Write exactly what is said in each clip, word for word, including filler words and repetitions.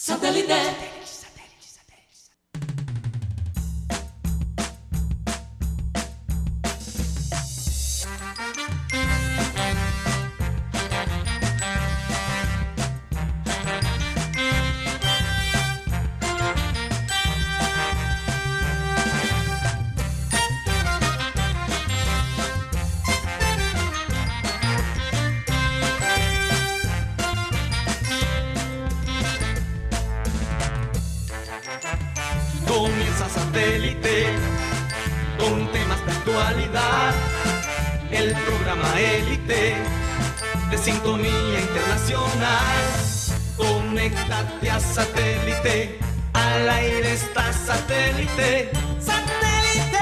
Satellite. Comienza Satélite con temas de actualidad, el programa élite de sintonía internacional. Conéctate a Satélite, al aire está Satélite. ¡Satélite!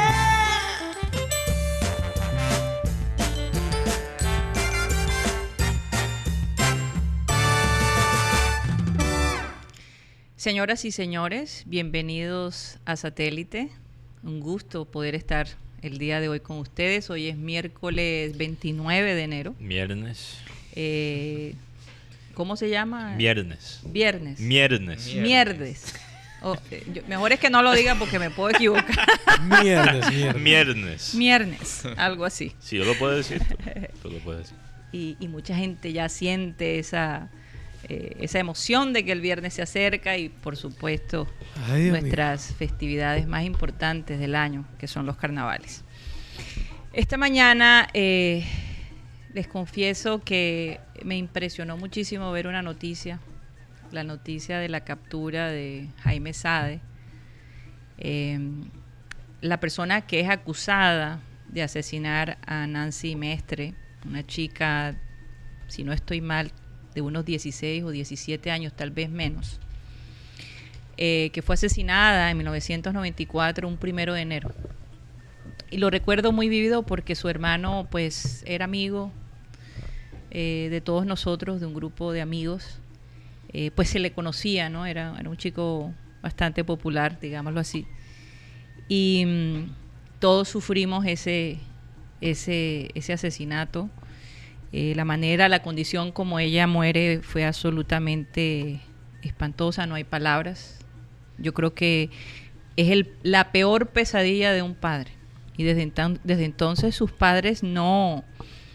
Señoras y señores, bienvenidos a Satélite. Un gusto poder estar el día de hoy con ustedes. Hoy es miércoles veintinueve de enero. Viernes. Eh, ¿Cómo se llama? Viernes. Viernes. Miernes. Mierdes. Oh, eh, yo- mejor es que no lo diga porque me puedo equivocar. Mierdes, mierdes. Viernes. Miernes, algo así. Sí, yo lo puedo decir. Tú, tú lo puedes decir. Y, y mucha gente ya siente esa, eh, esa emoción de que el viernes se acerca y, por supuesto, Ay, Dios mío. nuestras festividades más importantes del año, que son los carnavales. Esta mañana eh, les confieso que me impresionó muchísimo ver una noticia, la noticia de la captura de Jaime Sade, eh, la persona que es acusada de asesinar a Nancy Mestre, una chica, si no estoy mal, de unos dieciséis o diecisiete años, tal vez menos, eh, que fue asesinada en mil novecientos noventa y cuatro, un primero de enero. Y lo recuerdo muy vívido porque su hermano, pues, era amigo eh, de todos nosotros, de un grupo de amigos. Eh, pues se le conocía, ¿no? Era, era un chico bastante popular, digámoslo así. Y mm, todos sufrimos ese, ese, ese asesinato. Eh, la manera, la condición como ella muere fue absolutamente espantosa, no hay palabras. Yo creo que es el, la peor pesadilla de un padre. Y desde, entan- desde entonces sus padres no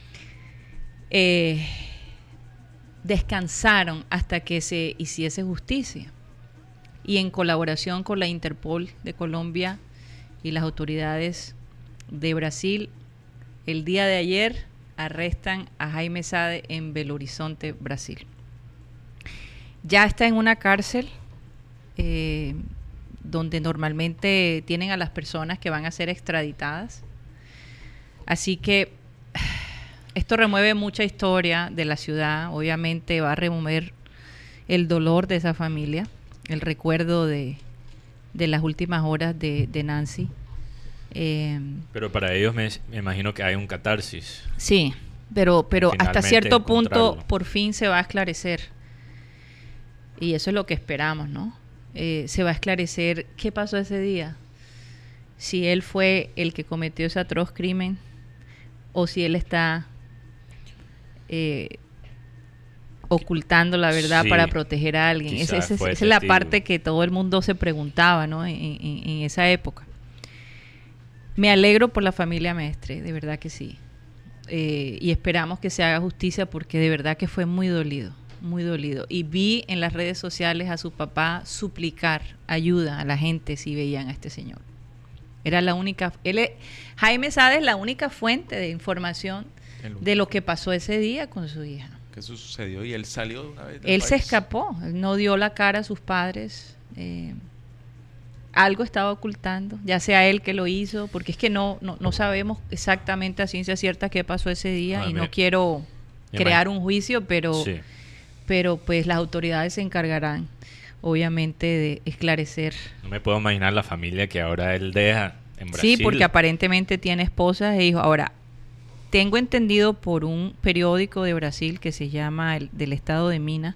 eh, descansaron hasta que se hiciese justicia. Y en colaboración con la Interpol de Colombia y las autoridades de Brasil, el día de ayer arrestan a Jaime Sade en Belo Horizonte, Brasil. Ya está en una cárcel eh, donde normalmente tienen a las personas que van a ser extraditadas. Así que esto remueve mucha historia de la ciudad. Obviamente va a remover el dolor de esa familia, el recuerdo de, de las últimas horas de, de Nancy. Eh, Pero para ellos me, me imagino que hay un catarsis. Sí, pero, pero hasta Finalmente cierto punto encontrarlo. por fin se va a esclarecer. Y eso es lo que esperamos, ¿no? Eh, se va a esclarecer qué pasó ese día. Si él fue el que cometió ese atroz crimen o si él está eh, ocultando la verdad Sí, para proteger a alguien. Esa, quizás esa- fue esa es la testigo. parte que todo el mundo se preguntaba, ¿no? En, en- en esa época. Me alegro por la familia Mestre, de verdad que sí. Eh, y esperamos que se haga justicia porque de verdad que fue muy dolido, muy dolido. Y vi en las redes sociales a su papá suplicar ayuda a la gente si veían a este señor. Era la única, él es- Jaime Sade es la única fuente de información de lo que pasó ese día con su hija. ¿Qué sucedió? Y él salió de una vez del Él se país. escapó, él no dio la cara a sus padres. eh, algo estaba ocultando, ya sea él que lo hizo, porque es que no, no, no sabemos exactamente a ciencia cierta qué pasó ese día A y mí- no quiero me crear imag- un juicio, pero, Sí. pero pues las autoridades se encargarán, obviamente, de esclarecer. No me puedo imaginar la familia que ahora él deja en Brasil. Sí, porque aparentemente tiene esposas e hijos. Ahora, tengo entendido por un periódico de Brasil que se llama el, del estado de Minas,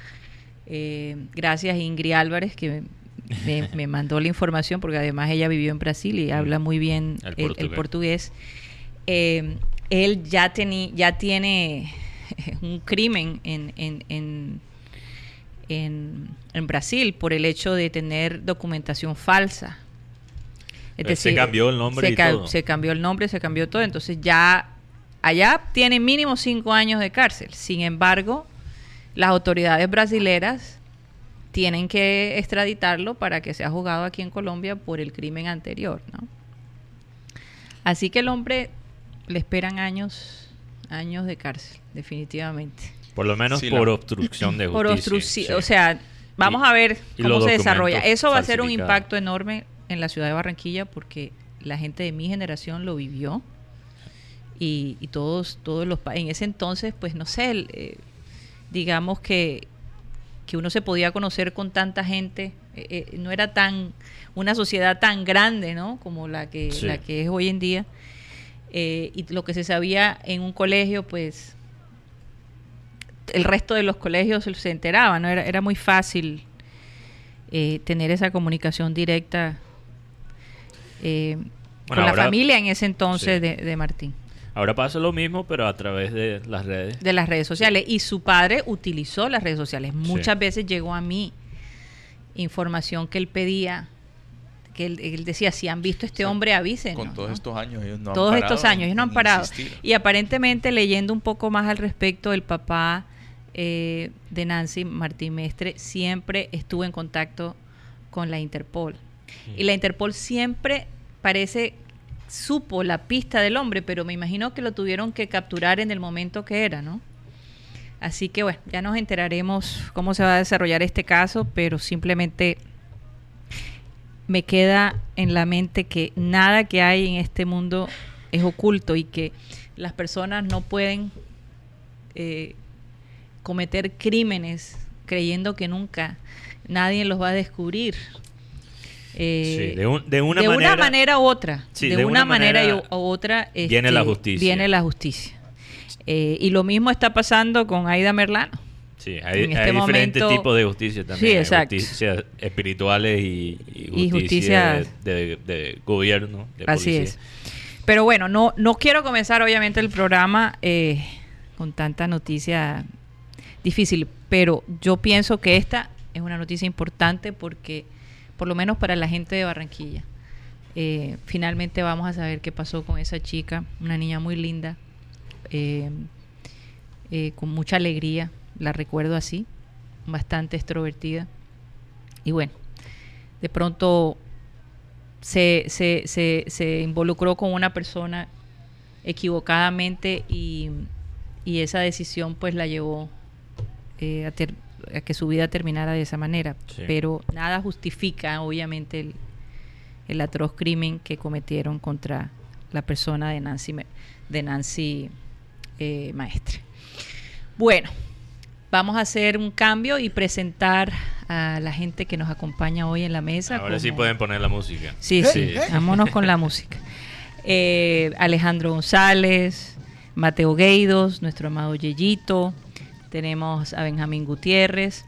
eh, gracias a Ingrid Álvarez que me, me mandó la información, porque además ella vivió en Brasil y habla muy bien El el, el portugués. portugués. Eh, él ya, teni, ya tiene un crimen en, en, en, en, en Brasil por el hecho de tener documentación falsa. Es decir, se cambió el nombre se y ca- todo. Se cambió el nombre, se cambió todo. Entonces ya allá tiene mínimo cinco años de cárcel. Sin embargo, las autoridades brasileras tienen que extraditarlo para que sea juzgado aquí en Colombia por el crimen anterior, ¿no? Así que el hombre le esperan años, años de cárcel, definitivamente. Por lo menos Sí, por la- obstrucción de Por justicia. obstrucción, sí. o sea, vamos Y- a ver y cómo los se desarrolla. documentos Eso va a ser un falsificados. impacto enorme en la ciudad de Barranquilla porque la gente de mi generación lo vivió y, y todos, todos los pa- en ese entonces, pues no sé, el, eh, digamos que que uno se podía conocer con tanta gente, eh, eh, no era tan una sociedad tan grande, ¿no? Como la que Sí. la que es hoy en día. Eh, y lo que se sabía en un colegio, pues el resto de los colegios se enteraban, ¿no? Era, era muy fácil eh, tener esa comunicación directa eh, Bueno, con la ahora- familia en ese entonces sí. de, de Martín, Ahora pasa lo mismo, pero a través de las redes. de las redes sociales. Y su padre utilizó las redes sociales. Muchas Sí. veces llegó a mí información que él pedía, que él, él decía, si han visto a este O sea, hombre, avisen. Con todos estos años ellos no han Todos parado estos años, en- ellos no han en parado. insistir. Y aparentemente, leyendo un poco más al respecto, el papá eh, de Nancy, Martín Mestre, siempre estuvo en contacto con la Interpol. Y la Interpol siempre parece supo la pista del hombre, pero me imagino que lo tuvieron que capturar en el momento que era, ¿no? Así que bueno, ya nos enteraremos cómo se va a desarrollar este caso, pero simplemente me queda en la mente que nada que hay en este mundo es oculto y que las personas no pueden eh, cometer crímenes creyendo que nunca nadie los va a descubrir. Eh, Sí, de, un- de una de manera. una manera u otra. Sí, de, de una, una manera, manera y u- u otra. viene la este, justicia. Viene la justicia. Eh, y lo mismo está pasando con Aida Merlano. Sí, hay, en este hay diferentes momento- tipos de justicia también. Sí, Hay exacto. justicias espirituales y, y Y justicia, justicia- de, de- de gobierno, de Así policía. es. Pero bueno, no, no quiero comenzar obviamente el programa eh, con tanta noticia difícil, pero yo pienso que esta es una noticia importante porque, por lo menos para la gente de Barranquilla, eh, finalmente vamos a saber qué pasó con esa chica, una niña muy linda, eh, eh, con mucha alegría, la recuerdo así, bastante extrovertida. Y bueno, de pronto se, se, se, se involucró con una persona equivocadamente y, y esa decisión pues la llevó eh, a, ter- a que su vida terminara de esa manera. Sí. Pero nada justifica obviamente el, el atroz crimen que cometieron contra la persona de Nancy, Me- de Nancy eh, Maestre. Bueno, vamos a hacer un cambio y presentar a la gente que nos acompaña hoy en la mesa. Ahora sí como- pueden poner la música. Sí, ¿Eh? sí, Sí. vámonos con la música. Eh, Alejandro González, Mateo Gueidos, nuestro amado Yeyito, tenemos a Benjamín Gutiérrez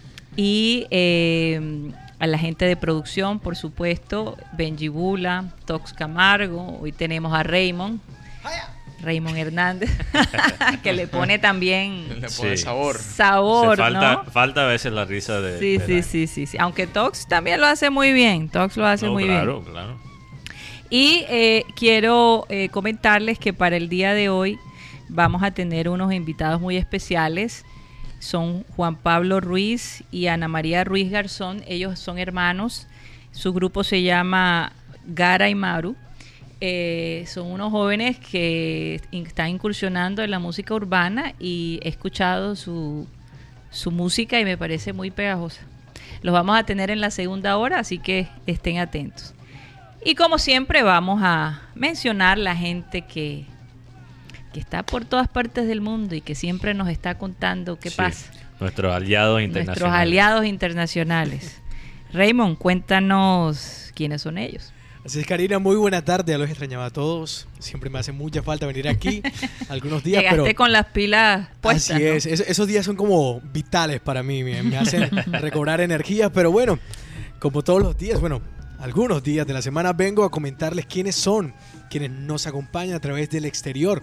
y eh, a la gente de producción, por supuesto, Benji Bula, Tox Camargo, hoy tenemos a Raymond, Raymond Hernández, que le pone también Le pone Sí. sabor. sabor, Se falta, ¿no? falta a veces la risa de. Sí, de sí, la- sí, sí, sí. Aunque Tox también lo hace muy bien, Tox lo hace No, muy bien. claro, claro. Y eh, quiero eh, comentarles que para el día de hoy vamos a tener unos invitados muy especiales. Son Juan Pablo Ruiz y Ana María Ruiz Garzón. Ellos son hermanos. Su grupo se llama Gara y Maru. Eh, son unos jóvenes que in- están incursionando en la música urbana y he escuchado su, su música y me parece muy pegajosa. Los vamos a tener en la segunda hora, así que estén atentos. Y como siempre vamos a mencionar la gente que, que está por todas partes del mundo y que siempre nos está contando qué Sí. pasa. Nuestros aliados internacionales. Nuestros aliados internacionales. Raymond, cuéntanos quiénes son ellos. Así es, Karina, muy buena tarde, ya los extrañaba a todos. Siempre me hace mucha falta venir aquí algunos días, Llegaste pero con las pilas puestas. así ¿no? es, es- esos días son como vitales para mí, me, me hacen recobrar energías, pero bueno, como todos los días, bueno, algunos días de la semana vengo a comentarles quiénes son, quienes nos acompañan a través del exterior,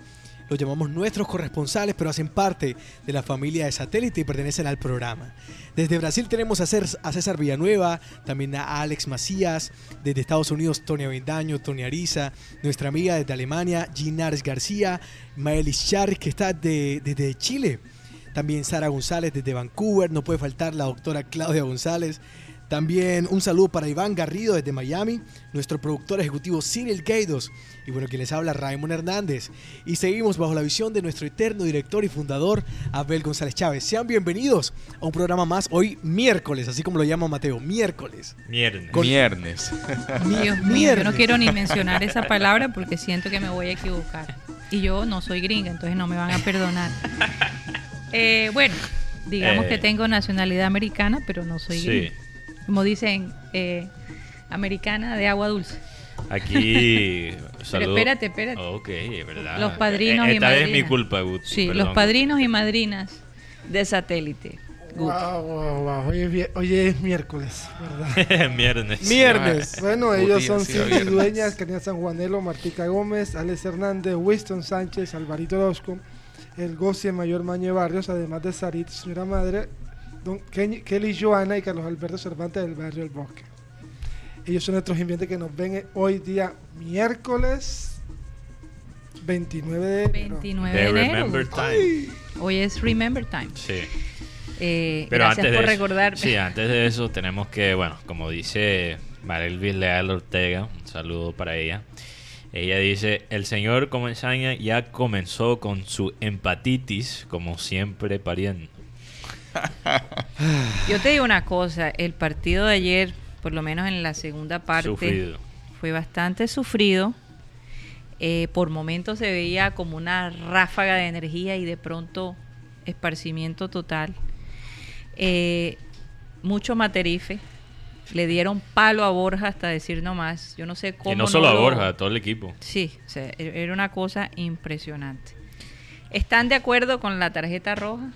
los llamamos nuestros corresponsales, pero hacen parte de la familia de Satélite y pertenecen al programa. Desde Brasil tenemos a César Villanueva, también a Alex Macías, desde Estados Unidos Tony Avendaño, Tony Ariza, nuestra amiga desde Alemania, Ginares García, Maelis Char, que está de, desde Chile, también Sara González desde Vancouver, no puede faltar la doctora Claudia González. También un saludo para Iván Garrido desde Miami, nuestro productor ejecutivo Cyril Gaidos y bueno, quien les habla Raymond Hernández. Y seguimos bajo la visión de nuestro eterno director y fundador Abel González Chávez. Sean bienvenidos a un programa más hoy miércoles, así como lo llama Mateo, miércoles. Miernes. Con... Viernes. Dios mío, yo no quiero ni mencionar esa palabra porque siento que me voy a equivocar. Y yo no soy gringa, entonces no me van a perdonar. Eh, bueno, digamos Eh. que tengo nacionalidad americana, pero no soy Sí. gringa. Como dicen, eh, americana de agua dulce. Aquí. Pero saludo. espérate, espérate. Ok, es verdad. Los padrinos Eh, y Esta vez es mi madrinas. culpa, Gut. Sí, Perdón. los padrinos y madrinas de Satélite. Gut. Wow, wow, wow. Hoy es, vie- hoy es miércoles, ¿verdad? Viernes. Viernes. Bueno, Guti ellos son hacía Cindy viernes. Dueñas, Karina San Juanelo, Martica Gómez, Alex Hernández, Winston Sánchez, Alvarito Orozco, el Gocie Mayor Mañe Barrios, además de Sarit, señora madre, don Ken- Kelly Joana y Carlos Alberto Cervantes del barrio El Bosque. Ellos son nuestros invitados que nos ven hoy día miércoles veintinueve de enero. veintinueve The de enero. Remember Gut. Time. Hoy es Remember Time. Sí. Eh, Pero gracias antes por de eso, recordarme. sí, antes de eso tenemos que, bueno, como dice Marelvis Leal Ortega, un saludo para ella. Ella dice, el señor Comesaña ya comenzó con su empatitis, como siempre pariendo. Yo te digo una cosa, el partido de ayer, por lo menos en la segunda parte, Sufrido. fue bastante sufrido. Eh, por momentos se veía como una ráfaga de energía y de pronto esparcimiento total. Eh, mucho materife. Le dieron palo a Borja hasta decir no más. Yo no sé cómo. Y no solo a lo- Borja, a todo el equipo. Sí, o sea, e- era una cosa impresionante. ¿Están de acuerdo con la tarjeta roja?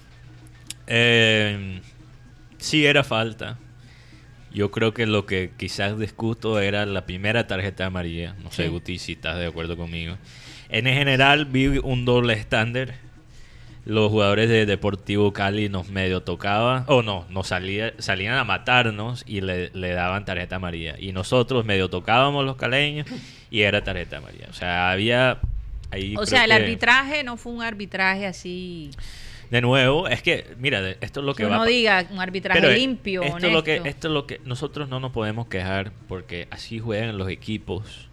Eh, sí era falta. Yo creo que lo que quizás discuto era la primera tarjeta amarilla. No sé, Sí. Guti, si estás de acuerdo conmigo. En general vi un doble estándar. Los jugadores de Deportivo Cali nos medio tocaban, o no, nos salía, salían a matarnos y le, le daban tarjeta amarilla. Y nosotros medio tocábamos los caleños y era tarjeta amarilla. O sea, había... Ahí O creo sea, el que- arbitraje no fue un arbitraje así. De nuevo, es que, mira, de- esto es lo que Que va uno pa- diga un arbitraje Pero, eh, limpio, esto es lo que honesto. esto es lo que nosotros no nos podemos quejar porque así juegan los equipos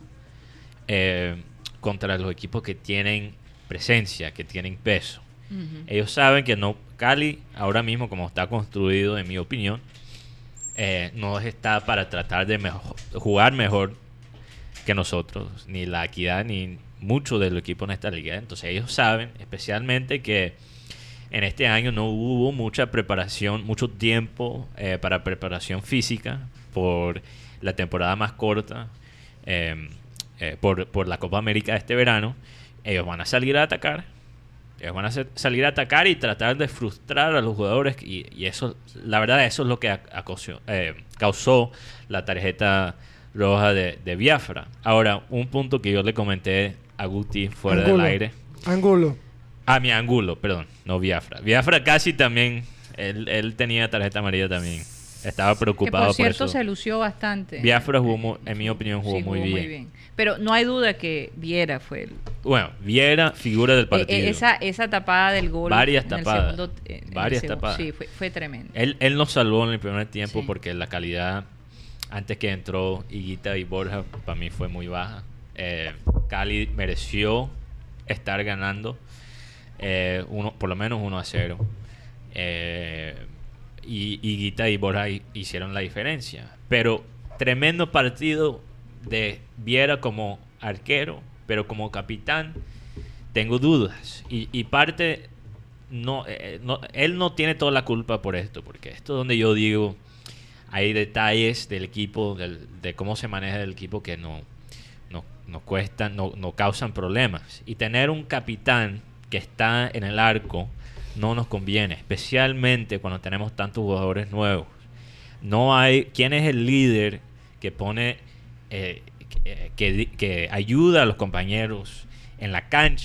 eh, contra los equipos que tienen presencia, que tienen peso. Ujú. Ellos saben que no Cali ahora mismo como está construido, en mi opinión, eh, no está para tratar de mejo- jugar mejor que nosotros, ni la equidad ni mucho del equipo en esta liga. Entonces ellos saben, especialmente que en este año no hubo mucha preparación, mucho tiempo eh, para preparación física por la temporada más corta, eh, eh, por, por la Copa América de este verano. Ellos van a salir a atacar. Ellos van a ser- salir a atacar y tratar de frustrar a los jugadores. Y, y eso, la verdad, eso es lo que ac- acosió- eh, causó la tarjeta roja de, de Biafra. Ahora, un punto que yo le comenté a Guti fuera Angulo. del aire. Angulo. Ah, mi Angulo, perdón, no Biafra. Biafra casi también, él, él tenía tarjeta amarilla también. Estaba Que preocupado por cierto por eso. se lució bastante. Biafra jugó, mu- en mi opinión, jugó, Sí, muy, bien. Pero no hay duda que Viera fue el, Bueno, Viera, figura del eh, partido. eh, esa, esa tapada del gol. Varias en el tapadas. segundo- eh, en el Varias segundo- tapadas. Sí, fue, fue tremendo. Él, él nos salvó en el primer tiempo Sí. porque la calidad, antes que entró Higuita y Borja, para mí fue muy baja. Eh, Cali mereció estar ganando, eh, uno, por lo menos uno a cero. Eh, y Higuita y Borja hi- hicieron la diferencia. Pero tremendo partido de Viera como arquero, pero como capitán tengo dudas. Y, y parte, no, eh, no, él no tiene toda la culpa por esto, porque esto es donde yo digo, hay detalles del equipo, del- de cómo se maneja el equipo que no, no, no cuestan, no, no causan problemas. Y tener un capitán que está en el arco no nos conviene, especialmente cuando tenemos tantos jugadores nuevos. No hay, ¿quién es el líder que pone, eh, que, que, que ayuda a los compañeros en la cancha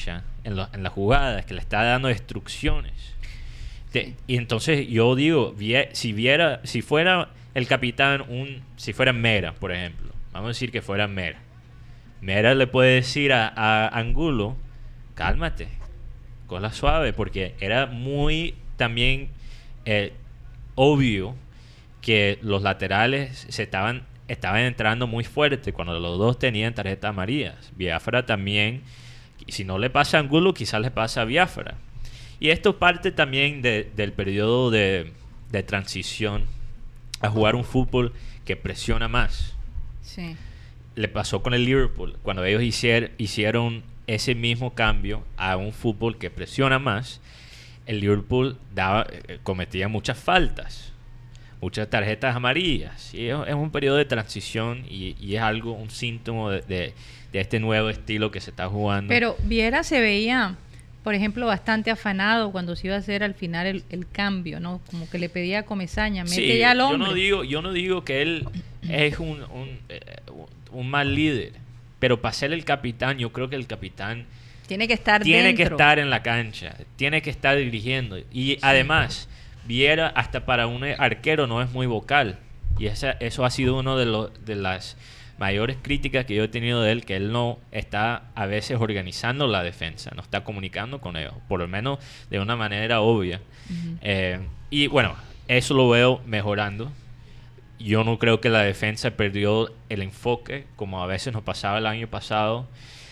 en, lo, en las jugadas, que le está dando instrucciones. De, y entonces yo digo, vie, si viera, si fuera el capitán, un, si fuera Mera, por ejemplo, vamos a decir que fuera Mera. Mera le puede decir a, a Angulo, cálmate, cola suave, porque era muy también eh, obvio que los laterales se estaban, estaban entrando muy fuerte cuando los dos tenían tarjetas amarillas. Biafra también, si no le pasa a Angulo, quizás le pasa a Biafra. Y esto parte también de, del periodo de, de transición a jugar un fútbol que presiona más. Sí. Le pasó con el Liverpool, cuando ellos hicier, hicieron ese mismo cambio a un fútbol que presiona más. El Liverpool daba, eh, cometía muchas faltas, muchas tarjetas amarillas. Y es, es un periodo de transición y, y es algo, un síntoma de, de, de este nuevo estilo que se está jugando. Pero Viera se veía, por ejemplo, bastante afanado cuando se iba a hacer al final el, el cambio, ¿no? Como que le pedía a Comesaña, mete sí, ya al hombre. Yo no digo, yo no digo que él es un, un, eh, un mal líder, pero para ser el capitán, yo creo que el capitán tiene que estar tiene dentro. que estar en la cancha, tiene que estar dirigiendo. Y sí. Además, Viera hasta para un arquero no es muy vocal. Y esa, eso ha sido una de, lo, de las mayores críticas que yo he tenido de él, que él no está a veces organizando la defensa, no está comunicando con ellos, por lo menos de una manera obvia. Uh-huh. Eh, y bueno, eso lo veo mejorando. Yo no creo que la defensa perdió el enfoque, como a veces nos pasaba el año pasado.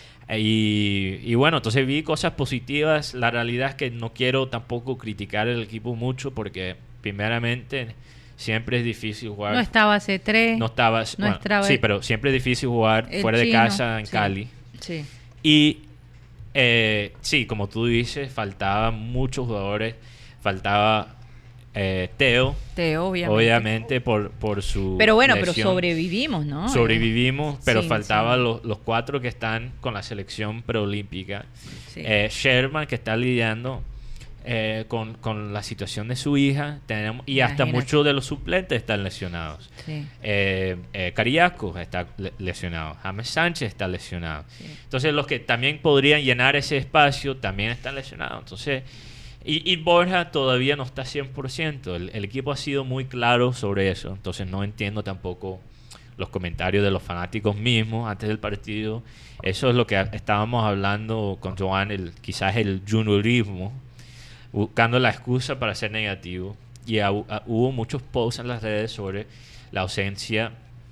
Y, y bueno, entonces vi cosas positivas. La realidad es que no quiero tampoco criticar el equipo mucho, porque primeramente siempre es difícil jugar. No estaba C tres. No estaba, no bueno, estaba sí, pero siempre es difícil jugar fuera chino, de casa en sí, Cali. Sí. Y eh, sí, como tú dices, faltaban muchos jugadores. Faltaba eh, Teo. Teo, obviamente. Obviamente por, por su Pero bueno, lesión. pero sobrevivimos, ¿no? Sobrevivimos, pero sí, faltaban sí. Los, los cuatro que están con la selección preolímpica. Sí. Eh, Sherman, que está lidiando eh, con, con la situación de su hija. Tenemos, y hasta Imagínate. muchos de los suplentes están lesionados. Sí. Eh, eh, Cariaco está le- lesionado. James Sánchez está lesionado. Sí. Entonces, los que también podrían llenar ese espacio también están lesionados. Entonces... Y, y Borja todavía no está cien por ciento. El, el equipo ha sido muy claro sobre eso. Entonces no entiendo tampoco los comentarios de los fanáticos mismos antes del partido. Eso es lo que estábamos hablando con Joan, el, quizás el juniorismo, buscando la excusa para ser negativo. Y a, a, hubo muchos posts en las redes sobre la ausencia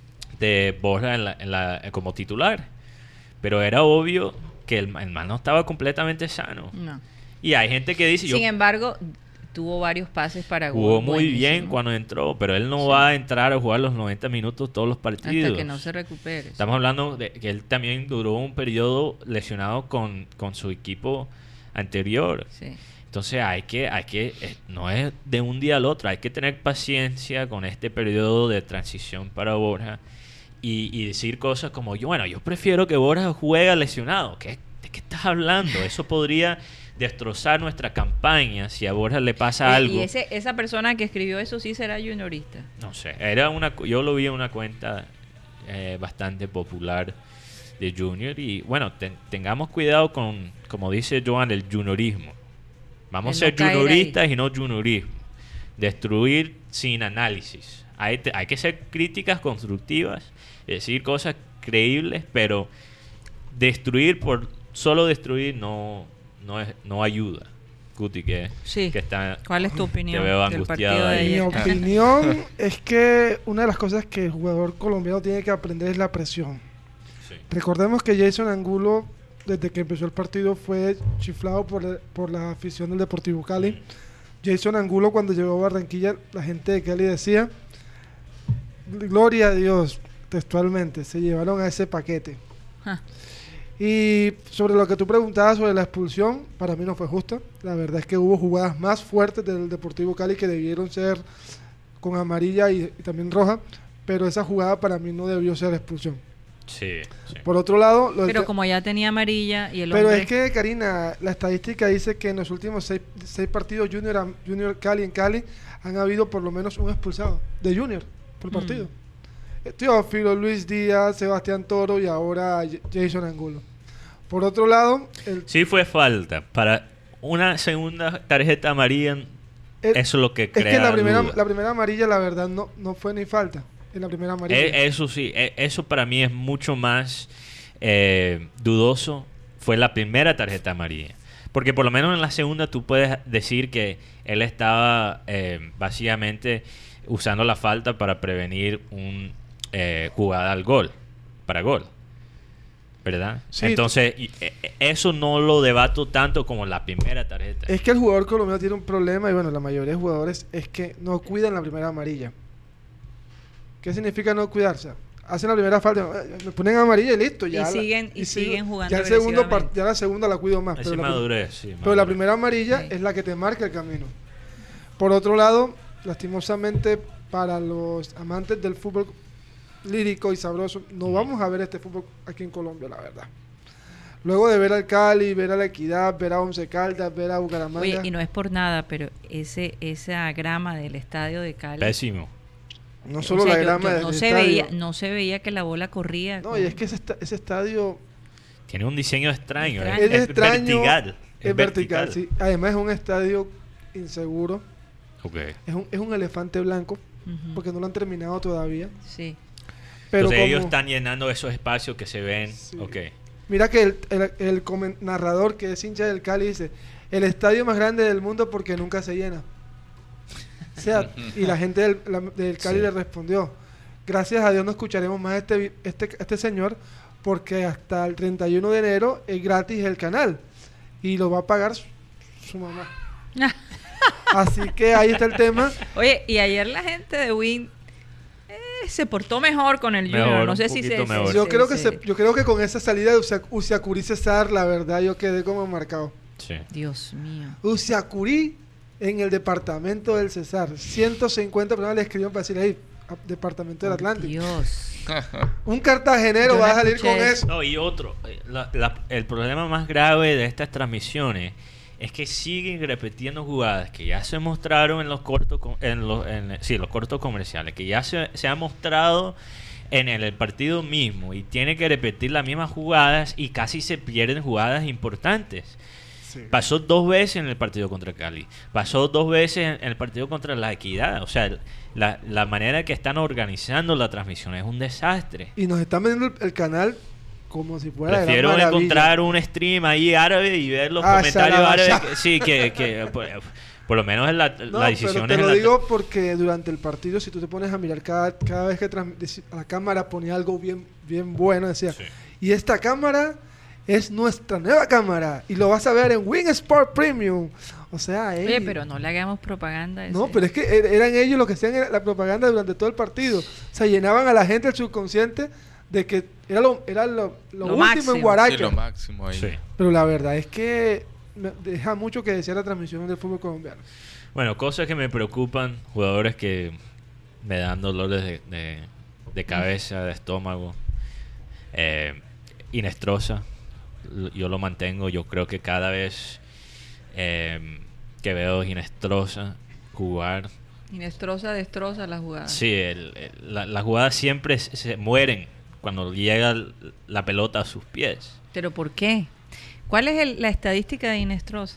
de Borja en la, en la, como titular. Pero era obvio que el, el man no estaba completamente sano. No. Y hay gente que dice... Sin yo, embargo, tuvo varios pases para gol. jugó muy buenísimo. bien cuando entró, pero él no Sí. va a entrar a jugar los noventa minutos todos los partidos. Hasta que no se recupere. Estamos hablando de que él también duró un periodo lesionado con, con su equipo anterior. Sí. Entonces hay que, hay que, eh, no es de un día al otro, hay que tener paciencia con este periodo de transición para Borja y, y decir cosas como, yo, bueno, yo prefiero que Borja juegue lesionado. ¿Qué, ¿De qué estás hablando? Eso podría destrozar nuestra campaña si a Borja le pasa Y, algo. y ese, esa persona que escribió eso sí será juniorista. No sé, era una, yo lo vi en una cuenta eh, bastante popular de Junior y bueno, ten, tengamos cuidado con, como dice Joan, el juniorismo. Vamos El a no ser caer junioristas y no juniorismo. Destruir sin análisis. Hay, te, hay que ser críticas constructivas, decir cosas creíbles, pero destruir por solo destruir no, no, es, no ayuda. Guti, que, Sí. que está... ¿Cuál es tu opinión Te veo del angustiado partido de ahí. Mi ayer? Ah. opinión es que una de las cosas que el jugador colombiano tiene que aprender es la presión. Sí. Recordemos que Jason Angulo, desde que empezó el partido, fue chiflado por, el- por la afición del Deportivo Cali. Jason Angulo, cuando llegó a Barranquilla, la gente de Cali decía, gloria a Dios, textualmente, se llevaron a ese paquete. Ah. Y sobre lo que tú preguntabas sobre la expulsión, para mí no fue justa. La verdad es que hubo jugadas más fuertes del Deportivo Cali que debieron ser con amarilla y, y también roja, pero esa jugada para mí no debió ser expulsión. Sí, sí. Por otro lado, lo del Pero te- como ya tenía amarilla y el pero hombre... es que, Karina, la estadística dice que en los últimos seis, seis partidos Junior, a- Junior Cali en Cali han habido por lo menos un expulsado de Junior por Mm. partido. Eh, Teófilo, Luis Díaz, Sebastián Toro y ahora J- Jason Angulo. Por otro lado, el, Sí fue falta. Para una segunda tarjeta amarilla, el- eso es lo que es crea que la primera, duda. la primera amarilla, la verdad, no, no fue ni falta. En la primera amarilla. Eh, eso sí, eh, eso para mí es mucho más eh, dudoso. Fue la primera tarjeta amarilla. Porque por lo menos en la segunda tú puedes decir que él estaba eh, básicamente usando la falta para prevenir un eh, jugada al gol, para gol. ¿Verdad? Sí. Entonces, y, eh, eso no lo debato tanto como la primera tarjeta. Es que el jugador colombiano tiene un problema, y bueno, la mayoría de jugadores es que no cuidan la primera amarilla. ¿Qué significa no cuidarse? Hacen la primera falta, eh, me ponen amarilla y listo. Y Ya la- siguen- y sigo- siguen jugando Ya, el segundo par- agresivamente. ya la segunda la cuido más. Es Pero la, prim- madurez, sí, pero la madurez. primera amarilla Sí. es la que te marca el camino. Por otro lado, lastimosamente para los amantes del fútbol lírico y sabroso, no vamos a ver este fútbol aquí en Colombia, la verdad. Luego de ver al Cali, ver a la Equidad, ver a Once Caldas, ver a Bucaramanga. Oye, y no es por nada, pero ese esa grama del estadio de Cali. Pésimo. no o solo sea, la yo- grama yo del no se estadio. veía, no se veía que la bola corría. No, con- y es que ese, esta- ese estadio Tiene un diseño extraño. Extraño. es, Es, extraño, vertical. es vertical, sí. Además es un estadio inseguro, Ok. es un, es un elefante blanco, Ujú. porque no lo han terminado todavía. Sí. Pero Entonces como- ellos están llenando esos espacios que se ven. Sí. Ok. Mira que el, el- el comen- narrador que es hincha del Cali dice, el estadio más grande del mundo porque nunca se llena. O sea, y la gente del, la- del Cali Sí. le respondió, gracias a Dios no escucharemos más este, vi- este, este señor porque hasta el treinta y uno de enero es gratis el canal y lo va a pagar su, su mamá. Así que ahí está el tema. Oye, y ayer la gente de Win eh, se portó mejor con el Mejor, Junior. No un sé si se, poquito se- mejor. Yo se- creo que se- se, yo creo que con esa salida de Usia- Usiacurí César, la verdad yo quedé como marcado. Sí. Dios mío. Usiacurí en el departamento del Cesar. ciento cincuenta personas le escribieron para decirle ahí, a- departamento del Por Atlántico. Dios. Un cartagenero Yo va no a salir escuché con eso. eso. No, y otro. eh, la- la- el problema más grave de estas transmisiones es que siguen repitiendo jugadas que ya se mostraron en los cortos com- en los en, sí, los cortos comerciales, que ya se, se ha mostrado en el, el partido mismo y tiene que repetir las mismas jugadas y casi se pierden jugadas importantes. Pasó dos veces en el partido contra Cali. Pasó dos veces en el partido contra la Equidad. O sea, la, la manera que están organizando la transmisión es un desastre. Y nos están vendiendo el, el canal como si fuera la gran Prefiero maravilla. encontrar un stream ahí árabe y ver los Ah, comentarios shalala, árabes. shalala. que- sí, que, que por, por lo menos en la, No, la decisión pero te es lo la- digo porque durante el partido, si tú te pones a mirar cada, cada vez que trans- a la cámara ponía algo bien, bien bueno, decía, Sí. y esta cámara es nuestra nueva cámara y lo vas a ver en Wing Sport Premium. O sea, ey, Oye, pero no le hagamos propaganda. a no, ese- pero es que er- eran ellos los que hacían era la propaganda durante todo el partido. O sea, llenaban a la gente el subconsciente de que era lo, era lo, lo Lo último máximo. en Guaraca. Sí, lo máximo ahí. Sí. Pero la verdad es que me deja mucho que decir la transmisión del fútbol colombiano. Bueno, cosas que me preocupan, jugadores que me dan dolores de, de, de cabeza, de estómago. Eh, Inestrosa, l- yo lo mantengo. Yo creo que cada vez eh, que veo Inestrosa jugar, Inestrosa destroza la jugada. sí, el- el- la- las jugadas siempre se, se mueren cuando llega l- la pelota a sus pies. ¿Pero por qué? ¿Cuál es el- la estadística de Inestrosa?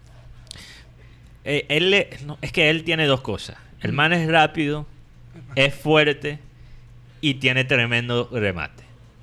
Eh, él le- no, es que él tiene dos cosas. El Mm. man es rápido, es fuerte y tiene tremendo remate.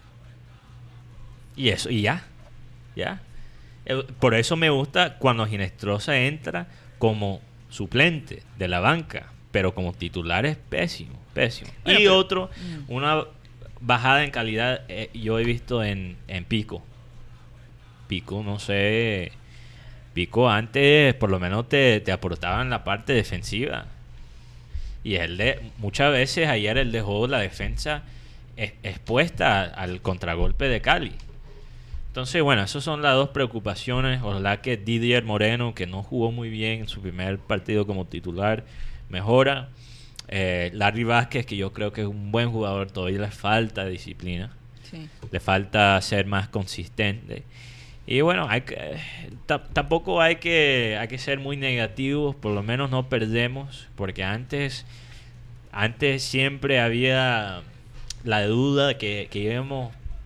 Y eso, y ya. Ya. Eh, Por eso me gusta cuando Ginestrosa entra como suplente de la banca, pero como titular es pésimo, pésimo. Bueno, y pero- otro, Mm. una bajada en calidad eh, yo he visto en, en Pico. Pico, no sé. Pico antes por lo menos te, te aportaba en la parte defensiva. Y él de, muchas veces ayer él dejó la defensa es- expuesta a- al contragolpe de Cali. Entonces, bueno, esas son las dos preocupaciones. Ojalá que Didier Moreno, que no jugó muy bien en su primer partido como titular, mejora. Eh, Larry Vázquez, que yo creo que es un buen jugador, todavía le falta disciplina. Sí. Le falta ser más consistente. Y bueno, hay que, ta- tampoco hay que, hay que ser muy negativos, por lo menos no perdemos, porque antes, antes siempre había la duda que, que íbamos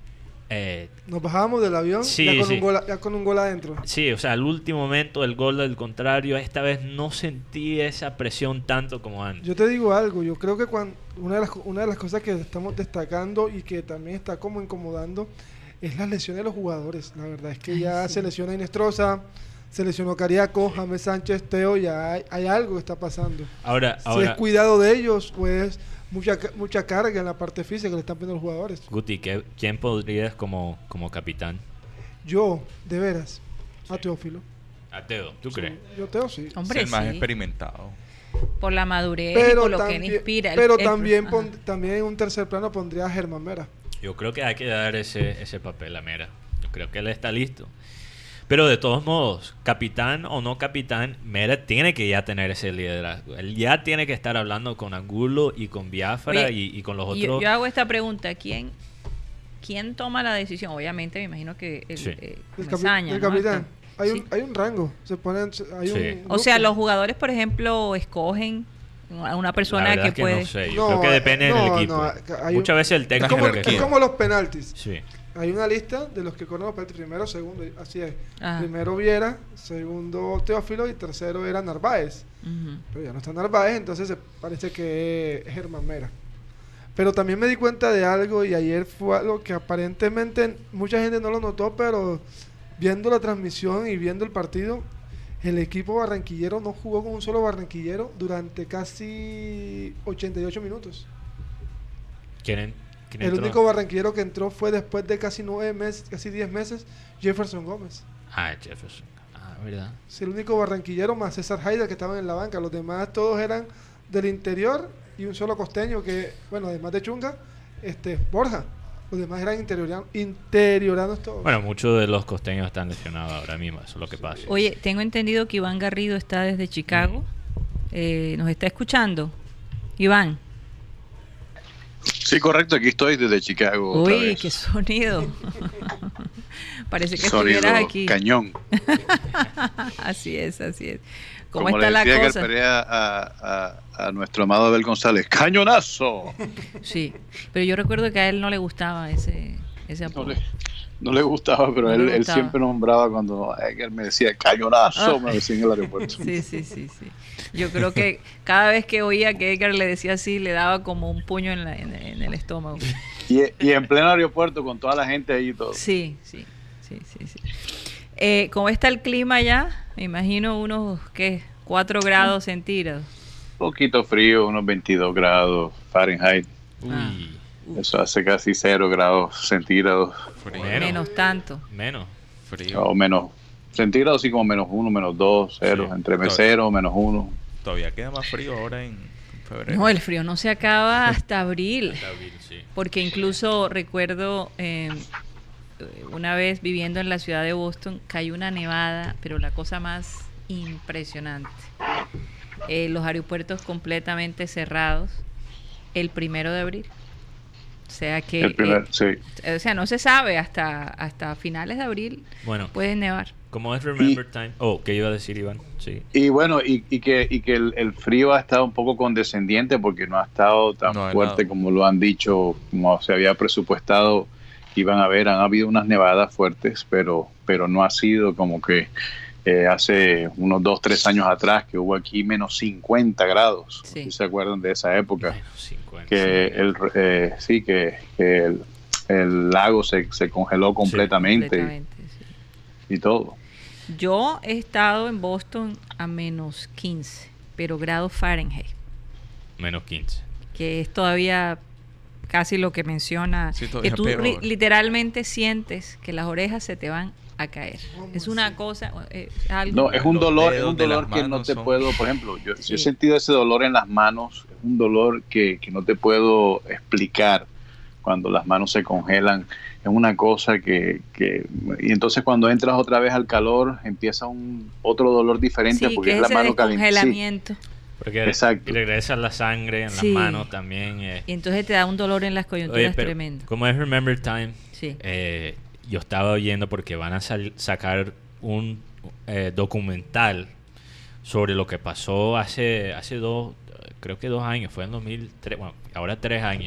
Eh, Nos bajábamos del avión Sí, ya, con sí. un gol, a- ya con un gol adentro. sí, o sea, al último momento el gol del contrario, esta vez no sentí esa presión tanto como antes. Yo te digo algo, yo creo que cuando una de las, co- una de las cosas que estamos destacando y que también está como incomodando es las lesiones de los jugadores. La verdad es que Ay, ya sí. se lesiona Inestrosa, se lesionó Cariaco, James Sánchez, Teo, ya hay, hay algo que está pasando. Ahora, Si ahora es cuidado de ellos, pues mucha ca- mucha carga en la parte física que le están poniendo los jugadores. Guti, ¿qué- ¿quién podrías como, como capitán? Yo, de veras, a Teófilo. A Teo, ¿tú Sí, crees? yo Teo sí. Es Hombre, el más sí. experimentado. Por la madurez y Pero por lo que también, él inspira. El- pero el- también, ajá. pon- también en un tercer plano pondría a Germán Mera. Yo creo que hay que dar ese, ese papel a Mera. Yo creo que él está listo. Pero de todos modos, capitán o no capitán, Mera tiene que ya tener ese liderazgo. Él ya tiene que estar hablando con Angulo y con Biafra Oye, y, y con los Yo, otros. yo hago esta pregunta, ¿quién, ¿quién toma la decisión? Obviamente me imagino que el, Sí. eh, El, capi- Comesaña, el ¿no? capitán. Está- Hay, sí. un, hay un rango. Se ponen, hay Sí. un O sea, grupo. los jugadores, por ejemplo, escogen a una La persona verdad que es que puede... no sé. Yo No, creo que depende no, del equipo. no, hay un- Muchas veces el Es técnico como, es el que es jerarquía. como los penaltis. Sí. Hay una lista de los que corren los penaltis. Primero, segundo. y- Así es. Ajá. Primero Viera, segundo Teófilo y tercero era Narváez. Ujú. Pero ya no está Narváez, entonces se parece que es Germán Mera. Pero también me di cuenta de algo y ayer fue algo que aparentemente mucha gente no lo notó, pero viendo la transmisión y viendo el partido, el equipo barranquillero no jugó con un solo barranquillero durante casi ochenta y ocho minutos. ¿Quién, quién El entró? único barranquillero que entró fue después de casi nueve meses, casi diez meses, Jefferson Gómez. Ah, Jefferson. Ah, ¿verdad? Es el único barranquillero más César Haider que estaban en la banca. Los demás todos eran del interior y un solo costeño que, bueno, además de Chunga, este Borja. Los demás eran interiorianos, interioranos todos. Bueno, muchos de los costeños están lesionados ahora mismo. Eso es lo que pasa. Oye, tengo entendido que Iván Garrido está desde Chicago. Eh, ¿Nos está escuchando? Iván. Sí, correcto, aquí estoy desde Chicago. otra Uy, vez. qué sonido. Parece que Sonido estuvieras aquí. cañón. Así es, así es. ¿Cómo Como está le la decía cosa? que a, a, a nuestro amado Abel González, ¡cañonazo! Sí, pero yo recuerdo que a él no le gustaba ese, ese No apodo. le, no le gustaba, pero No él, le él gustaba. siempre nombraba cuando eh, que él me decía ¡cañonazo! Ah. Me decía en el aeropuerto. Sí, sí, sí, sí. Yo creo que cada vez que oía que Edgar le decía así, le daba como un puño en, la- en- en el estómago. Y, y en pleno aeropuerto con toda la gente ahí y todo. Sí, sí, sí, sí, sí. Eh, ¿Cómo está el clima allá? Me imagino unos, ¿qué? cuatro grados centígrados. Un poquito frío, unos veintidós grados Fahrenheit. Uy, Ah. Eso hace casi cero grados centígrados. Frío. Bueno. Menos tanto. menos. Frío. O menos centígrados, sí, como menos uno, menos dos, cero, Sí. entre Todavía. cero, menos uno. Todavía queda más frío ahora en febrero. No, el frío no se acaba hasta abril. Hasta abril, sí. Porque incluso recuerdo eh, una vez viviendo en la ciudad de Boston, cayó una nevada, pero la cosa más impresionante. Eh, los aeropuertos completamente cerrados el primero de abril. O sea que, El primer, eh, sí. o sea, no se sabe hasta hasta finales de abril Bueno, puede nevar. como es Remember Time. Oh, ¿qué iba a decir, Iván? Sí. Y bueno, y, y que, y que el, el frío ha estado un poco condescendiente porque no ha estado tan No ha fuerte helado. como lo han dicho, como se había presupuestado. Iban a haber, han habido unas nevadas fuertes, pero, pero no ha sido como que eh, hace unos dos, tres años atrás que hubo aquí menos cincuenta grados. Sí. ¿Sí se acuerdan de esa época? Menos cincuenta. Que el, eh, sí, que, que el, el lago se, se congeló completamente, Completamente, sí. y todo. Yo he estado en Boston a menos quince, pero grados Fahrenheit, Menos quince. que es todavía casi lo que menciona, Sí, que todavía tú peor. ri- literalmente sientes que las orejas se te van a caer. ¿Cómo Es una así? cosa, eh, algo... No, es un Los dolor, es dedos un de dolor las que no manos te son- puedo, por ejemplo, yo, yo Sí. he sentido ese dolor en las manos, es un dolor que, que no te puedo explicar cuando las manos se congelan, es una cosa que, que y entonces cuando entras otra vez al calor empieza un otro dolor diferente sí, porque que es es la ese mano caliente. Sí, descongelamiento. Porque Exacto. y regresa la sangre en Sí. las manos también. eh. Y entonces te da un dolor en las coyunturas Oye, pero tremendo. como es Remember Time, Sí. eh, yo estaba oyendo porque van a sal- sacar un eh, documental sobre lo que pasó hace hace dos, creo que dos años, fue en dos mil tres, bueno, ahora tres años,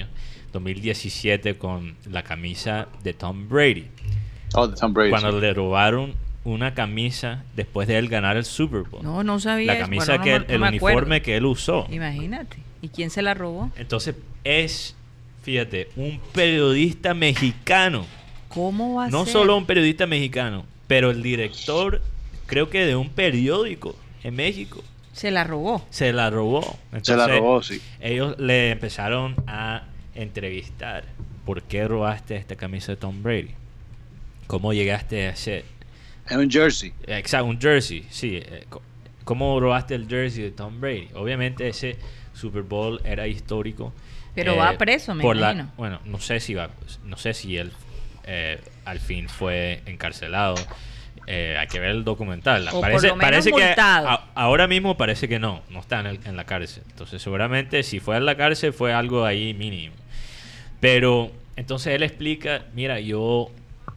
dos mil diecisiete con la camisa de Tom Brady. Oh, de Tom Brady. Cuando sí. le robaron una camisa después de él ganar el Super Bowl. No, no sabía La eso. camisa Bueno, que no él- me- no el me uniforme acuerdo. que él usó. Imagínate. ¿Y quién se la robó? Entonces es, fíjate, un periodista mexicano. ¿Cómo va a No ser? solo un periodista mexicano, pero el director, creo que de un periódico en México, Se la robó. se la robó. Se la Entonces, robó, sí. ellos le empezaron a entrevistar. ¿Por qué robaste esta camisa de Tom Brady? ¿Cómo llegaste a ese... Es un jersey. Exacto, un jersey, sí. eh, co- ¿Cómo robaste el jersey de Tom Brady? Obviamente ese Super Bowl era histórico. Pero va preso, me por la- imagino. Bueno, no sé si va, no sé si él eh, al fin fue encarcelado. Eh, hay que ver el documental. O por parece lo menos parece que multado. a- ahora mismo parece que no, no está en, el- en la cárcel. Entonces seguramente si fue en la cárcel fue algo ahí mínimo. Pero entonces él explica, mira, yo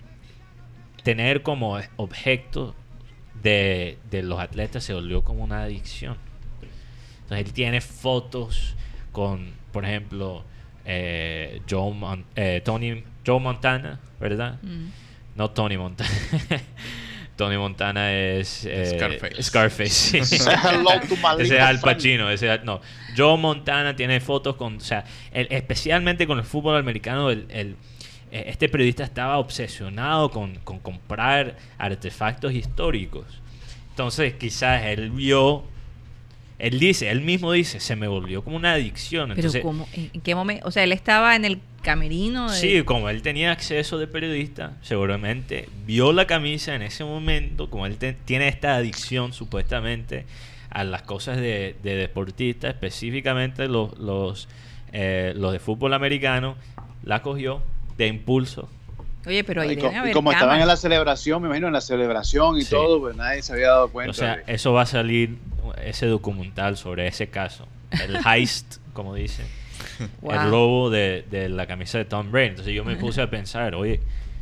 tener como objeto de, de los atletas se volvió como una adicción. Entonces él tiene fotos con, por ejemplo, eh, Joe Mon- eh, Tony, Joe Montana, ¿verdad? Mm. No Tony Montana. Tony Montana es eh, Scarface. Scarface, sí. Hello to my Ese little es Al friend. Pacino, ese es- no. Joe Montana tiene fotos con, o sea, el- especialmente con el fútbol americano, el, el- eh, este periodista estaba obsesionado con, con comprar artefactos históricos. Entonces, quizás él vio, él dice, él mismo dice, se me volvió como una adicción. Pero Entonces, ¿cómo? ¿En en qué momento? O sea, él estaba en el camerino de... sí, como él tenía acceso de periodista, seguramente vio la camisa en ese momento, como él te- tiene esta adicción supuestamente a las cosas de, de deportista, específicamente los, los, eh, los de fútbol americano, la cogió de impulso. Oye, pero ahí Y, co- deben y haber como estaban en la cámaras. celebración, me imagino en la celebración y Sí. todo, pues nadie se había dado cuenta. O sea, de- eso va a salir, ese documental sobre ese caso, el heist, como dicen. Wow. El robo de, de la camisa de Tom Brady. Entonces yo me puse a pensar, oye,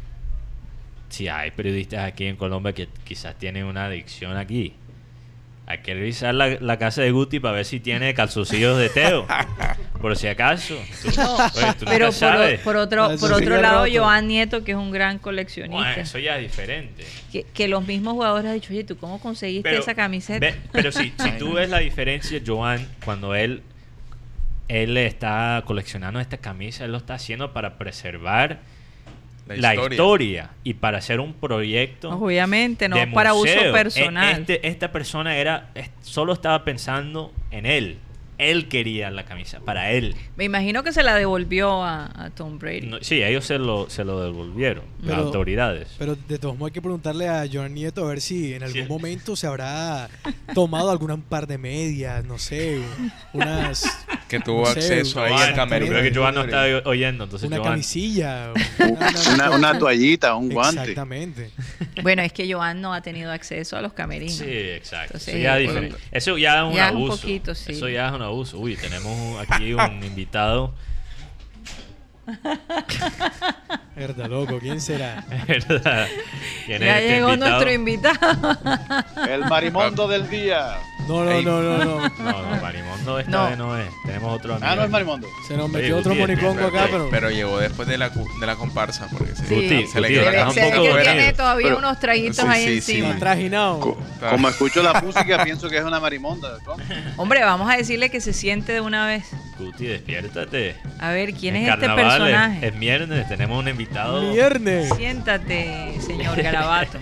si hay periodistas aquí en Colombia que quizás tienen una adicción aquí, hay que revisar la, la casa de Guti para ver si tiene calzoncillos de Teo, por si acaso. Tú, No, oye, tú pero nunca por, sabes. por otro, Eso por sí otro es lado, roto. Joan Nieto, que es un gran coleccionista, Bueno, eso ya es diferente. que, que los mismos jugadores han dicho, oye, ¿tú cómo conseguiste Pero, esa camiseta? ve- pero si, si tú ves la diferencia, Joan, cuando él él está coleccionando esta camisa, él lo está haciendo para preservar La la, historia. historia. y para hacer un proyecto Obviamente, no de para uso museo. personal. E- Este, esta persona era es- solo estaba pensando en él. Él quería la camisa para él. Me imagino que se la devolvió a, a Tom Brady. No- sí, ellos se lo, se lo devolvieron, las Pero- autoridades. Pero de todos modos hay que preguntarle a Joan Nieto a ver si en algún Sí. momento se habrá tomado alguna un par de medias, no sé, unas Que tuvo No sé, acceso ahí Joan, al camerino. Creo que Joan no está oyendo, entonces una Joan- camisilla, una, una toallita, un guante. Exactamente. Bueno, es que Joan no ha tenido acceso a los camerinos. Sí, exacto. Entonces, eso ya es bueno, diferente. Eso ya es un ya es un abuso. poquito, sí. Eso ya es un abuso. Uy, tenemos un- aquí un invitado. Verdad, loco, ¿quién será? ¿Verdad? ¿Quién Ya es este llegó invitado? nuestro invitado. El marimondo del día. No, no, Ey. no, no, no. No, no, Marimondo esta No. vez no es. Tenemos otro amigo. Ah, no es marimondo. Se nos Oye, metió otro Guti, monicongo acá, Pero, pero... pero llegó después de la, cu- de la comparsa. Porque se, Sí. Guti, se le Guti, quedó estás acá un Se un ve poco que poco tiene venido. todavía Pero- unos traguitos Sí, ahí sí, sí. encima. Trajinado. Co- Ah. Como escucho la música, pienso que es una marimonda. ¿no? Hombre, vamos a decirle que se siente de una vez. Guti, despiértate. A ver, ¿quién En es este carnaval, personaje? Es, es viernes, tenemos un invitado. Viernes. Siéntate, señor Garabato.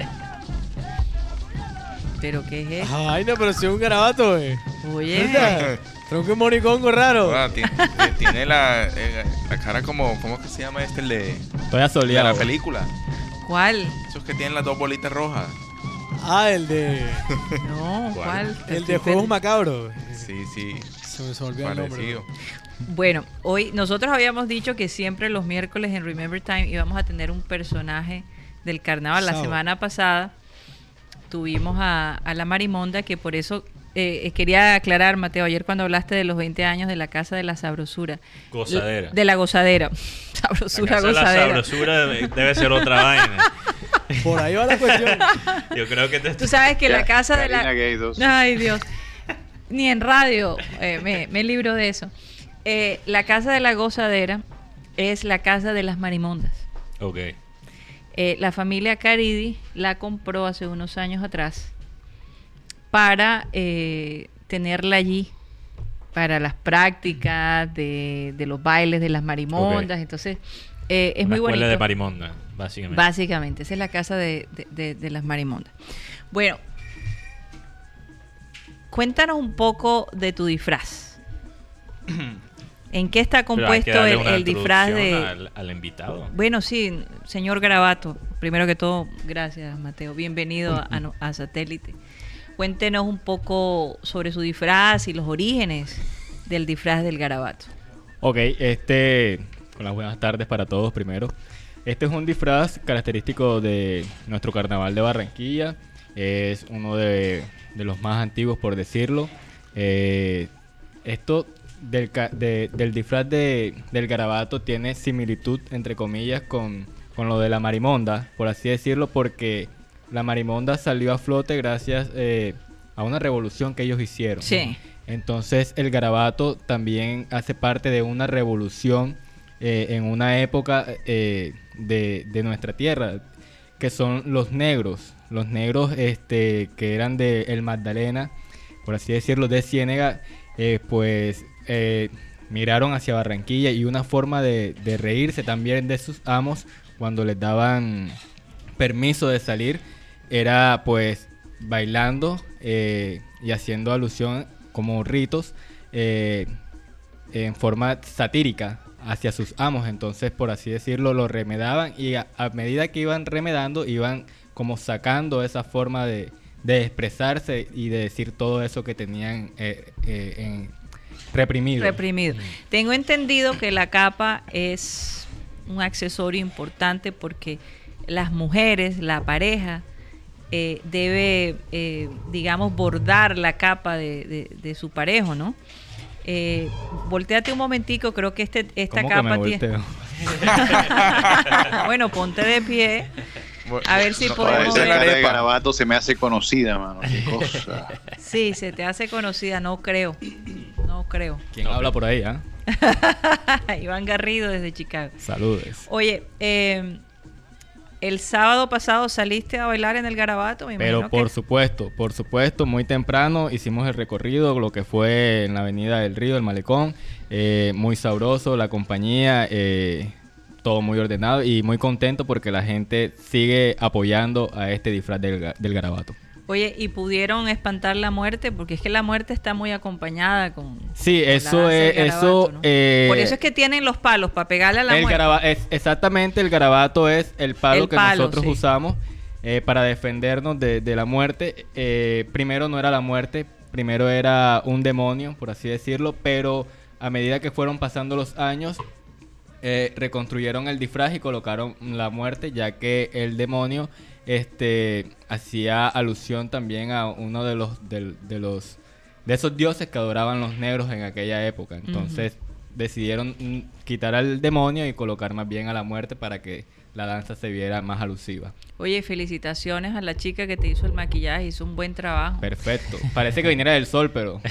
¿Pero qué es eso? Ay, no, pero si es un garabato, eh. Oye, ¿Verdad? Tronco un monicongo raro. Ah, tiene, tiene la, eh, la cara como, ¿cómo es que se llama este? El de, Estoy de asoleado. la película. ¿cuál? Esos que tienen las dos bolitas rojas. Ah, el de... No, ¿Cuál? ¿cuál? Te El estoy de Juegos per- Macabros. Sí, sí. Se me se me olvidó el nombre. Parecido. Bueno, hoy nosotros habíamos dicho que siempre los miércoles en Remember Time íbamos a tener un personaje del carnaval. La Sao. semana pasada tuvimos a, a la Marimonda, que por eso eh, eh, quería aclarar, Mateo, ayer cuando hablaste de los veinte años de la Casa de la Sabrosura. Gozadera. L- De la gozadera. La Sabrosura, casa de la gozadera. sabrosura debe ser otra vaina. Por ahí va la cuestión. Yo creo que te Tú sabes que la Ya, casa de Karina la... Gay dos. Ay, Dios. Ni en radio eh, me, me libro de eso. Eh, la Casa de la Gozadera es la Casa de las Marimondas. Ok. Eh, la familia Caridi la compró hace unos años atrás para eh, tenerla allí para las prácticas de, de los bailes de las marimondas. Okay. Entonces, eh, es Una muy bonito. escuela de marimonda, básicamente. Básicamente, esa es la casa de, de, de, de las marimondas. Bueno, cuéntanos un poco de tu disfraz. ¿En qué está compuesto el, el disfraz de al, al invitado? Bueno, sí, señor Garabato. Primero que todo, gracias, Mateo. Bienvenido a, a, a Satélite. Cuéntenos un poco sobre su disfraz y los orígenes del disfraz del Garabato. Ok, este, con las buenas tardes para todos primero. Este es un disfraz característico de nuestro carnaval de Barranquilla. Es uno de, de los más antiguos, por decirlo. Eh, esto del, de, del disfraz de, del Garabato tiene similitud, entre comillas, con, con lo de la marimonda, por así decirlo, porque la marimonda salió a flote gracias eh, a una revolución que ellos hicieron. Sí. Entonces el Garabato también hace parte de una revolución eh, en una época eh, de, de nuestra tierra, que son los negros. Los negros este, que eran de El Magdalena, por así decirlo, de Ciénega, eh, pues eh, miraron hacia Barranquilla, y una forma de, de reírse también de sus amos cuando les daban permiso de salir era pues bailando eh, y haciendo alusión como ritos eh, en forma satírica hacia sus amos. Entonces, por así decirlo, lo remedaban, y a, a medida que iban remedando, iban como sacando esa forma de, de expresarse y de decir todo eso que tenían eh, eh, en reprimido. Reprimido. Tengo entendido que la capa es un accesorio importante porque las mujeres, la pareja, eh, debe, eh, digamos, bordar la capa de, de, de su parejo, ¿no? Eh, volteate un momentico, creo que este esta ¿Cómo capa que me tiene... volteo? Bueno, ponte de pie. A ver si No, podemos esa ver. cara de Garabato se me hace conocida, mano. Qué cosa. Sí, se te hace conocida, no creo. No creo. ¿Quién habla por ahí? ¿Ah? Iván Garrido desde Chicago. Saludes. Oye, eh, el sábado pasado saliste a bailar en el Garabato, me Pero imagino por que... supuesto, por supuesto, muy temprano hicimos el recorrido, lo que fue en la Avenida del Río, el Malecón, eh, muy sabroso, la compañía, eh, todo muy ordenado y muy contento porque la gente sigue apoyando a este disfraz del, del Garabato. Oye, ¿y pudieron espantar la muerte? Porque es que la muerte está muy acompañada con... Sí, con eso la es... Garabato, eso, ¿no? eh, Por eso es que tienen los palos, para pegarle a la el muerte. garaba- es, exactamente, el Garabato es el palo El que palo, nosotros sí. usamos eh, para defendernos de, de la muerte. Eh, primero no era la muerte, primero era un demonio, por así decirlo, pero a medida que fueron pasando los años, eh, reconstruyeron el disfraz y colocaron la muerte, ya que el demonio este hacía alusión también a uno de los de, de los de esos dioses que adoraban los negros en aquella época. Entonces uh-huh. decidieron mm, quitar al demonio y colocar más bien a la muerte para que la danza se viera más alusiva. Oye, felicitaciones a la chica que te hizo el maquillaje, hizo un buen trabajo. Perfecto. Parece que viniera del sol, pero...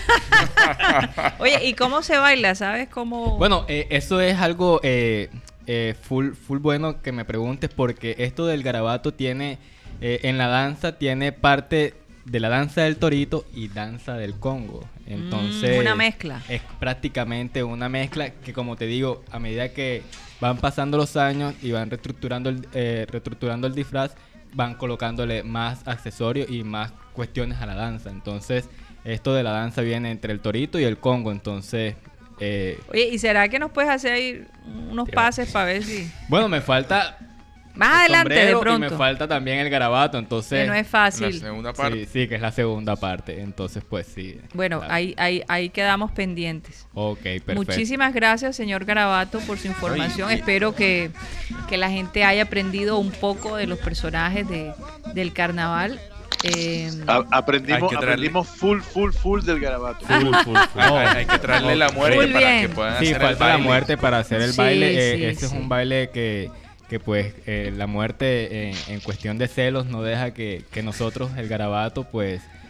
Oye, ¿y cómo se baila? ¿Sabes cómo...? Bueno, eh, eso es algo eh, eh, full, full bueno que me preguntes, porque esto del Garabato tiene... Eh, en la danza tiene parte de la danza del torito y danza del Congo. Entonces... Mm, una mezcla. Es prácticamente una mezcla que, como te digo, a medida que van pasando los años y van reestructurando el, eh, reestructurando el disfraz, van colocándole más accesorios y más cuestiones a la danza. Entonces, esto de la danza viene entre el torito y el Congo. Entonces... Eh, Oye, ¿y será que nos puedes hacer ahí unos pases para ver si...? Bueno, me falta... Más adelante, de pronto. Y me falta también el Garabato, entonces... Que no es fácil. La segunda parte. Sí, sí, que es la segunda parte. Entonces, pues sí. Bueno, claro. ahí, ahí, ahí quedamos pendientes. Ok, perfecto. Muchísimas gracias, señor Garabato, por su información. Ay, y- Espero que, que la gente haya aprendido un poco de los personajes de, del carnaval. Eh, A- Hay aprendimos, que traerle. aprendimos full, full, full del Garabato. Full, full, full. Hay, No. hay- hay que traerle la muerte Muy para bien. que puedan Sí, hacer el falta la baile. muerte para hacer el Sí, baile. Eh, sí, ese sí. es un baile que, que pues, eh, la muerte en, en cuestión de celos no deja que, que nosotros, el Garabato, pues,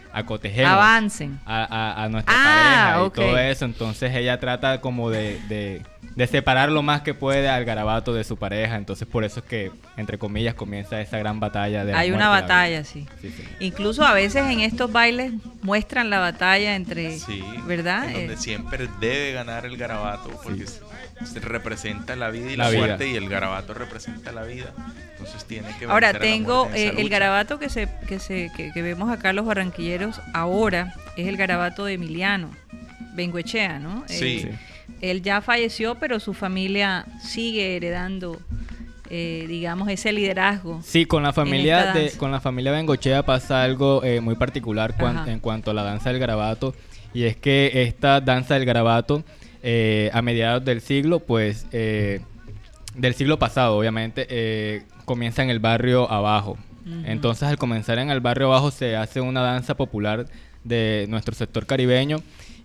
acotejemos Avancen. a, a, a nuestra Ah, pareja y ok. todo eso. Entonces ella trata como de, de, de separar lo más que puede al garabato de su pareja. Entonces por eso es que, entre comillas, comienza esa gran batalla de la Hay muerte una y la batalla, vida. sí. Sí, sí. Incluso a veces en estos bailes muestran la batalla entre, Sí, ¿verdad? en donde Eh, siempre debe ganar el garabato, porque se- se representa la vida y La la, vida. muerte, y el garabato representa la vida. Entonces tiene que Ahora vencer a la tengo muerte en eh, esa el lucha. garabato que se que se que, que vemos acá los barranquilleros ahora es el garabato de Emiliano Bengoechea, ¿no? Sí. Eh, él ya falleció, pero su familia sigue heredando, eh, digamos, ese liderazgo. Sí, con la esta familia de, danza. con la familia Bengochea pasa algo eh, muy particular cuan- Ajá. en cuanto a la danza del garabato, y es que esta danza del garabato eh, a mediados del siglo, pues eh, del siglo pasado, obviamente, eh, comienza en el barrio abajo. Ujú. Entonces, al comenzar en el barrio abajo se hace una danza popular de nuestro sector caribeño.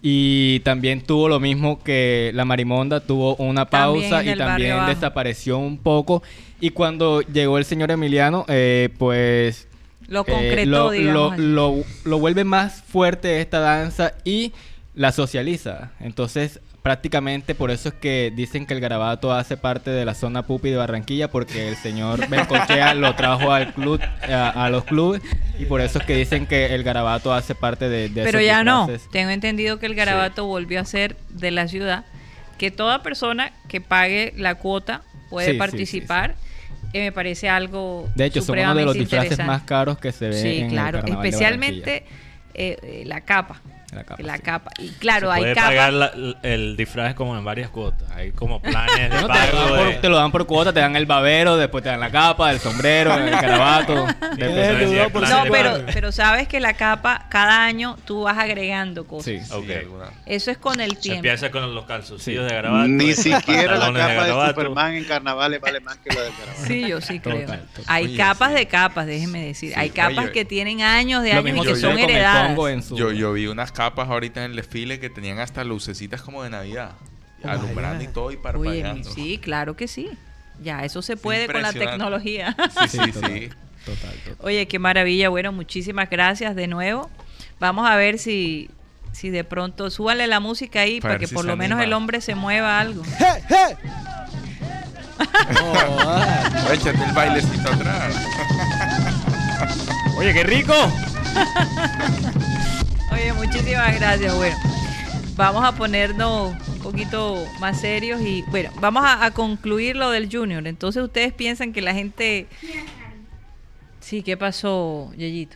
Y también tuvo lo mismo que la marimonda, tuvo una También pausa en y el barrio también abajo. desapareció un poco. Y cuando llegó el señor Emiliano, eh, pues Lo eh, concretó, lo, digamos. lo, así. lo, lo vuelve más fuerte esta danza y la socializa. Entonces, prácticamente por eso es que dicen que el garabato hace parte de la zona pupi de Barranquilla, porque el señor Bencochea lo trajo al club, a, a los clubes, y por eso es que dicen que el garabato hace parte de, de Pero esos ya no. disfraces. Tengo entendido que el garabato volvió a ser de la ciudad, que toda persona que pague la cuota puede Sí, sí, participar. Eh, me parece algo De hecho, son uno de los supremamente disfraces interesante. más caros que se ve Sí, en claro, el carnaval de especialmente eh, eh, la capa. La capa, la sí. capa. Y claro, Se hay puede capas. pagar la- el disfraz como en varias cuotas. Hay como planes de No, te, lo dan pago. por, de- te lo dan por cuota, te dan el babero, después te dan la capa, el sombrero, el garabato. Sí, después- eso decía, por planes No, de pero, pago. pero sabes que la capa, cada año tú vas agregando cosas. Sí. Sí, Ok. alguna- Eso es con el Se tiempo. empieza con los calzoncillos Sí. de garabato. Ni después siquiera la pantalones capa de garabato. Superman en carnavales vale más que la del carnaval. Sí, yo sí creo. Total, total. Hay Oye, capas sí. de capas, déjenme decir. Sí. Hay capas Oye, que tienen años de Lo años mismo y que sucede son con el heredadas. Congo en su... Yo, yo vi unas capas ahorita en el desfile que tenían hasta lucecitas como de Navidad, Oh, alumbrando my y todo y Oye, parpadeando. sí, claro que sí. Ya, eso se puede con la impresionante. tecnología. Sí, sí, total, sí. Total, total. Oye, qué maravilla. Bueno, muchísimas gracias de nuevo. Vamos a ver si, si de pronto súbale la música ahí Para para, ver que si por se lo menos anima. el hombre se mueva algo. ¡Hey, hey! No, ah. Échate el bailecito atrás. Oye, qué rico. Oye, muchísimas gracias. Bueno, vamos a ponernos un poquito más serios y bueno, vamos a, a concluir lo del Junior. Entonces, ustedes piensan que la gente... Sí, ¿qué pasó, Yeyito?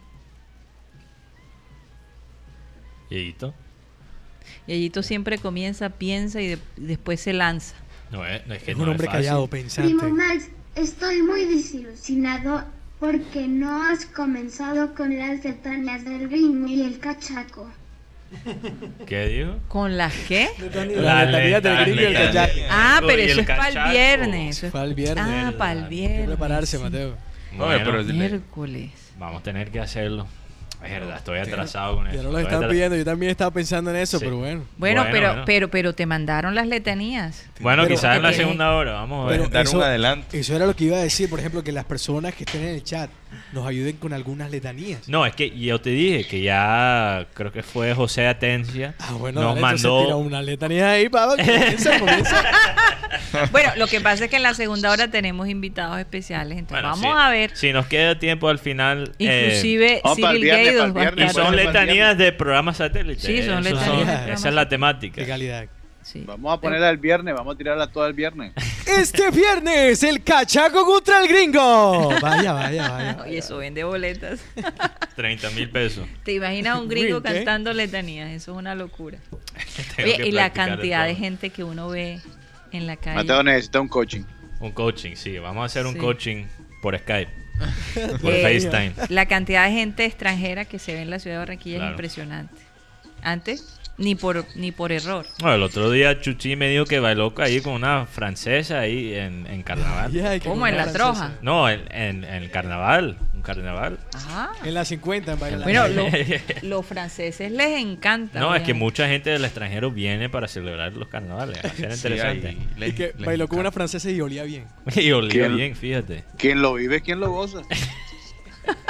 Yeyito. Yeyito siempre comienza, piensa y de- después se lanza. No es, no es que Es no un hombre fácil. callado, pensante. Primo Max, estoy muy desilusionado porque no has comenzado con las letanías del ritmo y el cachaco. ¿Qué dijo? ¿Con las qué? La letanía del gringo y el letanía. cachaco. Ah, Y pero el eso es para el cachaco. viernes. Eso es- Fue el viernes. Ah, para el Hay que viernes. prepararse, sí. Mateo. Oye, pero Bueno, es- Miércoles. vamos a tener que hacerlo. Es verdad, estoy atrasado con eso. Ya no lo Estoy están atra- pidiendo. Yo también estaba pensando en eso, Sí. pero bueno. Bueno, Bueno, pero, bueno. pero, pero te mandaron las letanías. Bueno, Pero- quizás en la Ok. segunda hora. Vamos a ver. Pero dar eso- un adelanto. Eso era lo que iba a decir, por ejemplo, que las personas que estén en el chat nos ayuden con algunas letanías. No, es que yo te dije que ya creo que fue José Atencia. Ah, bueno, nos dale, entonces tira mandó. una letanía ahí, papá. Comienza, comienza. Bueno, lo que pasa es que en la segunda hora tenemos invitados especiales. Entonces Bueno, vamos sí. a ver. Si nos queda tiempo al final. eh, Inclusive Vamos para el Cyril viernes, Gaydos para el va a viernes, y estar. son Bueno, para el letanías de programas satélites. Sí, son Esos letanías de Esa programas es la temática. Qué calidad. Sí. Vamos a ponerla el viernes, vamos a tirarla toda el viernes. Este viernes, el cachaco contra el gringo. Vaya, vaya, vaya. Oye, eso vende boletas. treinta mil pesos. ¿Te imaginas un gringo Uy, ¿qué? cantando letanías? Eso es una locura. Tengo Oye, que y la practicar cantidad de todo. gente que uno ve en la calle. Mateo necesita un coaching. Un coaching, sí. Vamos a hacer un Sí. coaching por Skype. por Eh, FaceTime. La cantidad de gente extranjera que se ve en la ciudad de Barranquilla Claro. es impresionante. Antes, ni por ni por error. Bueno, el otro día Chuchi me dijo que bailó ahí con una francesa ahí en, en carnaval. Ya, hay que ¿Cómo? ¿En la poner troja? francesa. No, en, en, en el carnaval. Un carnaval. Ajá. En la cincuenta, en bailar. Bueno, lo- los franceses les encanta. No, es que obviamente. mucha gente del extranjero viene para celebrar los carnavales. Va a ser Sí, interesante. ahí Y les- que les bailó con una encanta. francesa y olía bien. Y olía ¿Quién? bien, fíjate. Quien lo vive, quien lo goza.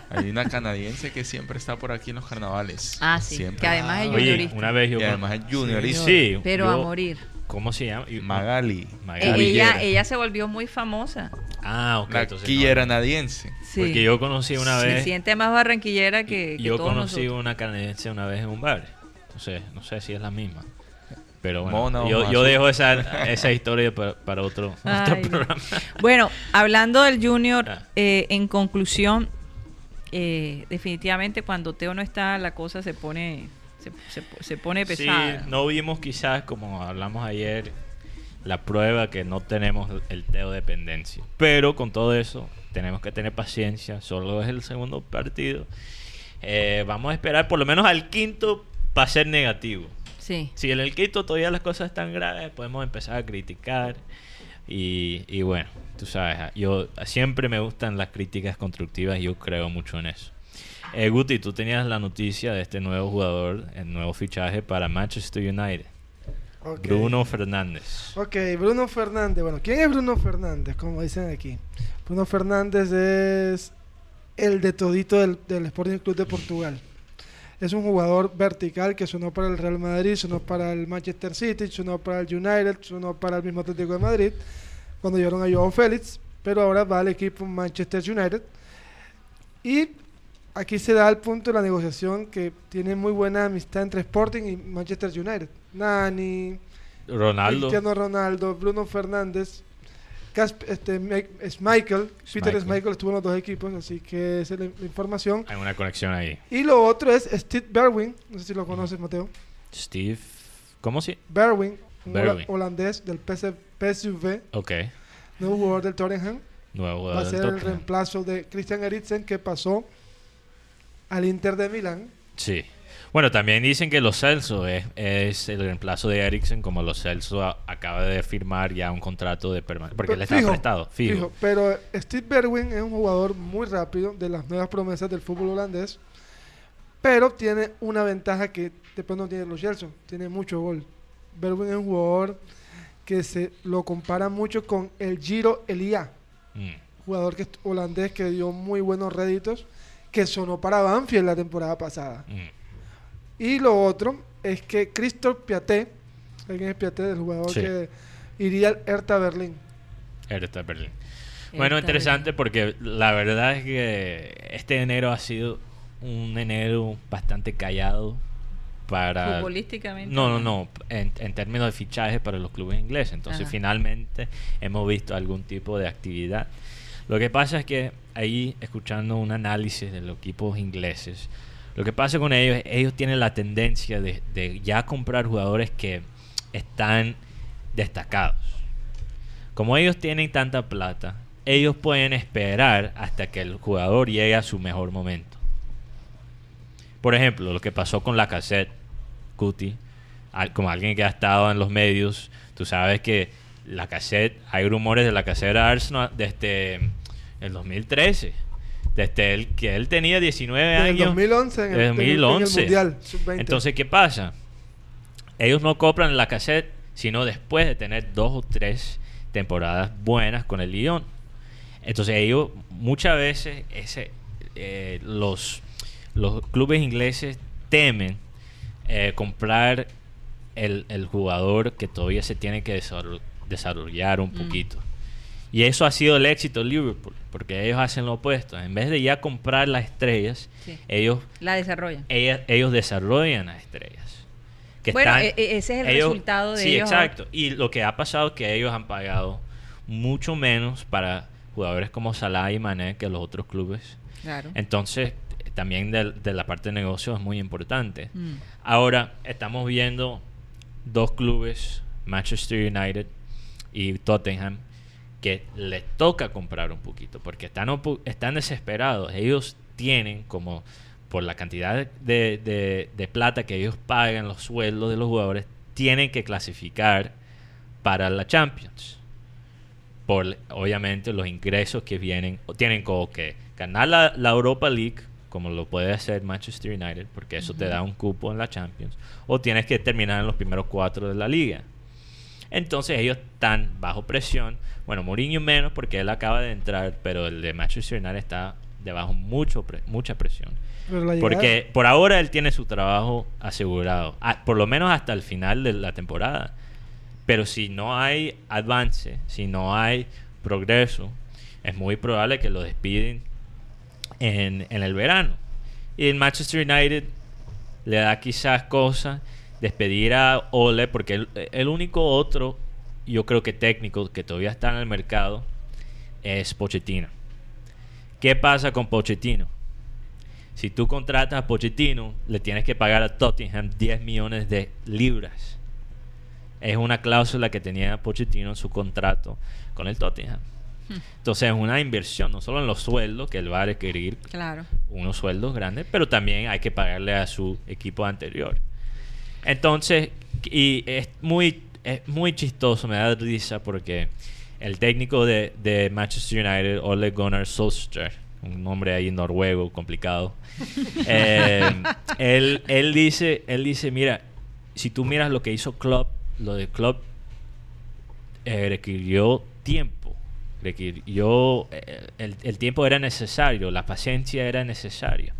Hay una canadiense que siempre está por aquí en los carnavales. Ah, sí, Siempre. que además es Oye, juniorista. una vez yo... Y además es juniorista. Sí, Pero yo- a morir. ¿Cómo se llama? Y- Magali. Magali. Ella, Villera. ella se volvió muy famosa. Ah, ok. La entonces quilla no. canadiense. Sí. Porque yo conocí una Se vez... siente más barranquillera que, que yo todos conocí nosotros. una canadiense una vez en un bar. Entonces, no sé si es la misma. Pero bueno, Mona o yo, más. yo dejo esa, esa historia para, para otro, otro Ay, no. programa. Bueno, hablando del Junior, Ah. eh, en conclusión, eh, definitivamente cuando Teo no está, la cosa se pone se, se- se pone Sí, pesada. no vimos quizás, como hablamos ayer, la prueba que no tenemos el Teo dependencia. Pero con todo eso, tenemos que tener paciencia. Solo es el segundo partido. Eh, vamos a esperar por lo menos al quinto para ser negativo. Sí. Si en el quinto todavía las cosas están graves, podemos empezar a criticar. Y, y bueno, tú sabes, yo siempre me gustan las críticas constructivas y yo creo mucho en eso. Eh, Guti, tú tenías la noticia de este nuevo jugador, el nuevo fichaje para Manchester United, Ok. Bruno Fernández. Ok, Bruno Fernández. Bueno, ¿quién es Bruno Fernández? Como dicen aquí. Bruno Fernández es el de todito del, del Sporting Club de Portugal. Es un jugador vertical que sonó para el Real Madrid, sonó para el Manchester City, sonó para el United, sonó para el mismo Atlético de Madrid, cuando llevaron a Joao Félix, pero ahora va al equipo Manchester United. Y aquí se da el punto de la negociación que tiene muy buena amistad entre Sporting y Manchester United. Nani, Ronaldo. Cristiano Ronaldo, Bruno Fernández, Casp- este, Mi- es Michael, Peter Schmeichel. Schmeichel estuvo en los dos equipos, así que esa es la, la información. Hay una conexión ahí. Y lo otro es Steve Berwin, no sé si lo conoces, Mateo. Steve, ¿cómo se? Berwin, un hola- Berwin. holandés del P S P S V, Ok, nuevo jugador del Tottenham, nuevo va a jugador ser del el Tottenham. reemplazo de Christian Eriksen, que pasó al Inter de Milán. Sí. Bueno, también dicen que Lo Celso es, es el reemplazo de Eriksen, como Lo Celso a- acaba de firmar ya un contrato de permanencia, porque él está Fijo, prestado, fijo. fijo. Pero Steve Berwin es un jugador muy rápido, de las nuevas promesas del fútbol holandés, pero tiene una ventaja que después no tiene los Chelsea, tiene mucho gol. Berwin es un jugador que se lo compara mucho con el Giro Elia, Mm. jugador que es holandés que dio muy buenos réditos, que sonó para Banfield la temporada pasada. Mm. Y lo otro es que Christophe Piaté, ¿alguien es Piaté? El jugador Sí. que iría al Hertha Berlín. Hertha Berlín. Bueno, Hertha interesante porque la verdad es que este enero ha sido un enero bastante callado para... Futbolísticamente. No, no, no, en, en términos de fichajes para los clubes ingleses. Entonces, Ajá. finalmente hemos visto algún tipo de actividad. Lo que pasa es que ahí, escuchando un análisis de los equipos ingleses, lo que pasa con ellos, ellos tienen la tendencia de, de ya comprar jugadores que están destacados. Como ellos tienen tanta plata, ellos pueden esperar hasta que el jugador llegue a su mejor momento. Por ejemplo, lo que pasó con Lacazette, Cuti, al- como alguien que ha estado en los medios, tú sabes que Lacazette, hay rumores de Lacazette a Arsenal desde el dos mil trece, desde el que él tenía diecinueve En el años. dos mil once, en el, Desde en el- en el dos mil once. Mundial sub veinte. Entonces, ¿qué pasa? Ellos no compran la cassette, sino después de tener dos o tres temporadas buenas con el Lyon. Entonces, ellos muchas veces ese, eh, los, los clubes ingleses temen eh, comprar el, el jugador que todavía se tiene que desarroll- desarrollar un Mm. poquito. Y eso ha sido el éxito de Liverpool, porque ellos hacen lo opuesto. En vez de ya comprar las estrellas, Sí. ellos La desarrollan. ellas- ellos desarrollan las estrellas. Que Bueno, están- e- e- ese es el ellos- resultado de sí, ellos ahora. exacto. Y lo que ha pasado es que ellos han pagado mucho menos para jugadores como Salah y Mané que los otros clubes. Claro. Entonces, también de, de la parte de negocio es muy importante. Mm. Ahora, estamos viendo dos clubes, Manchester United y Tottenham, que les toca comprar un poquito, porque están, opu- están desesperados. Ellos tienen como, por la cantidad de, de- de plata que ellos pagan, los sueldos de los jugadores, tienen que clasificar para la Champions. Por, obviamente, los ingresos que vienen, o tienen como que ganar la, la Europa League, como lo puede hacer Manchester United, porque eso te da un cupo en la Champions, o tienes que terminar en los primeros cuatro de la liga. Entonces ellos están bajo presión. Bueno, Mourinho menos porque él acaba de entrar, pero el de Manchester United está debajo mucho pre- mucha presión. Pero la llegada- Porque por ahora él tiene su trabajo asegurado, a- por lo menos hasta el final de la temporada. Pero si no hay avance, si no hay progreso, es muy probable que lo despiden en, en el verano. Y el Manchester United le da quizás cosa despedir a Ole, porque el, el único otro, yo creo que técnico que todavía está en el mercado es Pochettino. ¿Qué pasa con Pochettino? Si tú contratas a Pochettino, le tienes que pagar a Tottenham diez millones de libras. Es una cláusula que tenía Pochettino en su contrato con el Tottenham. Entonces es una inversión, no solo en los sueldos, que él va a requerir Claro. unos sueldos grandes, pero también hay que pagarle a su equipo anterior. Entonces, y es muy, es muy chistoso, me da risa porque el técnico de, de Manchester United, Ole Gunnar Solskjaer, un nombre ahí noruego complicado, eh, él, él dice, él dice, mira, si tú miras lo que hizo Klopp, lo de Klopp eh, requirió tiempo, requirió eh, el, el tiempo era necesario, la paciencia era necesaria,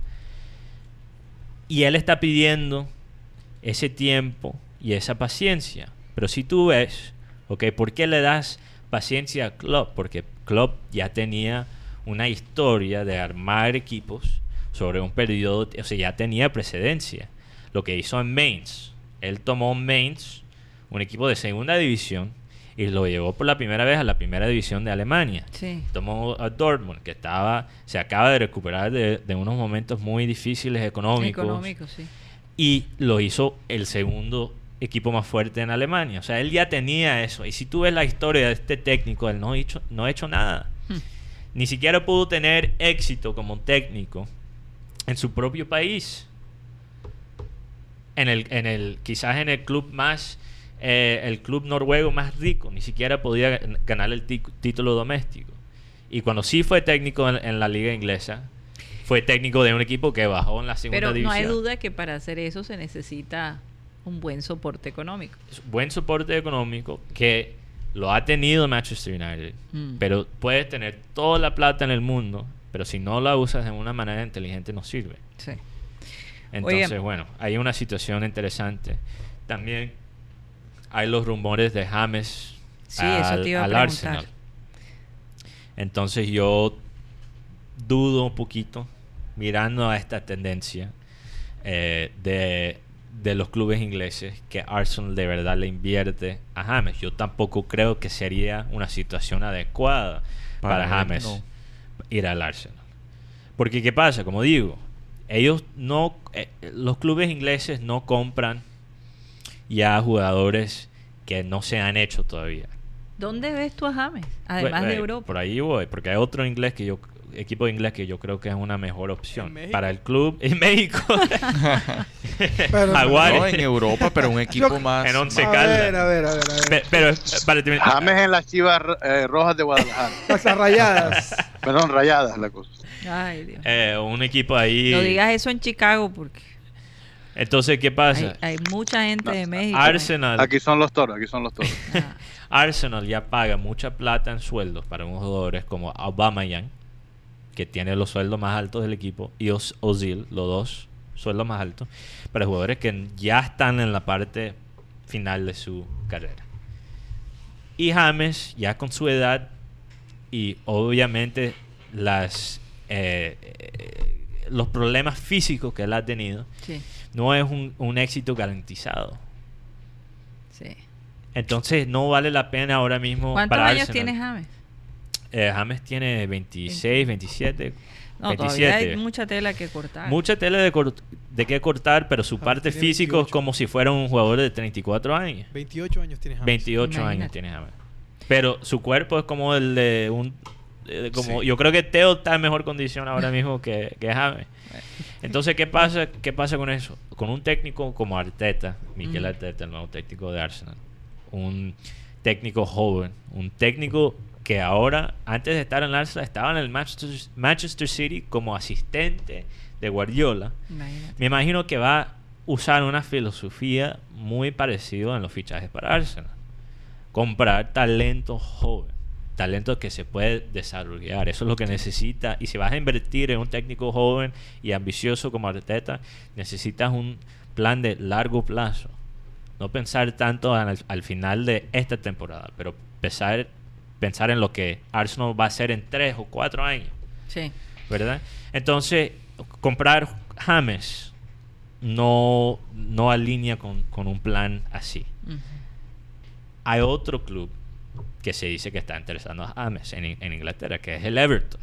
y él está pidiendo ese tiempo y esa paciencia. Pero si tú ves, okay, ¿por qué le das paciencia a Klopp? Porque Klopp ya tenía una historia de armar equipos sobre un periodo, o sea, ya tenía precedencia. Lo que hizo en Mainz, él tomó Mainz, un equipo de segunda división, y lo llevó por la primera vez a la primera división de Alemania. Sí. Tomó a Dortmund, que estaba, se acaba de recuperar de, de unos momentos muy difíciles económicos, Económico, sí. y lo hizo el segundo equipo más fuerte en Alemania. O sea, él ya tenía eso. Y si tú ves la historia de este técnico, él no ha hecho, no ha hecho nada. Hmm. Ni siquiera pudo tener éxito como técnico en su propio país. En el, en el, quizás en el club más, eh, el club noruego más rico, ni siquiera podía ganar el tí- título doméstico. Y cuando sí fue técnico en, en la liga inglesa, fue técnico de un equipo que bajó en la segunda Pero división. no hay duda que para hacer eso se necesita un buen soporte económico. Buen soporte económico que lo ha tenido Manchester United, Mm. pero puedes tener toda la plata en el mundo, pero si no la usas de una manera inteligente no sirve. Sí. Entonces, Oye, bueno, hay una situación interesante. También hay los rumores de James Sí, eso te iba a al preguntar. Arsenal. Entonces yo dudo un poquito, mirando a esta tendencia eh, de, de los clubes ingleses, que Arsenal de verdad le invierte a James. Yo tampoco creo que sería una situación adecuada para, Para él, James no. ir al Arsenal. Porque ¿qué pasa? Como digo, ellos no, eh, los clubes ingleses no compran ya jugadores que no se han hecho todavía. ¿Dónde ves tú a James? Además Ve- de ve, Europa. Por ahí voy, porque hay otro inglés que yo, equipo inglés que yo creo que es una mejor opción ¿En México? para el club en México. Pero- Jaguares. No, en Europa, pero un equipo Yo- más. En Once A Caldas. ver, a ver, a ver, a ver. Pe- Pero, eh, para terminar, James en las Chivas eh, Rojas de Guadalajara. Las arrayadas. Perdón, rayadas la cosa. Ay, Dios. eh, un equipo ahí. No digas eso en Chicago porque Entonces, ¿qué hay, pasa? hay mucha gente de México. Arsenal, Aquí son los toros, aquí son los toros. Ah, Arsenal ya paga mucha plata en sueldos para unos jugadores como Aubameyang, que tiene los sueldos más altos del equipo, y Os- Ozil, los dos sueldos más altos, para jugadores que ya están en la parte final de su carrera. Y James, ya con su edad y obviamente las eh, eh, los problemas físicos que él ha tenido, sí, no es un, un éxito garantizado. sí. Entonces no vale la pena ahora mismo ¿Cuántos para años Arsenal. tiene James? Eh, James tiene veintiséis, veintisiete, No, todavía veintisiete. hay mucha tela que cortar. Mucha tela de, cor- de qué cortar, pero su James parte tiene física es veintiocho. como si fuera un jugador de treinta y cuatro años. veintiocho años tiene James. veintiocho años Imagínate. tiene James. Pero su cuerpo es como el de un... de como, Sí. Yo creo que Teo está en mejor condición ahora mismo que, que James. Entonces, ¿qué pasa, ¿qué pasa con eso? Con un técnico como Arteta, Mikel Mm. Arteta, el nuevo técnico de Arsenal, un técnico joven, un técnico que ahora, antes de estar en el Arsenal, estaba en el Manchester, Manchester City como asistente de Guardiola. Imagínate. Me imagino que va a usar una filosofía muy parecida en los fichajes para Arsenal. Comprar talento joven, talento que se puede desarrollar. Eso es lo que necesita. Y si vas a invertir en un técnico joven y ambicioso como Arteta, necesitas un plan de largo plazo. No pensar tanto al, al final de esta temporada, pero pensar, pensar en lo que Arsenal va a hacer en tres o cuatro años. Sí. ¿Verdad? Entonces, comprar James no, no alinea con, con un plan así. Ujú. Hay otro club que se dice que está interesando a James en, en Inglaterra, que es el Everton.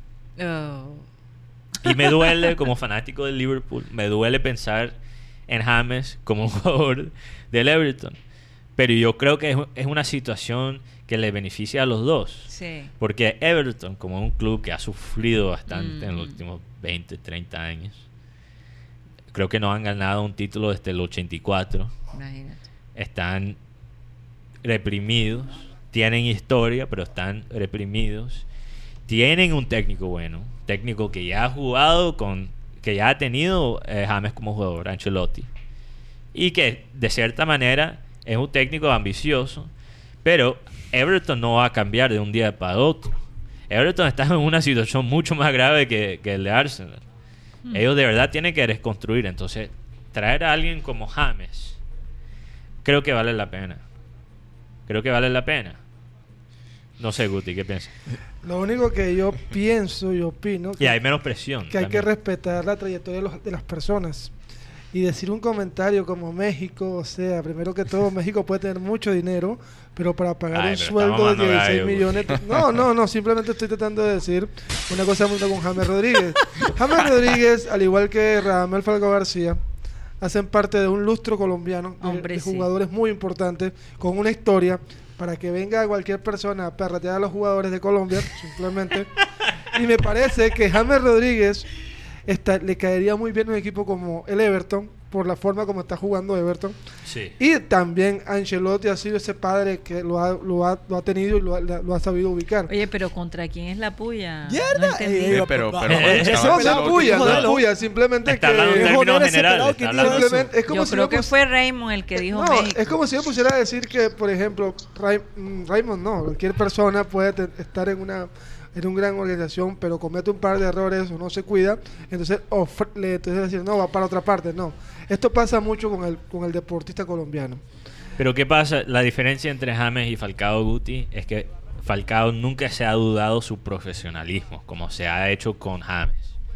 Oh. Y me duele, como fanático del Liverpool, me duele pensar en James como un jugador del Everton. Pero yo creo que es, es una situación que le beneficia a los dos. Sí. Porque Everton, como un club que ha sufrido bastante Mm. en los últimos veinte, treinta años, creo que no han ganado un título desde el ochenta y cuatro. Imagínate. Están reprimidos, tienen historia, pero están reprimidos. Tienen un técnico bueno, técnico que ya ha jugado con, que ya ha tenido eh, James como jugador, Ancelotti, y que de cierta manera es un técnico ambicioso, pero Everton no va a cambiar de un día para otro. Everton está en una situación mucho más grave que, que el de Arsenal. Hmm. Ellos de verdad tienen que reconstruir. Entonces, traer a alguien como James, creo que vale la pena. Creo que vale la pena. No sé, Guti, ¿qué piensas? Lo único que yo pienso y opino Y que, hay menos presión. que hay que también. respetar la trayectoria de, los- de las personas. Y decir un comentario como México, o sea, primero que todo, México puede tener mucho dinero, pero para pagar Ay, un pero sueldo estamos de mamando dieciséis gallo, millones... No, no, no, simplemente estoy tratando de decir una cosa muy con James Rodríguez. James Rodríguez, al igual que Radamel Falcao García, hacen parte de un lustro colombiano de, Hombre, de sí. jugadores muy importantes, con una historia, para que venga cualquier persona a perratear a los jugadores de Colombia, simplemente. Y me parece que James Rodríguez está, le caería muy bien un equipo como el Everton, por la forma como está jugando Everton. Sí. Y también Ancelotti ha sido ese padre que lo ha, lo ha, lo ha tenido y lo ha, lo ha sabido ubicar. Oye, pero ¿contra quién es la puya? ¡Mierda! No entendí. Eh, Eh, pero, pero, Eh, estaba No, no es Ancelotti. puya, no es Jodelo. puya, simplemente Está que... hablando en Es términos joder ese generales. pelado que está dijo hablando- eso. simplemente- es como Yo si creo yo que pus- fue Raymond el que dijo No, México. es como si yo pusiera a decir que, por ejemplo, Ray- mm, Raymond no, cualquier persona puede te- estar en una en una gran organización, pero comete un par de errores o no se cuida, entonces ofre- le entonces decir, no, va para otra parte, no. Esto pasa mucho con el con el deportista colombiano. Pero ¿qué pasa? La diferencia entre James y Falcao, Guti, es que Falcao nunca se ha dudado su profesionalismo, como se ha hecho con James.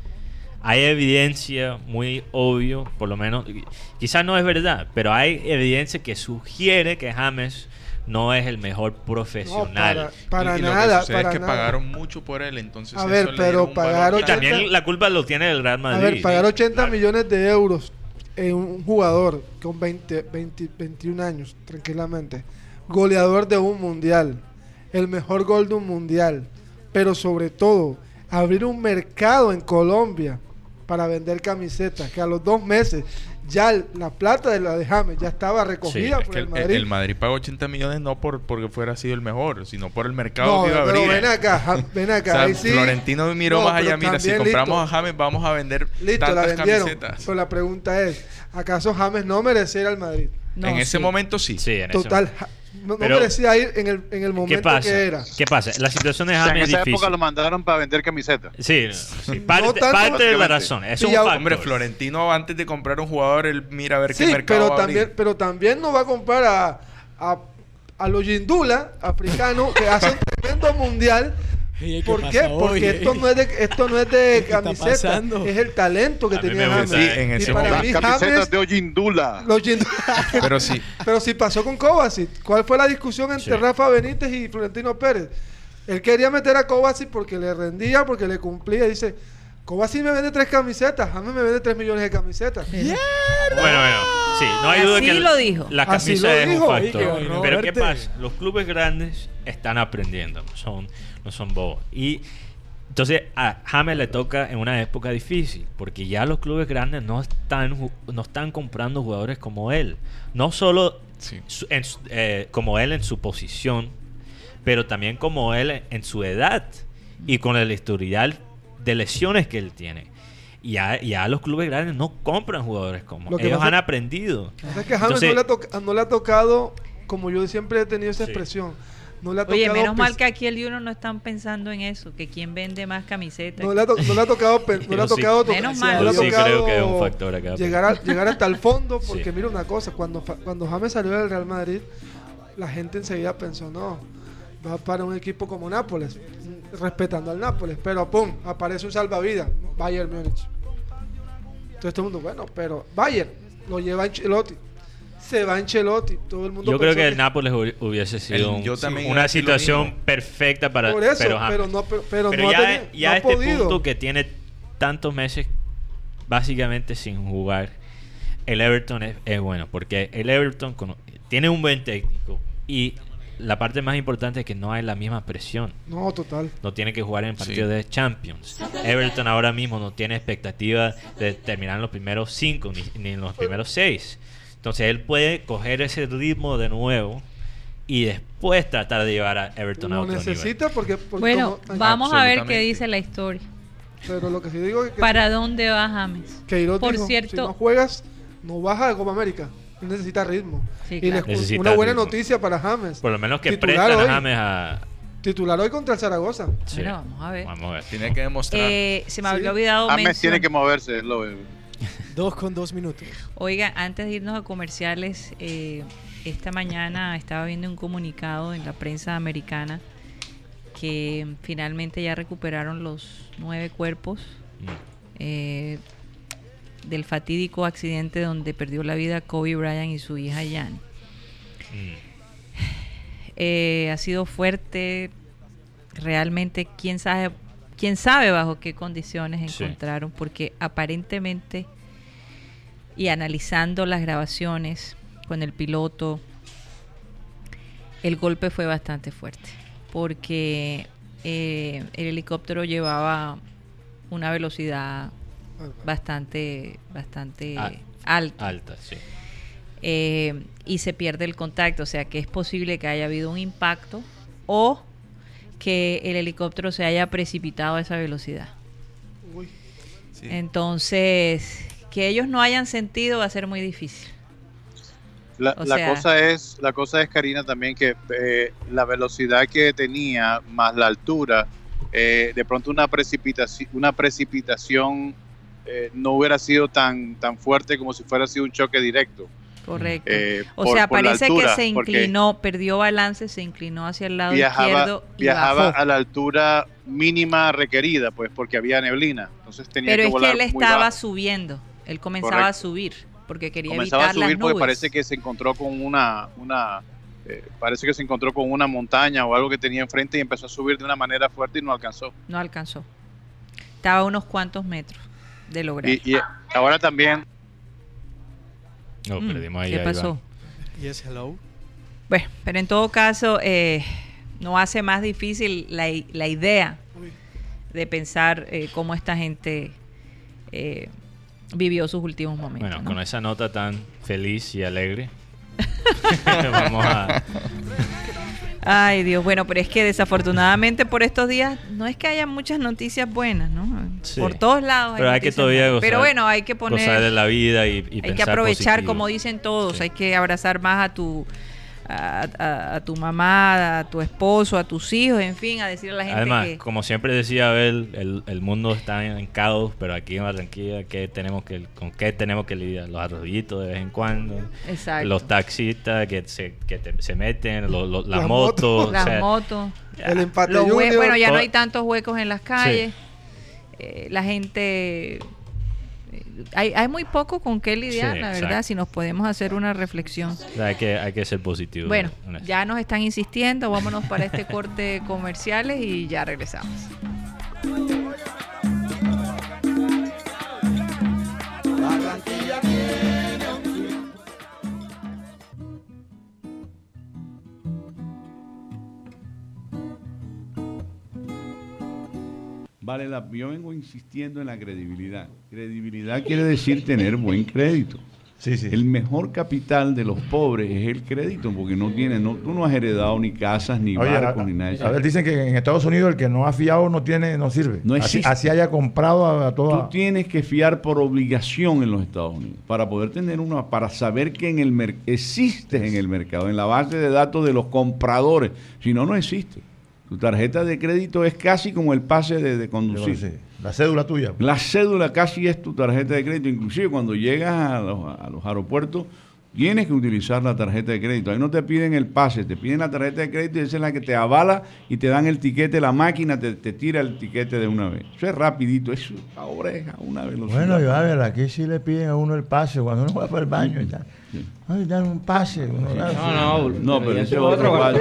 Hay evidencia muy obvio, por lo menos, quizás no es verdad, pero hay evidencia que sugiere que James no es el mejor profesional. No, para, para y, y lo nada, que sucede para es que nada. pagaron mucho por él, entonces A eso ver, le pero dieron un pagar valor. Y ochenta también la culpa lo tiene el Real A Madrid. ver, pagar Sí, ochenta claro. millones de euros en un jugador con veinte, veinte, veintiún años, tranquilamente, goleador de un mundial, el mejor gol de un mundial, pero sobre todo abrir un mercado en Colombia para vender camisetas, que a los dos meses ya el- la plata de la de James ya estaba recogida Sí, es por que el el, Madrid. el Madrid pagó ochenta millones no por porque fuera sido el mejor, sino por el mercado No, que iba a pero abrir. ven acá, Ja- ven O acá, sea, ahí sí. Florentino miró No, más pero allá, mira, si también, compramos listo. a James vamos a vender Listo, la tantas vendieron. camisetas. Pero la pregunta es, ¿acaso James no merecía ir al Madrid? No, en ese sí. momento sí. Sí, en ese Total, ja- no, no Pero- merecía ir en el, en el ¿Qué momento pasa? que era. ¿Qué pasa? La situación de O sea, en James es esa difícil. época lo mandaron para vender camisetas. Sí, sí, parte, No tanto- parte de la básicamente. razón. Es Sí, un ya- factor. Hombre, Florentino antes de comprar un jugador, él mira a ver qué Sí, mercado pero va a abrir. también, pero también no va a comprar a, a, a los Yindula africanos que hacen tremendo mundial. Ey, ¿Por pasa qué? hoy, Porque ey? esto no es de, esto no es de está camiseta, pasando? es el talento que A mí tenía me James. gusta, Sí, en y ese para momento. mí Las camisetas James, de Oyindula. los Yindula. Pero sí. Pero si pasó con Kovacic, ¿cuál fue la discusión entre Sí. Rafa Benítez y Florentino Pérez? Él quería meter a Kovacic porque le rendía, porque le cumplía. Dice, Kovacic me vende tres camisetas, James me vende tres millones de camisetas. Bueno, bueno, sí, no hay duda Así que lo dijo. la Así camisa lo es dijo. un Ay, factor. qué horror, Pero ¿qué verte. pasa? Los clubes grandes están aprendiendo, no son, no son bobos. Y entonces a James le toca en una época difícil, porque ya los clubes grandes no están, ju- no están comprando jugadores como él. No solo Sí. su- en su- eh, como él en su posición, pero también como él en, en su edad y con el historial de lesiones que él tiene. Y ya, ya los clubes grandes no compran jugadores como Lo que ellos pasa- han aprendido. O sea, que a James Entonces- no, le ha toca- no le ha tocado, como yo siempre he tenido esa Sí. expresión, no le ha Oye, tocado menos mal pis- que aquí el uno no están pensando en eso, que quién vende más camisetas. no le ha, to- no le ha tocado pe- no le ha Yo sí- tocado to- Menos no mal. le ha Yo sí tocado creo que es un factor acá. llegar a- llegar hasta el fondo, porque Sí. mira una cosa, cuando fa- cuando James salió del Real Madrid, la gente enseguida pensó, no, va para un equipo como Nápoles, respetando al Nápoles, pero pum, aparece un salvavidas, Bayern Múnich. Entonces todo el mundo, bueno, pero Bayern lo lleva Ancelotti, se va Ancelotti, todo el mundo Yo creo pensó que el Nápoles hu- hubiese sido El- un- yo también iba a una decir lo situación mismo. perfecta para por eso, pero, pero, no, pero, pero pero no ya, ha tenido- ya no ha a este podido. punto que tiene tantos meses básicamente sin jugar, el Everton es, es bueno, porque el Everton cono- tiene un buen técnico y la parte más importante es que no hay la misma presión. No, total. No tiene que jugar en Sí. partidos de Champions. Everton ahora mismo no tiene expectativa de terminar en los primeros cinco ni, ni en los primeros seis. Entonces él puede coger ese ritmo de nuevo y después tratar de llevar a Everton a Lo otro necesita porque, porque Bueno, como- vamos a ver qué Absolutamente. dice la historia. pero lo que sí digo es que ¿Para dónde va James? Queiroz Por dijo, cierto- si no juegas, no baja de Copa América. Él necesita ritmo. Sí, y claro. les- Necesita una buena ritmo. noticia para James. Por lo menos que Titular prestan hoy. a James a... Titular hoy contra el Zaragoza. Sí. Bueno, vamos a ver. Vamos a ver. Tiene que demostrar. Eh, se me Sí. había olvidado James mencionar. tiene que moverse, es lo Dos con dos minutos. Oiga, antes de irnos a comerciales, eh, esta mañana estaba viendo un comunicado en la prensa americana que finalmente ya recuperaron los nueve cuerpos Mm. eh, del fatídico accidente donde perdió la vida Kobe Bryant y su hija Jan. Mm. Eh, ha sido fuerte, realmente quién sabe, quién sabe bajo qué condiciones Sí. encontraron, porque aparentemente y analizando las grabaciones con el piloto, el golpe fue bastante fuerte, porque eh, el helicóptero llevaba una velocidad bastante, bastante Ah, alta. Alta, sí. Eh, y se pierde el contacto, o sea que es posible que haya habido un impacto o que el helicóptero se haya precipitado a esa velocidad. Uy. Sí. Entonces, que ellos no hayan sentido va a ser muy difícil. La, O la sea- cosa es, la cosa es, Karina, también que eh, la velocidad que tenía más la altura, eh, de pronto una precipitación, una precipitación eh, no hubiera sido tan tan fuerte como si fuera sido un choque directo. Correcto. Eh, o por- sea, por la parece altura, que se porque inclinó, perdió balance, se inclinó hacia el lado Viajaba, izquierdo y viajaba bajó. a la altura mínima requerida, pues porque había neblina. Entonces tenía Pero que es que volar él muy estaba bajo. subiir, él comenzaba Correcto. a subir porque quería Comenzaba a evitar las subir porque nubes. parece que se encontró con una, una eh, parece que se encontró con una montaña o algo que tenía enfrente y empezó a subir de una manera fuerte y no alcanzó. No alcanzó. Estaba a unos cuantos metros de lograr. Y, y ahora también No, Mm, perdimos ahí. ¿Qué ahí pasó? va. Yes, hello. Bueno, pero en todo caso, eh, no hace más difícil la, i- la idea Uy. de pensar eh, cómo esta gente eh, vivió sus últimos momentos. Bueno, ¿no? con esa nota tan feliz y alegre, vamos a... Ay, Dios, bueno, pero es que desafortunadamente por estos días no es que haya muchas noticias buenas, ¿no? Sí. Por todos lados. Pero hay que noticias todavía malas. gozar, Pero bueno, hay que gozar poner, de la vida y, y hay que pensar aprovechar, positivo. como dicen todos, Sí. hay que abrazar más a tu a, a- a tu mamá, a tu esposo, a tus hijos, en fin, a decirle a la gente Además, que como siempre decía Abel, el, el mundo está en, en caos, pero aquí en Barranquilla, ¿qué tenemos que, ¿con qué tenemos que lidiar? Los arroyitos de vez en cuando, exacto. los taxistas que se, que te- se meten, lo- lo- las Las motos. motos. o las sea, motos. ya. El empate Los hue- Junior. bueno, ya no todo- hay tantos huecos en las calles. Eh, la gente... eh, Hay, hay muy poco con qué lidiar, Sí, la verdad, exacto. si nos podemos hacer una reflexión. O sea, hay, que, hay que ser positivo. Bueno, en eso. ya nos están insistiendo, vámonos para este corte comerciales y ya regresamos. Vale, la, yo vengo insistiendo en la credibilidad. Credibilidad quiere decir tener buen crédito. Sí, sí. El mejor capital de los pobres es el crédito, porque no tienes, no, tú no has heredado ni casas, ni Oye, barcos, a, ni nada de eso. a ver, dicen que en Estados Unidos el que no ha fiado no tiene, no sirve. No así, existe. así haya comprado a, a toda. Tú tienes que fiar por obligación en los Estados Unidos para poder tener una, para saber que en el mer- existes en el mercado, en la base de datos de los compradores. Si no, no existe. Tu tarjeta de crédito es casi como el pase de, de conducir. Sí, la cédula tuya. La cédula casi es tu tarjeta de crédito. Inclusive cuando llegas a los, a los aeropuertos, tienes que utilizar la tarjeta de crédito. Ahí no te piden el pase, te piden la tarjeta de crédito y esa es la que te avala y te dan el tiquete, la máquina te, te tira el tiquete de una vez. Eso es rapidito, eso ahora es a una velocidad. Bueno, yo a ver, aquí sí le piden a uno el pase cuando uno va para el baño y tal. Ay, dan un pase. Uno da- No, no, no, pero ese es otro pase.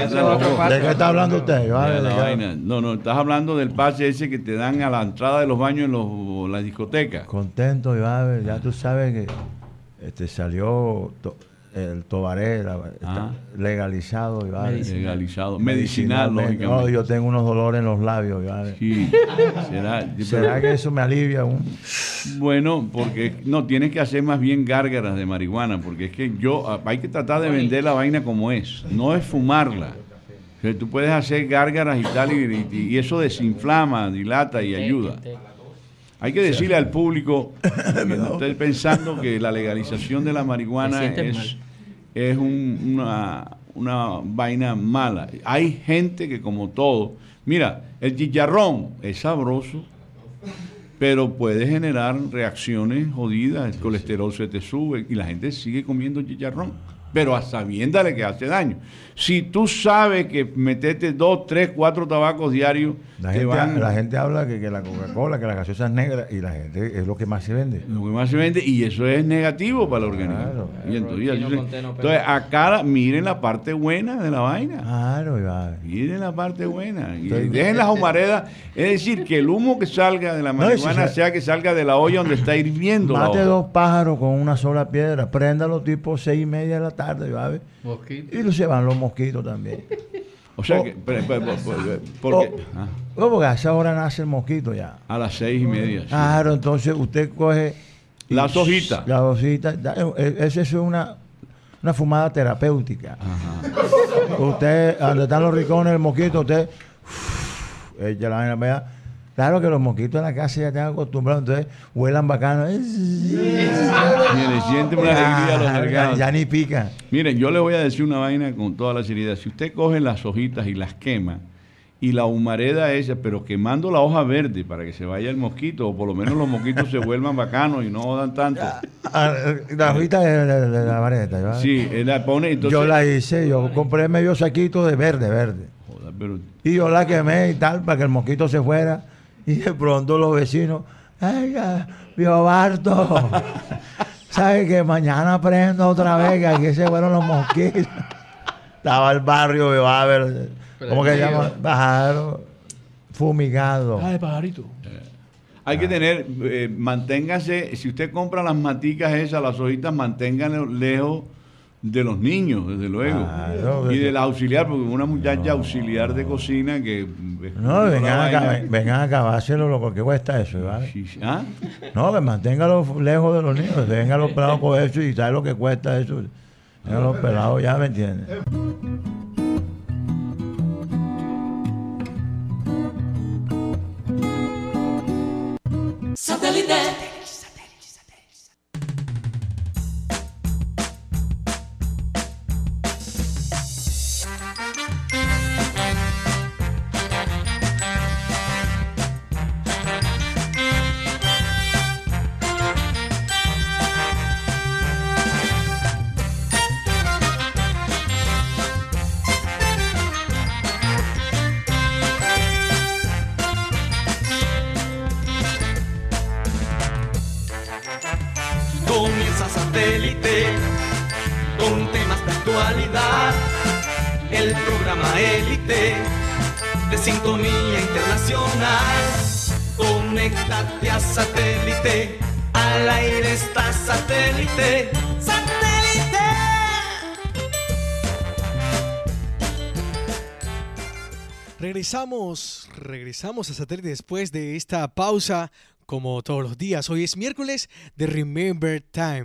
¿De qué está hablando usted? Yo, a ver, La ¿de qué- vaina. No, no, estás hablando del pase ese que te dan a la entrada de los baños en los, las discotecas. Contento, yo, a ver, ya tú sabes que este salió to- el tobaré la- está Ah. legalizado, yo, a ver. Legalizado. Medicinal, Medicinalmente. lógicamente. No, yo tengo unos dolores en los labios, yo, a ver. Sí. ¿Será, ¿Será que eso me alivia un? Bueno, porque no, tienes que hacer más bien gárgaras de marihuana, porque es que yo, ah, hay que tratar de vender la vaina como es, no es fumarla. O sea, tú puedes hacer gárgaras y tal, y, y- y eso desinflama, dilata y ayuda. Hay que decirle al público que no esté pensando que la legalización de la marihuana Te sientes es, es un- una, una vaina mala. Hay gente que como todo, mira, el chicharrón es sabroso, pero puede generar reacciones jodidas, el colesterol se te sube y la gente sigue comiendo chicharrón, pero a sabiéndole que hace daño. Si tú sabes que metete dos, tres, cuatro tabacos diarios, La te gente, van... la gente habla que, que la Coca-Cola, que la gaseosa es negra y la gente es lo que más se vende. Lo que más se vende, y eso es negativo para el organismo. Claro. Y entonces, Chino entonces, con té no pega. entonces, acá la- miren la parte buena de la vaina. Claro, ya. Miren la parte buena. Y Entonces- dejen las humaredas. Es decir, que el humo que salga de la No, y si marihuana se- sea que salga de la olla donde está hirviendo la Mate hoja. dos pájaros con una sola piedra. Préndalo tipo seis y media de la tarde, ¿sabes? Mosquito. Y lo se van los mosquitos también. O sea Oh. que, pero- pero- pero- pero- porque, Oh. ah, No, porque a esa hora nace el mosquito ya. a las seis y media. sí. Claro, entonces usted coge... y- Las hojitas. Las hojitas. da- e- Esa es una, una fumada terapéutica. Usted, donde están los rincones del mosquito, usted... uf, echa la vaina para allá. Claro que los mosquitos en la casa ya están acostumbrados, entonces huelan bacano. Mire, siente una alegría a los Ah, ya, delgados. ya ni pica. Miren, yo le voy a decir una vaina con toda la seriedad. Si usted coge las hojitas y las quema, y la humareda esa, pero quemando la hoja verde para que se vaya el mosquito, o por lo menos los mosquitos se vuelvan bacanos y no jodan tanto. Ah, la hojita de, de- de la vareta. ¿verdad? Sí, él la pone, entonces... yo la hice, yo compré medio saquito de verde, verde. Joda, pero... Y yo la quemé y tal para que el mosquito se fuera. Y de pronto los vecinos, ¡ay, vio Barto! ¿Sabe que mañana prendo otra vez que aquí se fueron los mosquitos? Estaba el barrio, vio a ver, ¿cómo que se llama? Pájaro fumigado. Ah, de pajarito. Hay que tener, eh, manténgase, si usted compra las maticas esas, las hojitas, manténganlo lejos de los niños, desde luego. Claro, y que- del auxiliar, porque una muchacha auxiliar de cocina que... No, la vengan vaina- acá, vengan acá, acabárselo, loco, ¿qué cuesta eso? ¿vale? Sí, sí. ¿Ah? No, que manténgalo lejos de los niños, vengan los pelados con eso y sabe lo que cuesta eso. Vengan los pelados, ya me entienden. Satellite. Comienza Satélite con temas de actualidad. El programa élite de sintonía internacional. Conéctate a Satélite. Al aire está Satélite. Satélite. Regresamos, regresamos a Satélite después de esta pausa, como todos los días. Hoy es miércoles de Remember Time.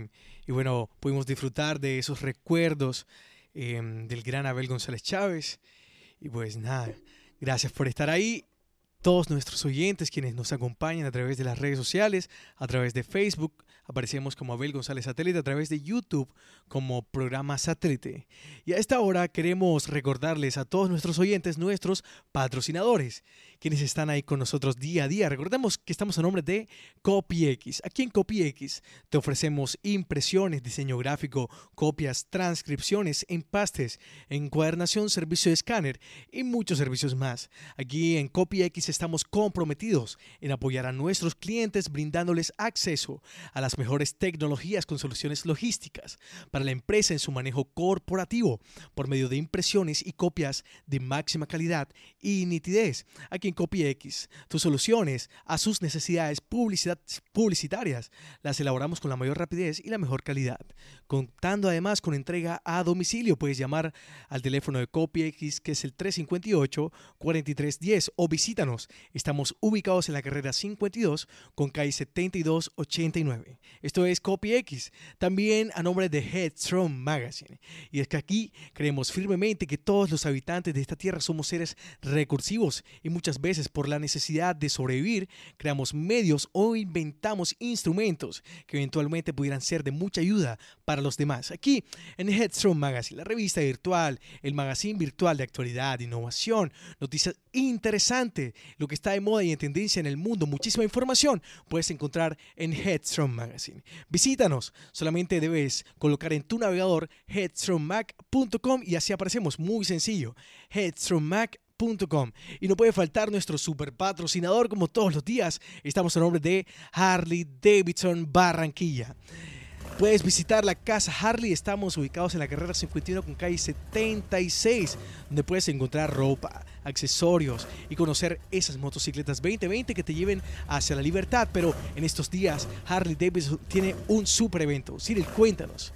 Y bueno, pudimos disfrutar de esos recuerdos eh, del gran Abel González Chávez. Y pues nada, gracias por estar ahí. Todos nuestros oyentes, quienes nos acompañan a través de las redes sociales, a través de Facebook, aparecemos como Abel González Satélite, a través de YouTube como Programa Satélite. Y a esta hora queremos recordarles a todos nuestros oyentes, nuestros patrocinadores, quienes están ahí con nosotros día a día. Recordemos que estamos a nombre de CopyX. Aquí en CopyX te ofrecemos impresiones, diseño gráfico, copias, transcripciones, empastes, encuadernación, servicio de escáner y muchos servicios más. Aquí en CopyX estamos comprometidos en apoyar a nuestros clientes brindándoles acceso a las mejores tecnologías con soluciones logísticas para la empresa en su manejo corporativo por medio de impresiones y copias de máxima calidad y nitidez. Aquí en CopyX, tus soluciones a sus necesidades publicidad, publicitarias las elaboramos con la mayor rapidez y la mejor calidad. Contando además con entrega a domicilio, puedes llamar al teléfono de CopyX, que es el tres cinco ocho, cuatro tres uno cero, o visítanos. Estamos ubicados en la carrera cincuenta y dos con calle setenta y dos ochenta y nueve. Esto es CopyX, también a nombre de Headstrong Magazine. Y es que aquí creemos firmemente que todos los habitantes de esta tierra somos seres recursivos y muchas veces por la necesidad de sobrevivir creamos medios o inventamos instrumentos que eventualmente pudieran ser de mucha ayuda para los demás. Aquí en Headstrong Magazine, la revista virtual, el magazine virtual de actualidad, innovación, noticias interesantes, lo que está de moda y en tendencia en el mundo, muchísima información puedes encontrar en Headstrong Magazine. Visítanos, solamente debes colocar en tu navegador headstrong mag punto com y así aparecemos, muy sencillo, headstrong mag punto com. Y no puede faltar nuestro super patrocinador, como todos los días, estamos a nombre de Harley Davidson Barranquilla. Puedes visitar la casa Harley, estamos ubicados en la carrera cincuenta y uno con calle setenta y seis, donde puedes encontrar ropa, accesorios y conocer esas motocicletas veinte veinte que te lleven hacia la libertad. Pero en estos días Harley Davidson tiene un super evento. Cyril, cuéntanos.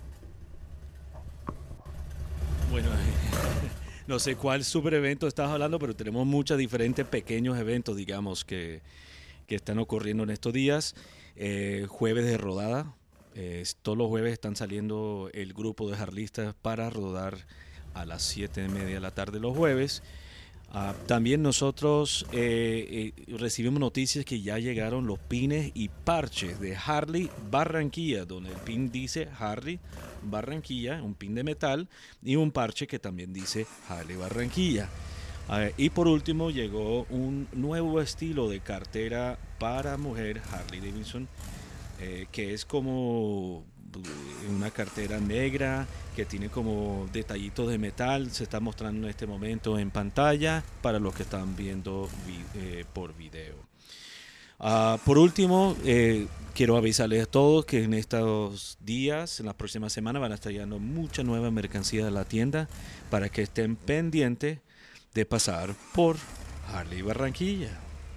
Bueno, no sé cuál super evento estás hablando, pero tenemos muchos diferentes pequeños eventos, digamos, que, que están ocurriendo en estos días. Eh, jueves de rodada. Eh, todos los jueves están saliendo el grupo de harlistas para rodar a las siete y media de la tarde los jueves. Uh, también nosotros eh, eh, recibimos noticias que ya llegaron los pines y parches de Harley Barranquilla, donde el pin dice Harley Barranquilla, un pin de metal, y un parche que también dice Harley Barranquilla. Uh, y por último llegó un nuevo estilo de cartera para mujer Harley Davidson, Eh, que es como una cartera negra que tiene como detallitos de metal. Se está mostrando en este momento en pantalla para los que están viendo vi eh, por video. Uh, por último, eh, quiero avisarles a todos que en estos días, en las próximas semanas, van a estar llegando mucha nueva mercancía de la tienda para que estén pendientes de pasar por Harley Barranquilla.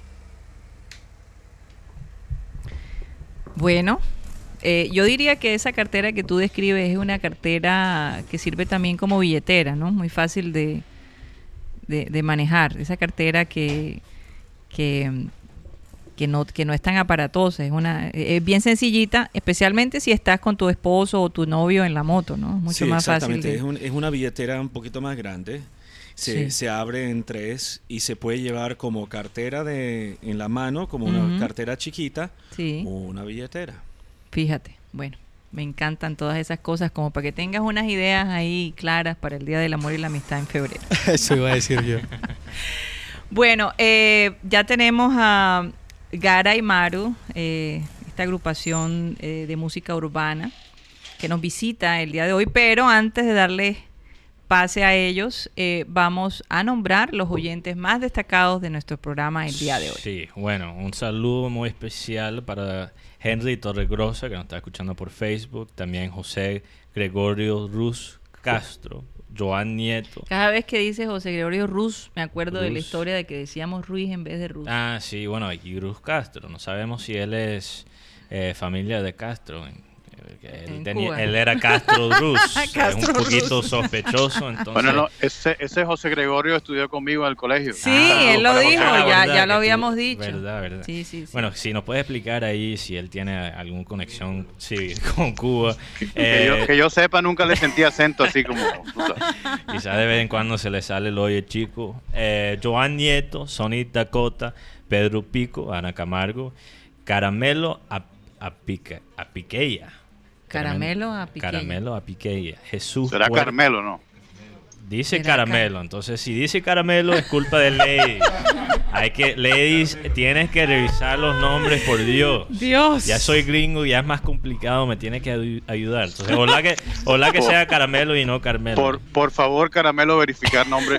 Bueno, eh, yo diría que esa cartera que tú describes es una cartera que sirve también como billetera, ¿no? Muy fácil de, de, de manejar. Esa cartera que, que, que, no, que no es tan aparatosa, es, una, es bien sencillita, especialmente si estás con tu esposo o tu novio en la moto, ¿no? Es mucho sí, más fácil. Exactamente, De... es, un, es una billetera un poquito más grande. Se, Sí. se abre en tres y se puede llevar como cartera de, en la mano, como Ujú. una cartera chiquita, Sí. o una billetera. Fíjate, bueno, me encantan todas esas cosas, como para que tengas unas ideas ahí claras para el Día del Amor y la Amistad en febrero. Eso iba a decir yo. Bueno, eh, ya tenemos a Gara y Maru, eh, esta agrupación eh, de música urbana que nos visita el día de hoy, pero antes de darle pase a ellos, eh, vamos a nombrar los oyentes más destacados de nuestro programa el día de hoy. Sí, bueno, un saludo muy especial para Henry Torregrosa, que nos está escuchando por Facebook, también José Gregorio Ruz Castro, Joan Nieto. Cada vez que dice José Gregorio Ruz, me acuerdo de la Ruz. historia de que decíamos Ruiz en vez de Ruz. Ah, sí, bueno, aquí Ruz Castro, no sabemos si él es eh, familia de Castro en, Él, En tenía- Cuba. él era Castro Ruz, Castro un poquito Ruz. sospechoso. Entonces, Bueno, no, ese, ese José Gregorio estudió conmigo en el colegio. Sí, Ah, él lo para dijo, José, ya, verdad ya que lo tú- habíamos dicho. Verdad, verdad. Sí, sí, sí. Bueno, si nos puede explicar ahí si él tiene alguna conexión sí, con Cuba. Que, Eh, yo, que yo sepa, nunca le sentí acento así como... tú sabes. Quizás de vez en cuando se le sale el oye chico. Eh, Joan Nieto, Sonny Dakota, Pedro Pico, Ana Camargo, Caramelo a, a, Pique- a Piqueya. Caramelo a Piqueya. Caramelo a Piqueya. Jesús Será Puerta- Carmelo, ¿no? Dice Será Caramelo, entonces si dice Caramelo es culpa de Lady. Hay que, ladies, tienes que revisar los nombres, por Dios. Dios. Ya soy gringo, ya es más complicado, me tiene que ayu- ayudar. Entonces, ojalá que, ojalá que Por- sea Caramelo y no Carmelo. Por, por favor, Caramelo, verificar nombre.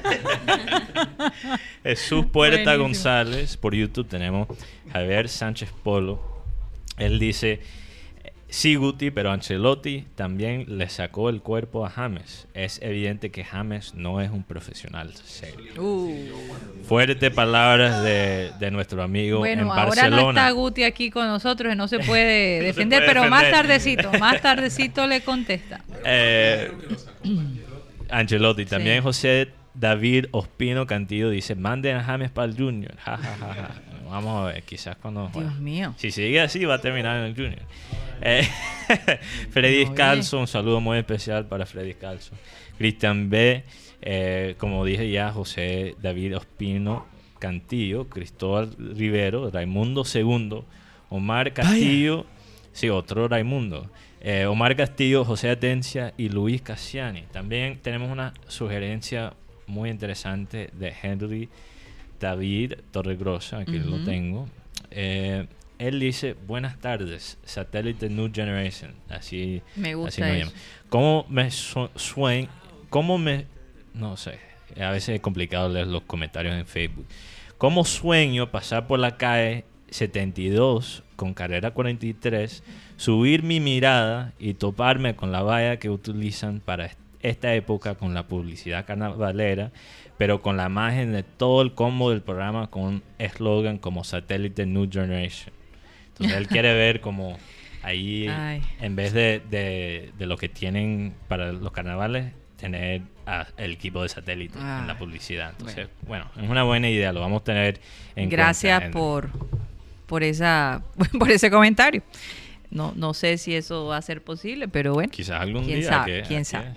Jesús Puerta Buenísimo. González, por YouTube tenemos Javier Sánchez Polo. Él dice, sí, Guti, pero Ancelotti también le sacó el cuerpo a James. Es evidente que James no es un profesional serio. Uh. Fuertes palabras de, de nuestro amigo Bueno, en ahora Barcelona. no está Guti aquí con nosotros y no se puede se defender, puede pero más defender. tardecito, más tardecito le contesta. Eh, Ancelotti, también Sí. José David Ospino Cantillo dice, manden a James para el Junior. Ja, ja, ja, ja. Vamos a ver, quizás cuando... Dios bueno, mío. si sigue así va a terminar en el Junior. Eh, Freddy Oye. Scalzo, un saludo muy especial para Freddy Scalzo. Cristian B, eh, como dije ya, José David Ospino Cantillo, Cristóbal Rivero, Raimundo segundo, Omar Castillo, sí, otro Raimundo, eh, Omar Castillo, José Atencia y Luis Cassiani. También tenemos una sugerencia muy interesante de Henry David Torregrosa, aquí lo Ujú. tengo. Eh, él dice, buenas tardes, satélite New Generation, así, Me gusta así nos eso. llama. ¿Cómo me su- suen, cómo me, no sé, a veces es complicado leer los comentarios en Facebook. ¿Cómo sueño pasar por la calle setenta y dos con carrera cuarenta y tres, subir mi mirada y toparme con la valla que utilizan para est- esta época con la publicidad carnavalera, pero con la imagen de todo el combo del programa con un eslogan como Satélite New Generation? Entonces él quiere ver como ahí, Ay. en vez de, de, de lo que tienen para los carnavales, tener a el equipo de satélite Ah. en la publicidad. Entonces, bueno. es una buena idea, lo vamos a tener en Gracias cuenta. en- por, por, esa, por ese comentario. No, no sé si eso va a ser posible, pero bueno. Quizás algún ¿Quién día. sabe? que- ¿Quién que- sabe?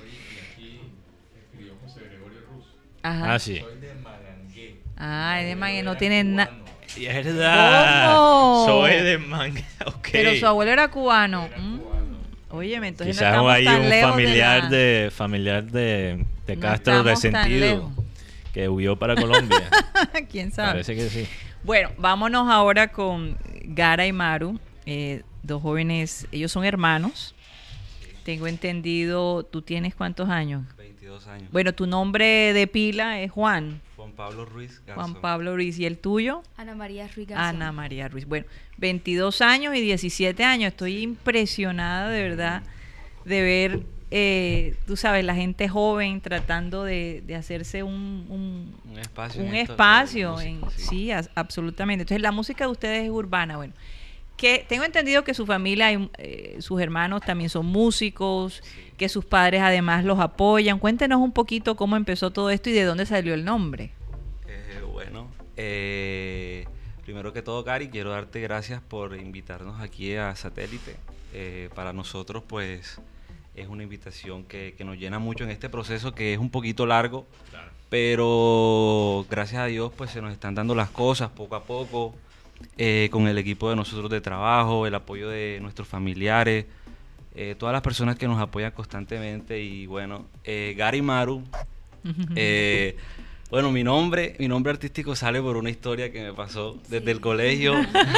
Ajá. Ah, sí. Ah, es de Mangue, no tiene nada. Y es verdad. ¿Cómo? Soy de manga. Ok. Pero su abuelo era cubano. Mm. Óyeme, entonces Quizás no estamos hay tan un lejos familiar de, de, familiar de, de No Castro estamos tan resentido lejos. que huyó para Colombia. la... ¿Quién sabe? Parece que sí. Bueno, vámonos ahora con Gara y Maru, eh, dos jóvenes, ellos son hermanos. Tengo entendido, ¿tú tienes cuántos años? veintidós años. Bueno, tu nombre de pila es Juan. Juan Pablo Ruiz Garzón. Juan Pablo Ruiz. ¿Y el tuyo? Ana María Ruiz Garzón. Ana María Ruiz. Bueno, veintidós años y diecisiete años. Estoy impresionada de verdad de ver, eh, tú sabes, la gente joven tratando de, de hacerse un, un, Un espacio un en esto de espacio música, en, sí. sí, as- absolutamente. Entonces, la música de ustedes es urbana. Bueno, que tengo entendido que su familia, y, eh, sus hermanos también son músicos, que sus padres además los apoyan. Cuéntenos un poquito cómo empezó todo esto y de dónde salió el nombre. Eh, bueno, eh, primero que todo, Cari, quiero darte gracias por invitarnos aquí a Satélite. Eh, para nosotros, pues, es una invitación que, que nos llena mucho en este proceso que es un poquito largo, pero gracias a Dios, pues, se nos están dando las cosas poco a poco, eh, con el equipo de nosotros de trabajo, el apoyo de nuestros familiares, eh, todas las personas que nos apoyan constantemente. Y bueno, eh, Gary Maru, eh, bueno, mi nombre, mi nombre artístico sale por una historia que me pasó desde el colegio.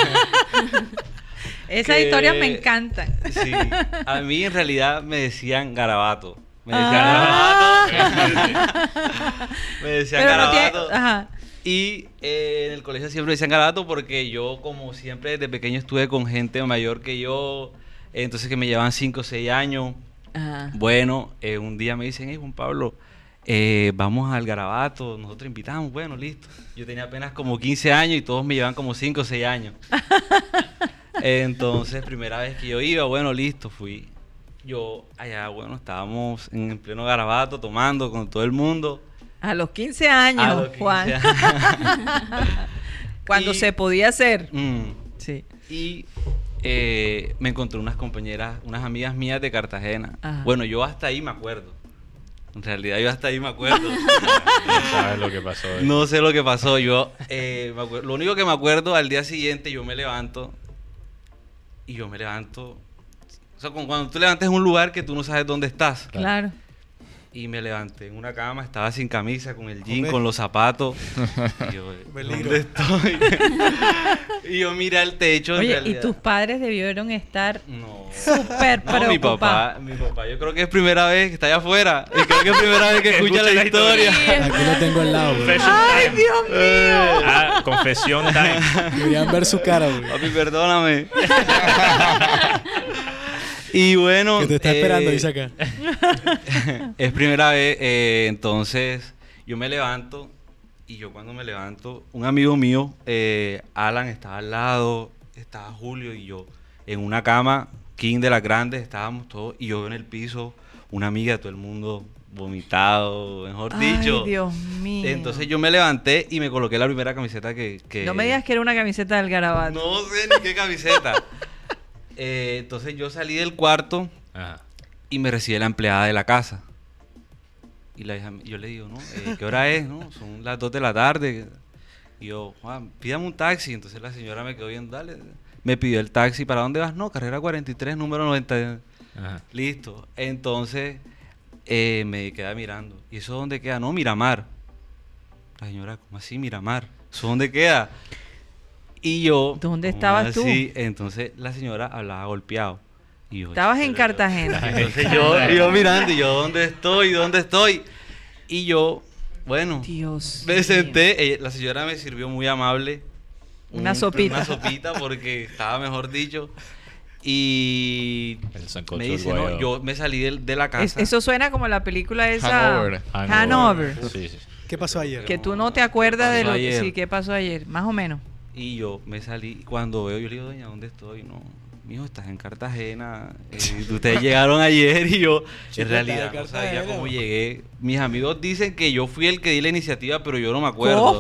Esas que- historias me encantan. Sí, a mí en realidad me decían Garabato. Me decían Ah. Garabato. Me decían Pero no tiene- Garabato. ajá. Y eh, en el colegio siempre me decían Garabato porque yo, como siempre desde pequeño estuve con gente mayor que yo, entonces que me llevaban cinco o seis años. Ajá. Bueno, eh, un día me dicen, hey Juan Pablo, eh, vamos al Garabato, nosotros invitamos, bueno, listo. Yo tenía apenas como quince años y todos me llevan como cinco o seis años. Entonces, primera vez que yo iba, bueno, listo, fui. Yo allá, bueno, estábamos en pleno garabato, tomando con todo el mundo. A los quince años, A los quince Juan. años. Cuando Y- se podía hacer. Mm. Sí. Y eh, me encontré unas compañeras, unas amigas mías de Cartagena. Ajá. Bueno, yo hasta ahí me acuerdo. En realidad yo hasta ahí me acuerdo. No sabes lo que pasó. eh. No sé lo que pasó. Yo eh, me acuer- lo único que me acuerdo, al día siguiente yo me levanto y yo me levanto. O sea, como cuando tú levantas en un lugar que tú no sabes dónde estás. Claro. Y me levanté en una cama, estaba sin camisa, con el jean, Hombre. con los zapatos. Y yo, Peligro. ¿dónde estoy? Y yo miré al techo. en Oye, y realidad. tus padres debieron estar No. súper No, mi preocupados. papá, mi papá, yo creo que es primera vez que está allá afuera. Y creo que es primera vez que escucha la historia. Aquí lo tengo al lado, güey. Confession ¡Ay, time. Dios mío! Ah, confesión time. Deberían ver su cara, güey. Papi, perdóname. Y bueno. Que te está esperando, eh, dice acá. Es primera vez, eh, entonces yo me levanto y yo cuando me levanto, un amigo mío, eh, Alan, estaba al lado, estaba Julio y yo en una cama, King de las grandes, estábamos todos y yo en el piso, una amiga, todo el mundo vomitado, mejor Ay, dicho. Dios mío. Entonces yo me levanté y me coloqué la primera camiseta que... que No me digas que era una camiseta del garabato. No sé ni qué camiseta. Eh, entonces yo salí del cuarto Ajá. y me recibe la empleada de la casa. Y la hija- yo le digo, ¿no? Eh, ¿Qué hora es? ¿No? Son las dos de la tarde. Y yo, Juan, pídame un taxi. Entonces la señora me quedó viendo, dale. Me pidió el taxi. ¿Para dónde vas? No, carrera cuarenta y tres, número noventa. Ajá. Listo. Entonces eh, me queda mirando. ¿Y eso dónde queda? No, Miramar. La señora, ¿cómo así Miramar? ¿Eso dónde queda? Y yo... ¿Dónde ¿cómo estabas tú? así? Entonces la señora hablaba golpeado. Y yo, Estabas en pero- Cartagena. Entonces yo, yo mirando, y yo, ¿dónde estoy? ¿Dónde estoy? Y yo, bueno, Dios me mío. senté. ella- la señora me sirvió muy amable. Una un- sopita. Una sopita porque estaba mejor dicho. Y El sancocho me del dice, no, guayabo. yo me salí de, de la Es- casa. eso suena como la película esa Hanover. Hanover. Sí, sí. ¿Qué pasó ayer? Que tú no te acuerdas de pasó lo que ayer? sí, ¿qué pasó ayer? Más o menos. Y yo me salí, cuando veo, yo le digo, doña, ¿dónde estoy? No, mijo, estás en Cartagena. eh, ustedes llegaron ayer y yo, Chico, en realidad, estás en no sabía Cartagena. cómo llegué. Mis amigos dicen que yo fui el que di la iniciativa, pero yo no me acuerdo.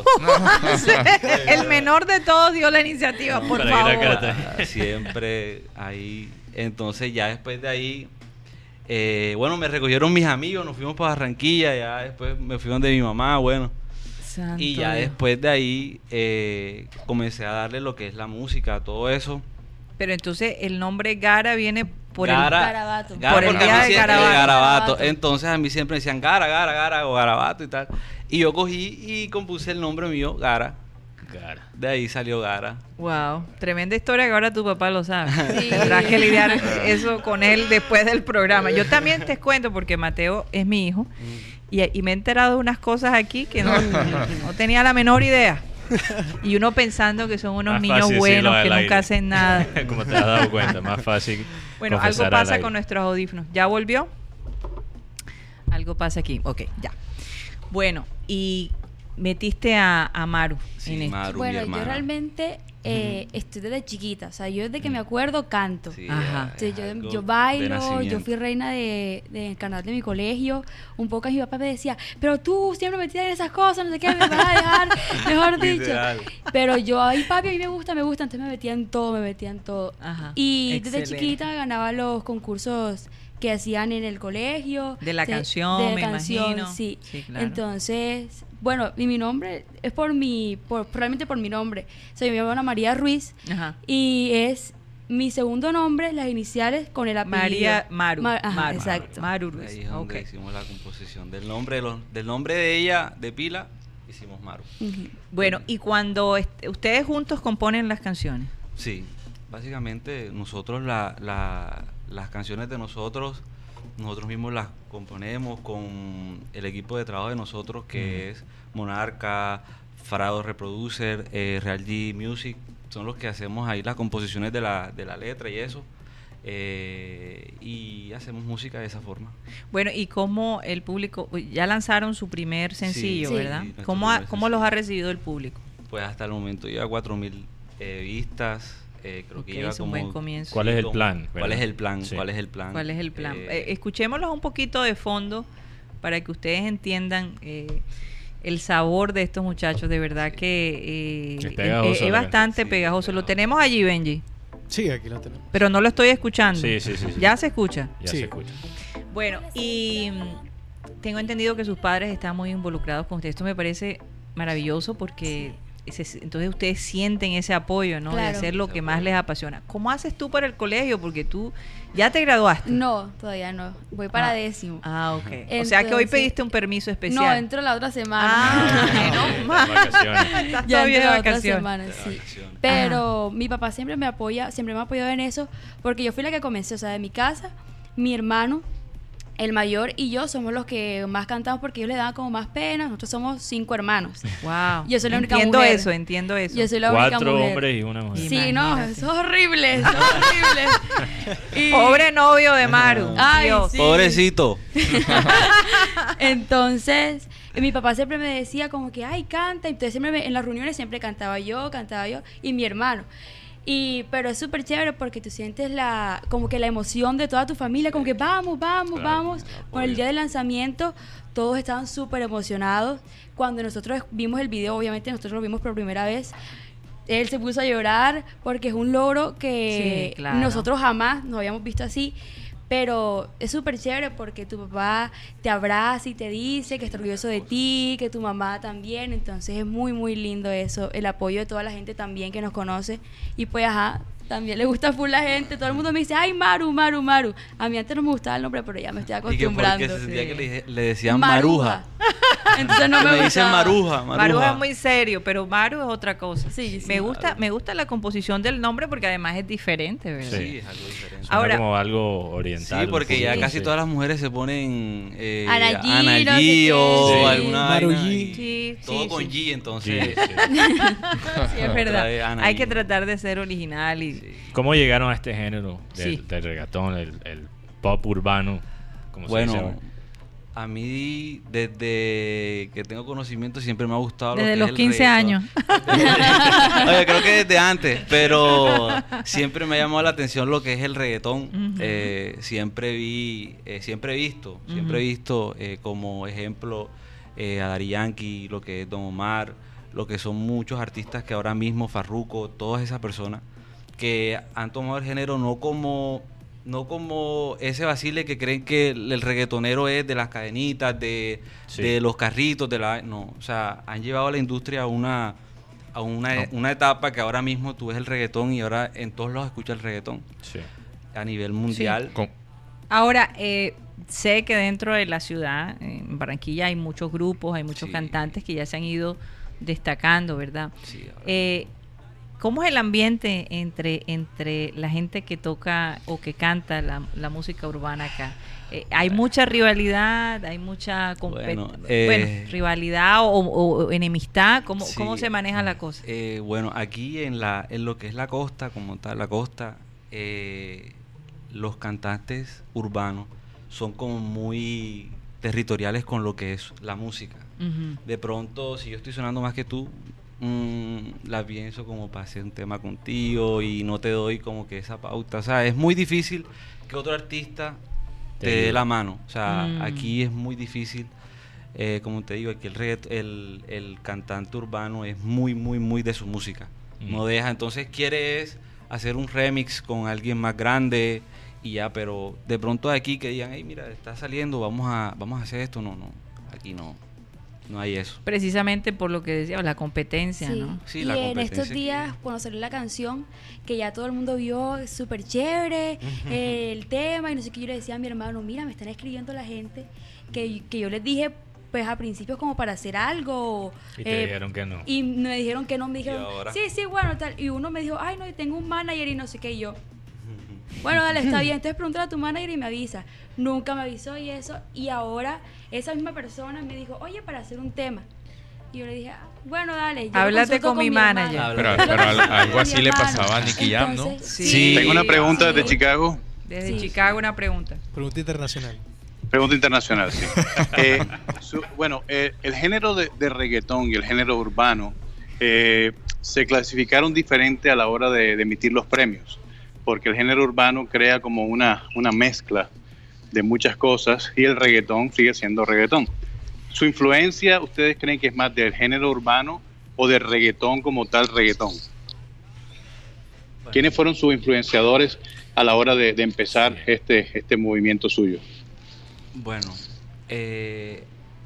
El menor de todos dio la iniciativa, por Para ir a favor. Cartagena. Ah, Siempre ahí. Entonces, ya después de ahí, eh, bueno, me recogieron mis amigos, nos fuimos para Barranquilla, ya después me fui donde mi mamá, bueno. Santo Y ya Dios. después de ahí eh, comencé a darle lo que es la música, todo eso. Pero entonces el nombre Gara viene por Gara, el Garabato. Gara, Por el porque día a mí del siempre- garabato. garabato. Entonces a mí siempre me decían Gara, Gara, Gara o Garabato y tal. Y yo cogí y compuse el nombre mío, Gara. Cara. De ahí salió Gara. Wow, tremenda historia que ahora tu papá lo sabe. Sí. Tendrás que lidiar eso con él después del programa. Yo también te cuento porque Mateo es mi hijo y, y me he enterado de unas cosas aquí que no, no tenía la menor idea. Y uno pensando que son unos Más niños fácil buenos decirlo que al nunca aire. hacen nada. Como te has dado cuenta, más fácil. Bueno, algo confesar al pasa aire. con nuestros audífonos. ¿Ya volvió? Algo pasa aquí. Ok, ya. Bueno, y metiste a, a Maru Sí, en esto. Maru, mi Bueno, yo hermana. realmente eh, estoy desde chiquita. O sea, yo desde que me acuerdo canto. Sí, Ajá. es Entonces, yo, algo yo de bailo, yo nacimiento. fui reina de, del carnaval de mi colegio. Un poco mi papá me decía, pero tú siempre metida en esas cosas, no sé qué, me vas a dejar, mejor dicho. Literal. Pero yo, ay papi, a mí me gusta, me gusta, entonces me metía en todo, me metía en todo. Ajá. Y desde Excelente. chiquita ganaba los concursos que hacían en el colegio. De la Sí, canción, de la me canción, imagino. Sí. Sí, claro. Entonces, bueno, y mi nombre es por mi, por, realmente por mi nombre. Soy mi hermana María Ruiz Ajá. y es mi segundo nombre, las iniciales con el apellido. María Maru. Ma- ajá, Maru. exacto. Maru Ruiz. Ahí es donde Ok. hicimos la composición del nombre, de los- del nombre de ella, de pila, hicimos Maru. Ujú. Bueno, y cuando est- ustedes juntos componen las canciones. Sí, básicamente nosotros la, la- las canciones de nosotros, nosotros mismos las componemos con el equipo de trabajo de nosotros que es Monarca, Farado Reproducer, eh, Real G Music, son los que hacemos ahí las composiciones de la, de la letra y eso. eh, y hacemos música de esa forma. Bueno, y cómo el público, ya lanzaron su primer sencillo, Sí. ¿verdad? Sí, nuestro ¿Cómo, ha- primer cómo los sencillo. ha recibido el público? Pues hasta el momento ya cuatro mil eh, vistas, Eh, creo que Ok, lleva es un como- buen comienzo. ¿Cuál es el como- plan, ¿Cuál verdad? es el plan? Sí. ¿Cuál es el plan? ¿Cuál es el plan? Eh, Eh, escuchémoslos un poquito de fondo para que ustedes entiendan eh, el sabor de estos muchachos. De verdad que eh, Es es, pegajoso es la bastante Sí, pegajoso. Lo pegajoso. tenemos allí, Benji, Sí, aquí lo tenemos. pero no lo estoy escuchando. Sí, sí, sí, sí. ¿Ya se escucha? Ya Sí. se escucha. Bueno, y mm, tengo entendido que sus padres están muy involucrados con usted. Esto me parece maravilloso porque ese- entonces ustedes sienten ese apoyo, ¿no? De Claro. hacer lo que más les apasiona. ¿Cómo haces tú para el colegio? Porque tú ya te graduaste. No, todavía no. Voy para Ah. décimo. Ah, ok. O sea que hoy Entonces- pediste un permiso especial. No, entro la otra semana. Ah, Ah, no más. vacaciones. Estás Ya todavía entro de la otra vacaciones. semana, sí. Pero mi papá siempre me apoya, siempre me ha apoyado en eso, porque yo fui la que comencé, o sea, de mi casa, mi hermano, el mayor y yo somos los que más cantamos porque ellos le daban como más pena. Nosotros somos cinco hermanos. Wow. Yo soy la única entiendo mujer. eso, entiendo eso. Yo soy la única Cuatro mujer. hombres y una mujer. Sí, no, Imagínate. eso es horrible, eso es horrible. Y- Pobre novio de Maru. Ay, Dios. sí. Pobrecito. Entonces, eh, mi papá siempre me decía como que, ay, canta. Entonces, siempre me- en las reuniones siempre cantaba yo, cantaba yo y mi hermano. Y, pero es súper chévere porque tú sientes la, como que la emoción de toda tu familia, como que vamos, vamos, Claro, vamos. el Con el apoyo. día del lanzamiento, todos estaban súper emocionados. Cuando nosotros vimos el video, obviamente nosotros lo vimos por primera vez, él se puso a llorar porque es un logro que Sí, claro. nosotros jamás nos habíamos visto así. Pero es súper chévere porque tu papá te abraza y te dice que está orgulloso de ti, que tu mamá también. Entonces es muy, muy lindo eso, el apoyo de toda la gente también que nos conoce. Y pues, ajá, también le gusta full la gente. Todo el mundo me dice, ay, Maru, Maru, Maru. A mí antes no me gustaba el nombre, pero ya me estoy Y que acostumbrando. porque se sentía sí. que le, dije- le decían Maruja. Entonces no Que me, me dicen gustaba. Maruja, Maruja. Maru es muy serio, pero Maru es otra cosa. Sí, sí. me gusta, me gusta la composición del nombre porque además es diferente, ¿verdad? Sí, es algo diferente. Suena Ahora- como algo oriental. Sí, porque un ya poquito, casi sí. todas las mujeres se ponen eh, Anagí, Anagí no sé qué. o Sí. alguna Maru vaina G. y Sí, todo sí, con sí. G, entonces. Sí, sí. Sí, es verdad. Trae Ana Hay y- que tratar de ser original y Sí. ¿Cómo llegaron a este género del, Sí. del reggaetón, el, el pop urbano? Como se Bueno, dice ahora? a mí desde que tengo conocimiento siempre me ha gustado lo desde que es los el quince años. reggaetón. Oye, creo que desde antes, pero siempre me ha llamado la atención lo que es el reggaetón. Ujú. Eh, siempre vi, eh, siempre he visto, siempre he Ujú. visto eh, como ejemplo eh, a Daddy Yankee, lo que es Don Omar, lo que son muchos artistas que ahora mismo, Farruko, todas esas personas que han tomado el género no como no como ese vacile que creen que el, el reggaetonero es de las cadenitas, de, Sí. de los carritos, de la no, o sea, han llevado a la industria a una a una, No. una etapa que ahora mismo tú ves el reggaetón y ahora en todos lados escuchas el reggaetón Sí. a nivel mundial. Con- Ahora, eh, sé que dentro de la ciudad, en Barranquilla, hay muchos grupos, hay muchos Sí. cantantes que ya se han ido destacando, ¿verdad? Sí, ahora- Eh, ¿Cómo es el ambiente entre, entre la gente que toca o que canta la, la música urbana acá? Eh, ¿Hay mucha rivalidad? ¿Hay mucha compe- Bueno, bueno, eh, rivalidad o, o- o enemistad? ¿Cómo, Sí. ¿Cómo se maneja la cosa? Eh, bueno, aquí en la en lo que es la costa, como tal, la costa, eh, los cantantes urbanos son como muy territoriales con lo que es la música. Ujú. De pronto, si yo estoy sonando más que tú, mm, la pienso como para hacer un tema contigo y no te doy como que esa pauta. O sea, es muy difícil que otro artista Te te dé ayude. la mano. O sea, Mm. aquí es muy difícil. Eh, como te digo, aquí el, reggaet- el, el cantante urbano es muy, muy, muy de su música. Mm. No deja. Entonces quiere es hacer un remix con alguien más grande y ya, pero de pronto aquí que digan, hey, mira, está saliendo, vamos a, vamos a hacer esto. No, no, aquí no, no hay eso. Precisamente por lo que decía, la competencia, Sí. ¿no? Sí, y la en competencia estos que- días, cuando salió la canción, que ya todo el mundo vio súper chévere eh, el tema y no sé qué, yo le decía a mi hermano, mira, me están escribiendo la gente que, que yo les dije, pues a principios como para hacer algo. Y te eh, dijeron que no. Y me dijeron que no, me dijeron, ahora? sí, sí, bueno, tal. Y uno me dijo, ay, no, yo tengo un manager y no sé qué, y yo. Bueno, dale, está bien. Entonces pregúntale a tu manager y me avisa. Nunca me avisó y eso. Y ahora esa misma persona me dijo, oye, para hacer un tema. Y yo le dije, ah, bueno, dale. yo lo Háblate consulto con mi hermano. manager. Habla- Pero, Yo lo pero al- consulto algo con así mi le hermano. pasaba a Nicky Jam, ¿no? Entonces, Sí. Tengo una pregunta sí. desde Chicago. Desde Sí. Chicago una pregunta. Pregunta internacional. Pregunta internacional, sí. Eh, su- bueno, eh, el género de, de reggaetón y el género urbano, eh, se clasificaron diferente a la hora de, de emitir los premios, porque el género urbano crea como una, una mezcla de muchas cosas y el reggaetón sigue siendo reggaetón. ¿Su influencia, ustedes creen que es más del género urbano o del reggaetón como tal reggaetón? ¿Quiénes fueron sus influenciadores a la hora de, de empezar este, este movimiento suyo? Bueno, eh,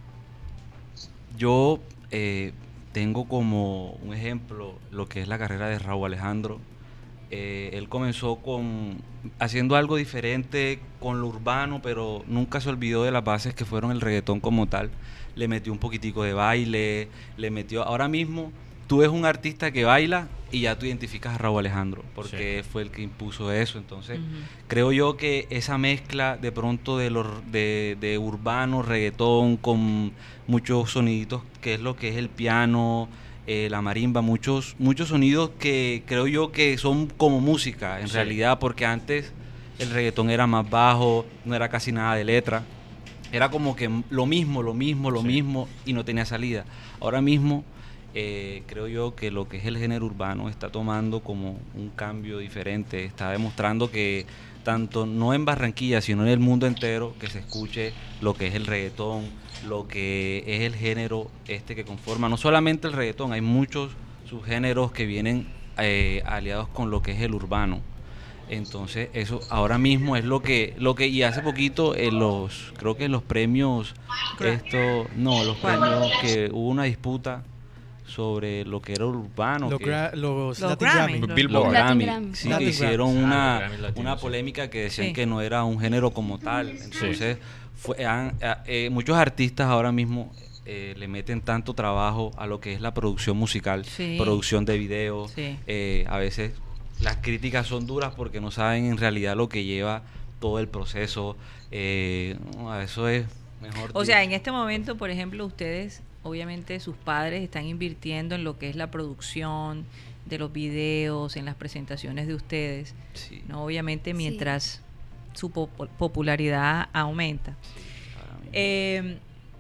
yo eh, tengo como un ejemplo lo que es la carrera de Rauw Alejandro. Eh, él comenzó con haciendo algo diferente con lo urbano, pero nunca se olvidó de las bases que fueron el reggaetón como tal. Le metió un poquitico de baile, le metió... Ahora mismo tú ves un artista que baila y ya tú identificas a Rauw Alejandro, porque sí. fue el que impuso eso. Entonces, uh-huh. creo yo que esa mezcla de pronto de, los, de, de urbano, reggaetón, con muchos soniditos, que es lo que es el piano... Eh, la marimba, muchos muchos sonidos que creo yo que son como música en sí. realidad, porque antes el reggaetón era más bajo, no era casi nada de letra, era como que lo mismo, lo mismo, lo sí. mismo y no tenía salida. Ahora mismo eh, creo yo que lo que es el género urbano está tomando como un cambio diferente, está demostrando que tanto no en Barranquilla sino en el mundo entero que se escuche lo que es el reggaetón, lo que es el género este que conforma, no solamente el reggaetón, hay muchos subgéneros que vienen eh, aliados con lo que es el urbano. Entonces eso ahora mismo es lo que, lo que y hace poquito en los, creo que en los premios, esto, no, los premios que hubo una disputa sobre lo que era urbano, los, que, gra los, los Latin Grammy, Grammy, los Billboard Grammy, Grammy. sí, Latin que hicieron Grammy. una, Ah, Grammy Latino, una sí. polémica que decían Sí. que no era un género como tal. Entonces fue, han, eh, muchos artistas ahora mismo eh, le meten tanto trabajo a lo que es la producción musical, Sí. producción de videos. Sí. Eh, a veces las críticas son duras porque no saben en realidad lo que lleva todo el proceso. Eh, no, eso es mejor. O sea, en este momento, por ejemplo, ustedes, obviamente sus padres están invirtiendo en lo que es la producción de los videos, en las presentaciones de ustedes, Sí. ¿no? Obviamente Sí. mientras su po- popularidad aumenta. Eh,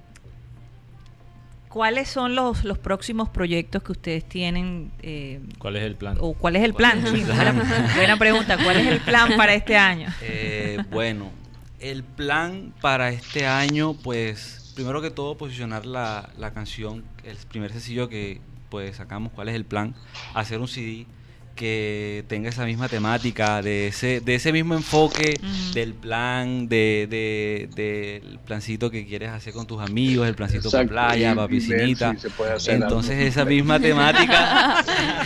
¿Cuáles son los, los próximos proyectos que ustedes tienen? Eh, ¿Cuál es el plan? ¿O cuál es el plan? Sí, buena, buena pregunta. ¿Cuál es el plan para este año? Eh, bueno, el plan para este año, pues, primero que todo, posicionar la, la canción, el primer sencillo que pues sacamos, ¿cuál es el plan? Hacer un C D que tenga esa misma temática, de ese, de ese mismo enfoque, uh-huh. del plan, de, de, de del plancito que quieres hacer con tus amigos, el plancito para playa, para piscinita. Si se puede hacer Entonces algo. esa misma temática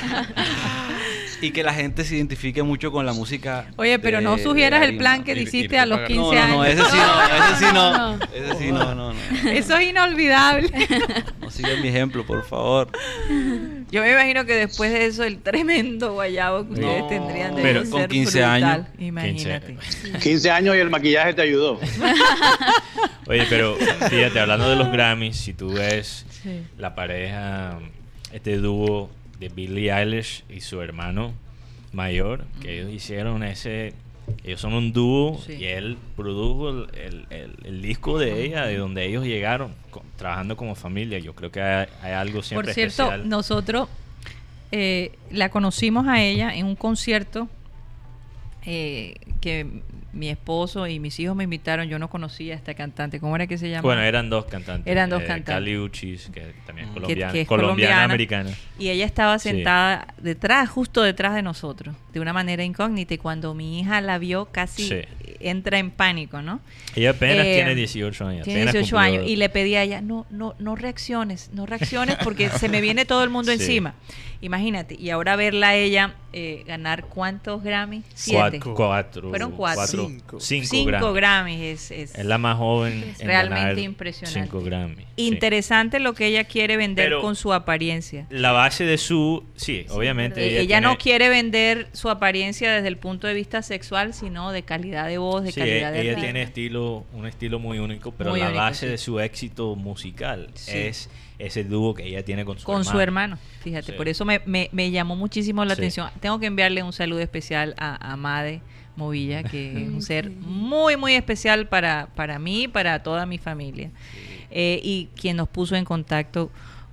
y que la gente se identifique mucho con la música. Oye, pero de, no sugieras de el plan que Ir- hiciste ir- a los no, quince no, años. no, ese sí no, ese sí no, No. ese sí no, no, no. Eso es inolvidable. No sigan mi ejemplo, por favor. Yo me imagino que después de eso el tremendo guayabo que ustedes No, tendrían pero debe con ser quince brutal. años. Imagínate. quince años y el maquillaje te ayudó. Oye, pero fíjate, hablando de los Grammys, si tú ves Sí. la pareja, este dúo de Billie Eilish y su hermano mayor, que ellos hicieron ese... Ellos son un dúo Sí. y él produjo el, el, el, el disco de ella, de donde ellos llegaron, con- trabajando como familia. Yo creo que hay, hay algo siempre Por cierto, especial. nosotros eh, la conocimos a ella en un concierto eh, que mi esposo y mis hijos me invitaron. Yo no conocía a esta cantante. ¿Cómo era que se llama? Bueno, eran dos cantantes. Eran dos eh, cantantes. Cali Uchis, que también es Que- colombiana, que es colombiana, colombiana. americana. Y ella estaba Sí. sentada detrás, justo detrás de nosotros, de una manera incógnita. Y cuando mi hija la vio, casi Sí. entra en pánico, ¿no? Ella apenas Eh, tiene dieciocho años. Tiene apenas dieciocho cumplió- años y le pedí a ella, no, no, no reacciones, no reacciones porque se me viene todo el mundo Sí. encima. Imagínate, y ahora verla a ella eh, ganar ¿cuántos Grammy? Siete. Cuatro, cuatro. Fueron cuatro. Cinco. Cinco, Cinco Grammys. Grammys. Es, es, Es la más joven en realmente ganar impresionante. cinco Grammy. Sí. Interesante lo que ella quiere vender Pero- con su apariencia. La base de su... Sí, obviamente. Eh, ella ella no tiene- quiere vender su apariencia desde el punto de vista sexual, sino de calidad de voz, de Sí, calidad de ella ritmo. tiene estilo, un estilo muy único, pero Muy la único, base sí. de su éxito musical Sí. es ese dúo que ella tiene con su con hermano. su hermano, fíjate, Sí. por eso me, me, me llamó muchísimo la Sí. atención. Tengo que enviarle un saludo especial a, a Made Movilla, que es un ser muy, muy especial para, para mí y para toda mi familia. Eh, y quien nos puso en contacto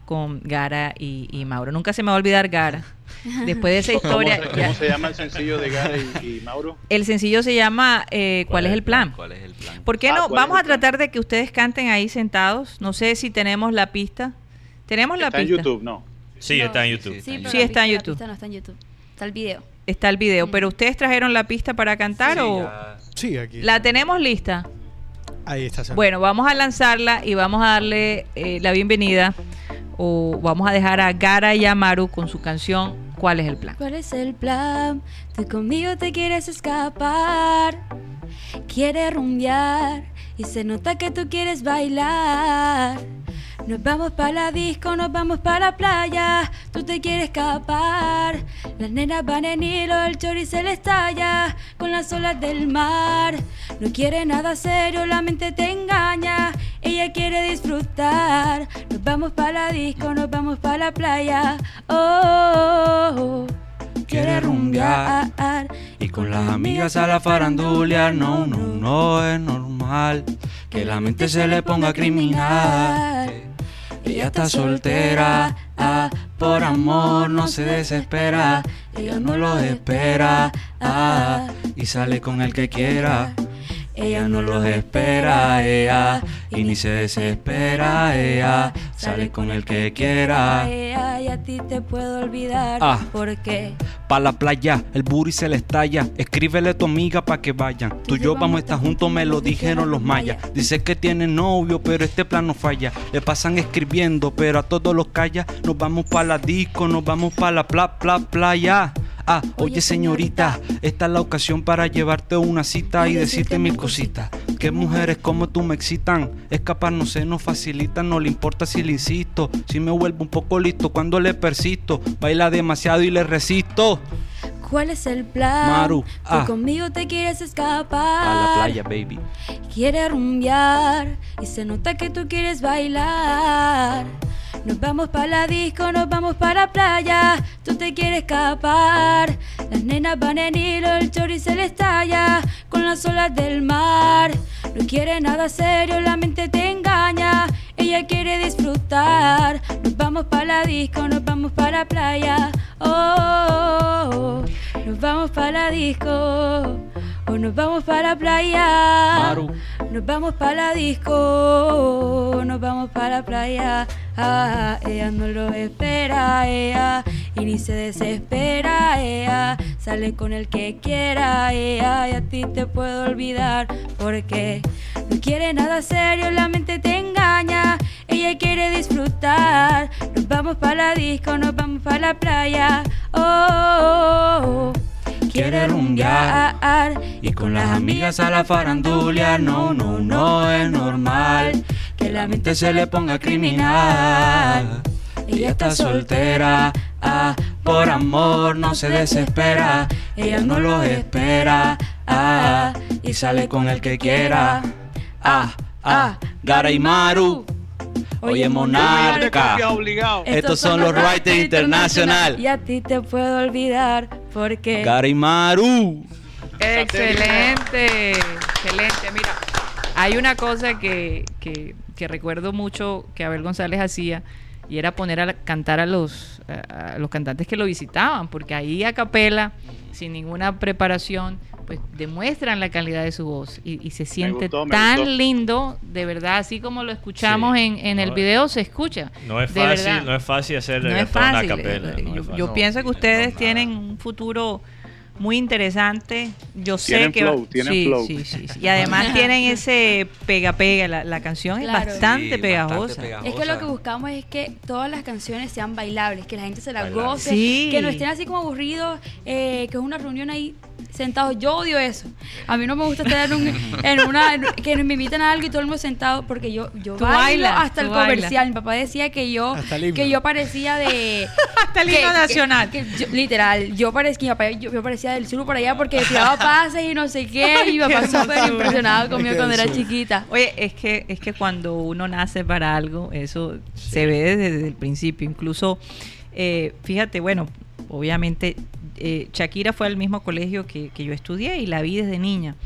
con Gara y, y Mauro. Nunca se me va a olvidar Gara. Después de esa historia... ¿Cómo, se, ya- cómo se llama el sencillo de Gara y, y Mauro? El sencillo se llama eh, ¿Cuál, es el plan? ¿Cuál es el plan? ¿Por qué Ah, no? ¿cuál Vamos es a el plan? tratar de que ustedes canten ahí sentados. No sé si tenemos la pista. ¿Tenemos la Está en pista? YouTube, ¿no? Sí, No, está en YouTube. Sí, pero Sí, la está en pista- YouTube. La pista no está en YouTube. Está el video. Está el video. Mm. ¿Pero ustedes trajeron la pista para cantar Sí, o...? ya- Sí, aquí. ¿La tenemos lista? Ahí está. sonando. Bueno, vamos a lanzarla y vamos a darle eh, la bienvenida o vamos a dejar a Gara y a Maru con su canción ¿Cuál es el plan? ¿Cuál es el plan? Tú conmigo te quieres escapar, quieres rumbear y se nota que tú quieres bailar. Nos vamos para la disco, nos vamos para la playa, tú te quieres escapar. Las nenas van en hilo, el chori se le estalla con las olas del mar. No quiere nada serio, la mente te engaña, ella quiere disfrutar. Nos vamos para la disco, nos vamos para la playa. Oh, oh, oh. Quiere rumbear Y con las amigas a la farandulear. No, no, no es normal que la mente se le ponga criminal. Ella está soltera, ah, por amor no se desespera. Ella no lo espera, ah, y sale con el que quiera. Ella no los espera, ella, y ni se desespera, ella sale con el que quiera. Ella, y a ti te puedo olvidar. Ah. ¿Por qué? Pa' la playa, el booty se le estalla. Escríbele a tu amiga pa' que vayan. Tú y yo vamos a estar juntos, me lo dijeron los mayas. Dice que tiene novio, pero este plan no falla. Le pasan escribiendo, pero a todos los calla. Nos vamos pa' la disco, nos vamos pa' la pla, pla, playa. Ah, oye señorita, esta es la ocasión para llevarte una cita y decirte mil cositas. Que mujeres como tú me excitan, escapar no se nos facilita, no le importa si le insisto. Si me vuelvo un poco listo cuando le persisto, baila demasiado y le resisto. ¿Cuál es el plan? Maru, Tú ah. conmigo te quieres escapar. A la playa, baby. Quieres rumbear y se nota que tú quieres bailar. Nos vamos para la disco, nos vamos para la playa, tú te quieres escapar. Las nenas van en hilo, el chori se le estalla con las olas del mar. No quiere nada serio, la mente te engaña, ella quiere disfrutar. Nos vamos para la disco, nos vamos para la playa. Oh, oh, oh. Nos vamos para la disco o nos vamos para la playa. Maru. Nos vamos para la disco, nos vamos para la playa. Ah, ella no lo espera, ella, y ni se desespera, ella sale con el que quiera, ella, y a ti te puedo olvidar, porque no quiere nada serio, la mente te engaña, ella quiere disfrutar. Nos vamos para la disco, nos vamos para la playa. Oh, oh, oh. Quiere rumbear y con las amigas a la farandulia. No, no, no es normal que la mente se le ponga criminal. Ella está soltera, ah, por amor no se desespera. Ella no lo espera, ah, y sale con el que quiera. Ah, ah, Gara y Maru. Oye, monarca, estos son los Writers Internacional. Y a ti te puedo olvidar, porque Gara y Maru. Excelente, excelente. Mira, hay una cosa que, que, que recuerdo mucho que Abel González hacía y era poner a la- cantar a los, a, a los cantantes que lo visitaban, porque ahí a capela, sin ninguna preparación, pues demuestran la calidad de su voz y, y se siente gustó, me tan gustó. lindo, de verdad, así como lo escuchamos Sí. en, en el No, video, se escucha. No es de fácil, verdad. no es fácil hacer No es reggaetón a fácil. capela. eh, no yo es fácil. yo pienso que ustedes tienen un futuro muy interesante. Yo sé Tienen que flow, va- tienen sí, flow. sí, sí, sí. Y además tienen ese pega pega. La, la canción Claro. es bastante Sí, pegajosa. bastante pegajosa. es que lo que buscamos es que todas las canciones sean bailables, que la gente se las Bailables. goce, Sí. que no estén así como aburridos, eh, que es una reunión ahí sentados. Yo odio eso. A mí no me gusta estar en, un, en una en- que me invitan a algo y todo el mundo sentado, porque yo yo Tú bailo bailas, hasta tú el bailas. comercial. Mi papá decía que yo Hasta el himno. que yo parecía de Hasta el himno nacional. que yo- literal, yo parecía, mi papá, yo, yo parecía del sur por allá porque tiraba pases y no sé qué, y mi papá Qué súper hermosura. impresionado conmigo Qué cuando era hermosura. chiquita. Oye, es que es que cuando uno nace para algo, eso se ve desde el principio. Incluso, eh, fíjate, bueno, obviamente eh, Shakira fue al mismo colegio que, que yo estudié y la vi desde niña.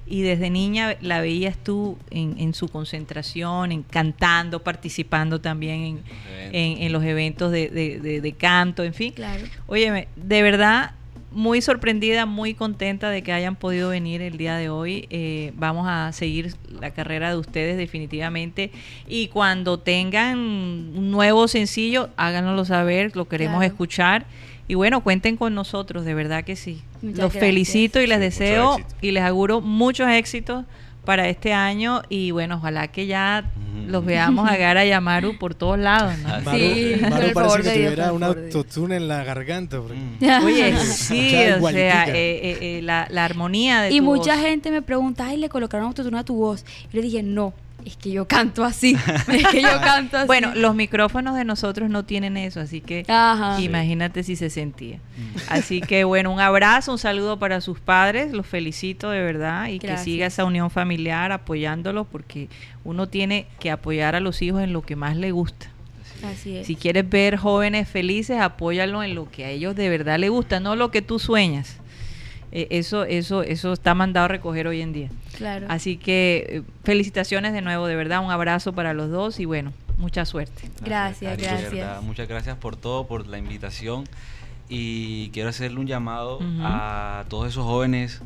y desde niña la veías tú en, en su concentración, en cantando, participando también en, en, en los eventos de, de, de, de canto, en fin. Claro. Óyeme, de verdad, muy sorprendida, muy contenta de que hayan podido venir el día de hoy. Eh, vamos a seguir la carrera de ustedes definitivamente, y cuando tengan un nuevo sencillo, háganoslo saber, lo queremos Claro. escuchar. Y bueno, cuenten con nosotros, de verdad que sí. Muchas Los gracias. felicito y les Sí, deseo mucho éxito. y les auguro muchos éxitos para este año, y bueno, ojalá que ya los veamos a Gara y a Maru por todos lados, ¿no? Maru, Sí, por Maru el parece favor que de Dios, tuviera por un el favor de Dios. autotune en la garganta. porque- Mm. Oye, Se sí, escucha o sea, igualitica. eh, eh, eh, la, la armonía de Y tu mucha voz. gente me pregunta, ay, le colocaron autotune a tu voz. Y le dije, no, es que yo canto así. Es que yo canto así. Bueno, los micrófonos de nosotros no tienen eso, así que Ajá. imagínate si se sentía. Así que bueno, un abrazo, un saludo para sus padres, los felicito de verdad, y Gracias. que siga esa unión familiar apoyándolos, porque uno tiene que apoyar a los hijos en lo que más le gusta. Así es. Si quieres ver jóvenes felices, apóyalo en lo que a ellos de verdad les gusta, no lo que tú sueñas. Eh, eso, eso, eso está mandado a recoger hoy en día. Claro. Así que eh, felicitaciones de nuevo, de verdad, un abrazo para los dos y bueno, mucha suerte. Gracias, Cari, de gracias. verdad, muchas gracias por todo, por la invitación, y quiero hacerle un llamado Ujú. a todos esos jóvenes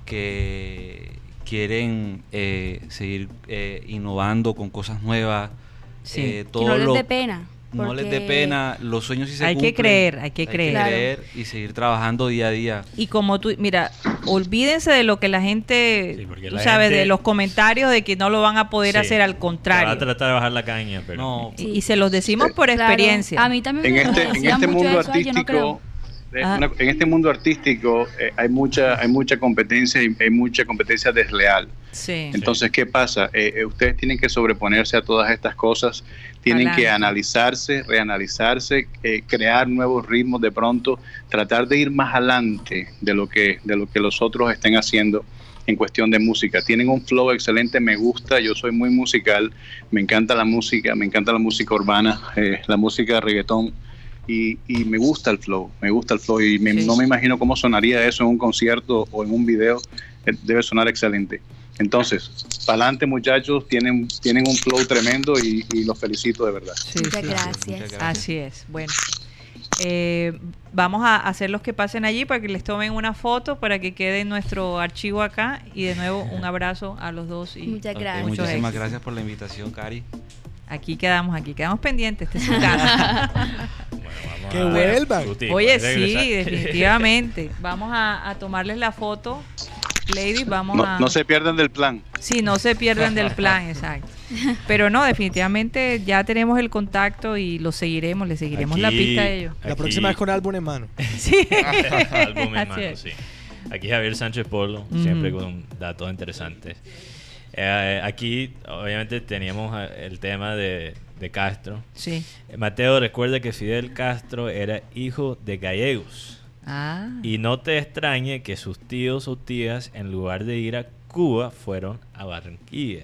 que quieren eh, seguir eh, innovando con cosas nuevas. Sí. eh, Que todo no les lo- dé pena. no les dé porque- pena, los sueños sí se Hay que cumplen. creer, hay que creer. Claro. creer y seguir trabajando día a día. Y como tú, mira, olvídense de lo que la gente, Sí, porque tú la sabes, gente- de los comentarios de que no lo van a poder Sí. hacer, al Te va a contrario. tratar de bajar la caña, pero No, Y, y se los decimos por Claro. experiencia. A mí también En me este, en decían este mucho mundo eso, ay, yo no creo. artístico, eh, Ah. una- en este mundo artístico eh, hay mucha, hay mucha competencia y hay mucha competencia desleal. Sí. Entonces, ¿qué pasa? Eh, eh, ustedes tienen que sobreponerse a todas estas cosas, tienen que Adelante. analizarse, reanalizarse, eh, crear nuevos ritmos de pronto, tratar de ir más adelante de lo que de lo que los otros estén haciendo en cuestión de música. Tienen un flow excelente, me gusta, yo soy muy musical, me encanta la música, me encanta la música urbana, eh, la música de reggaetón. Y, y me gusta el flow, me gusta el flow y me- Sí. no me imagino cómo sonaría eso en un concierto o en un video, eh, debe sonar excelente. Entonces, para adelante muchachos, tienen, tienen un flow tremendo y, y los felicito de verdad. Sí, Muchas sí. gracias. Muchas gracias. Así es. Bueno, eh, vamos a hacer los que pasen allí para que les tomen una foto, para que quede en nuestro archivo acá. Y de nuevo, un abrazo a los dos. Y Muchas Ok, gracias. mucho muchísimas éxito. gracias por la invitación, Cari. Aquí quedamos, aquí quedamos pendientes. Este es su casa. bueno, vamos Que a- vuelvan. Guti, Oye, puedes sí, regresar. definitivamente. Vamos a, a tomarles la foto. Lady, vamos a... No, no se pierdan del plan. Sí, no se pierdan del plan, exacto. Pero no, definitivamente ya tenemos el contacto y lo seguiremos, le seguiremos la Aquí- pista a ellos. La aquí- próxima vez con álbum en mano. Sí. Álbum en Así mano, es. sí. Aquí Javier Sánchez Polo, Ujú. siempre con datos interesantes. Eh, aquí, obviamente, teníamos eh, el tema de, de Castro. Sí. Eh, Mateo, recuerda que Fidel Castro era hijo de gallegos. Ah. Y no te extrañe que sus tíos o tías, en lugar de ir a Cuba, fueron a Barranquilla.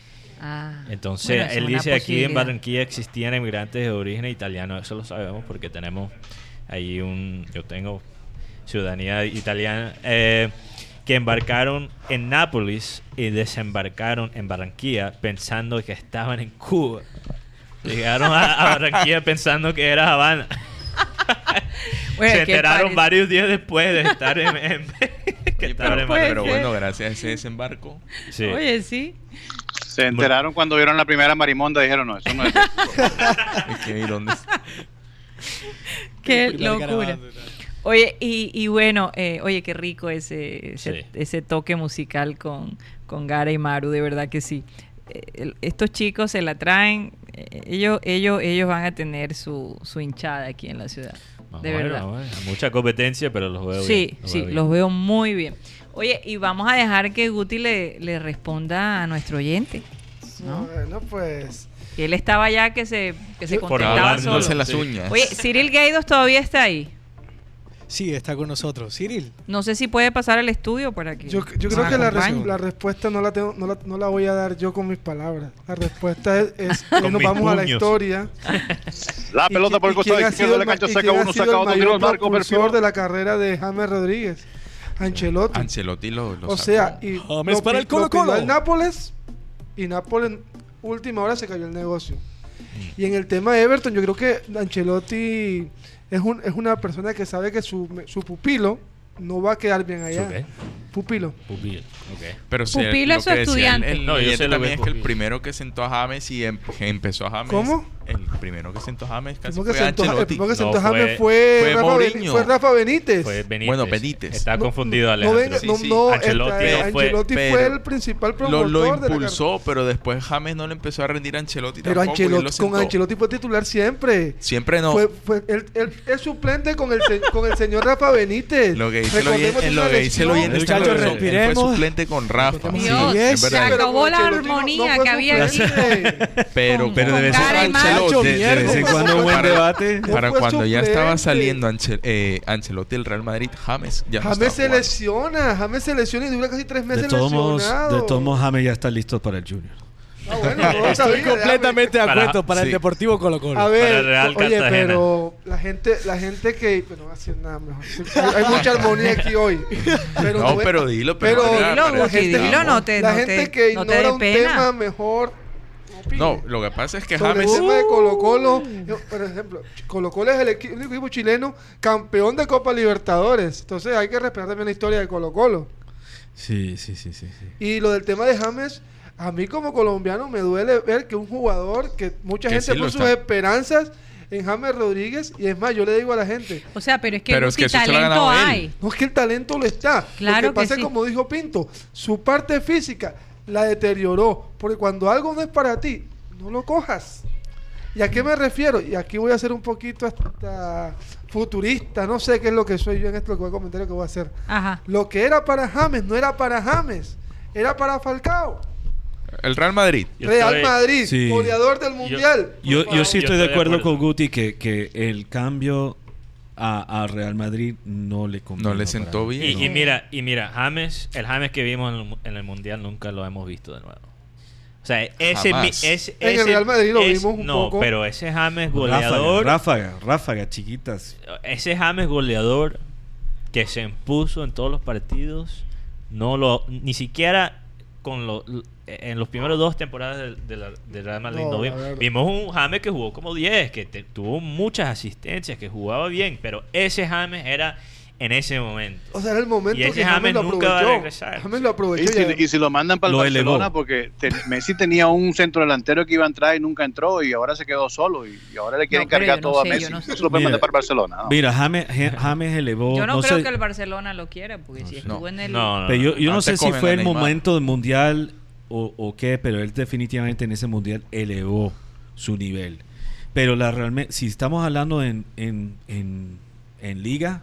Ah. Entonces, Bueno, esa es él una dice aquí en posibilidad. Barranquilla existían inmigrantes de origen italiano. Eso lo sabemos porque tenemos ahí un... Yo tengo ciudadanía italiana. Eh, que embarcaron en Nápoles y desembarcaron en Barranquilla pensando que estaban en Cuba. Llegaron a, a Barranquilla pensando que era Habana. Bueno, Se ¿qué enteraron parece? varios días después de estar en... en- que Oye, estaban pero, en puede pero ser. bueno, gracias a ese desembarco. Sí. Oye, sí. Se enteraron cuando vieron la primera marimonda, dijeron, no, eso no es... Es que, ¿y dónde? Qué El primer locura. garabato, ¿no? Oye, y, y bueno, eh, oye, qué rico ese, ese, Sí. ese toque musical con, con Gara y Maru, de verdad que sí. Eh, el- estos chicos se la traen, eh, ellos, ellos, ellos van a tener su, su hinchada aquí en la ciudad, Vamos de a ver, verdad. vamos a ver. Mucha competencia, pero los veo Sí, bien. los sí, veo bien. los veo muy bien. Oye, y vamos a dejar que Guti le, le responda a nuestro oyente, ¿no? Bueno, pues. Que él estaba allá que se, que se Por contentaba lavándose solo. las Sí. uñas. Oye, Cyril Gaidos todavía está ahí. Sí, está con nosotros. Cyril. No sé si puede pasar al estudio para que Yo, yo nos creo que la, res- acompañe. la respuesta no la, tengo, no, la, no la voy a dar yo con mis palabras. La respuesta es, es que Con nos mis vamos a la puños. historia. La Y pelota qui- por el y quién costado ha izquierdo sido de la el ma- cancha, y saca quién ha uno, sido saca el otro, mayor tiro al marco, propulsor perfil. de la carrera de James Rodríguez. Ancelotti. Ancelotti lo, lo O sacó. sea, y James lo, para pi- el Colo-Colo. lo pidió el Nápoles y Nápoles en última hora se cayó el negocio. Y en el tema de Everton, yo creo que Ancelotti es, un, es una persona que sabe que su, su pupilo no va a quedar bien allá. ¿Su qué? Pupilo. Pupil. Ok. Pero si Pupilo lo es su que decía estudiante. El, el No, yo oyente sé lo también que es es que el pupil. primero que sentó a James y em- que empezó a James. ¿Cómo? El primero que sentó a James casi El primero que fue sentó, el Ancelotti. primero que No, sentó a fue- James fue, fue Rafa, Mourinho. Beni- fue Rafa Benítez. Fue Benítez. Bueno, Benítez. Está No- confundido no, Alejandro. venga, Sí, no, sí. no, Ancelotti el- no fue- Ancelotti fue pero el principal Lo, promotor lo de la impulsó, pero después James no le empezó a rendir a Ancelotti Pero tampoco, y él lo Ancelotti, con sentó. Ancelotti fue titular siempre. Siempre no. Fue, fue él, él es suplente con el, se- con el señor Rafa Benítez. Lo que dice el Recordemos oyente, que lo una que dice el lesión. oyente está Muchachos, razón. Él fue respiremos. suplente con Rafa. Dios, Sí, se es Se verdad. Pero acabó con la Ancelotti no- armonía no fue que había suplente. aquí. Pero, Con- Pero con debe ser cara y Ancelotti, macho, de, de vez en mierda. cuando un buen Para- debate. No para fue cuando ya estaba suplente. saliendo Anche- eh, Ancelotti del Real Madrid, James ya no James estaba se jugando. lesiona, James se lesiona y dura casi tres meses De todos modos, lesionado. de todos modos, James ya está listo para el Junior. Ah, bueno, no lo sabía, Estoy completamente de Para- acuerdo para el sí. Deportivo Colo-Colo. A Para ver, el Real oye, Cartagena. pero la gente, la gente que, bueno, no va a decir nada mejor. Hay, hay mucha armonía aquí hoy. Pero No, voy- pero dilo, pero pero ya, Dilo, para- la Guti, gente, dilo, no te- la no gente te- que no te ignora dé un pena. tema mejor. opine. No, lo que pasa es que Sobre James. el tema de Colo-Colo, yo, por ejemplo, Colo-Colo es el equi- único equipo chileno campeón de Copa Libertadores. Entonces hay que respetar también la historia de Colo-Colo. Sí, sí, sí, sí. sí. Y lo del tema de James, a mí como colombiano me duele ver que un jugador que mucha Que gente sí lo puso está. sus esperanzas en James Rodríguez, y es más, yo le digo a la gente, O sea, pero es que, Pero es Guti, que eso se lo ha talento ganado él. hay. no es que el talento lo está. Claro lo que que pasa sí. es como dijo Pinto, su parte física la deterioró, porque cuando algo no es para ti, no lo cojas. ¿Y a qué me refiero? Y aquí voy a ser un poquito hasta futurista, no sé qué es lo que soy yo en esto, lo que voy a comentar, lo que voy a hacer. Ajá. Lo que era para James no era para James, era para Falcao. El Real Madrid. Yo Real estoy- Madrid, Sí. goleador del Mundial. Yo, Por yo sí favor. estoy de acuerdo, acuerdo. con Guti que, que el cambio a, a Real Madrid no le convino. No le sentó para- bien. Y, y mira, y mira, James, el James que vimos en el, mu- en el Mundial nunca lo hemos visto de nuevo. O sea, ese, mi- Jamás. ese, En el ese- Real Madrid lo es- vimos un no, poco. pero ese James Ráfaga, goleador, ráfaga, ráfaga, chiquitas. ese James goleador que se impuso en todos los partidos, no lo, ni siquiera con lo, en los primeros dos temporadas del de la- del Real Madrid No, no la vimos, verdad. vimos un James que jugó como diez, que te- tuvo muchas asistencias, que jugaba bien, pero ese James era en ese momento. O sea, era el momento Y ese que James James lo nunca va a aprovechó. regresar. James lo Y aprovechó. si, y- y si lo mandan para el Lo Barcelona, elevó. porque te- Messi tenía un centro delantero que iba a entrar y nunca entró, y ahora se quedó solo, y, y ahora le quieren No, pero cargar yo no todo sé, a yo Messi. no sé. Eso lo pueden Mira, mandar para el Barcelona. ¿no? Mira, James, Ja- James elevó. Yo no, no creo sé- que el Barcelona lo quiera, porque si No. estuvo en el... No, no, Pero yo, yo no sé Antes si cogen fue a el Neymar. momento del mundial o, o qué, pero él definitivamente en ese mundial elevó su nivel. Pero la realmente, si estamos hablando en, en, en, en liga,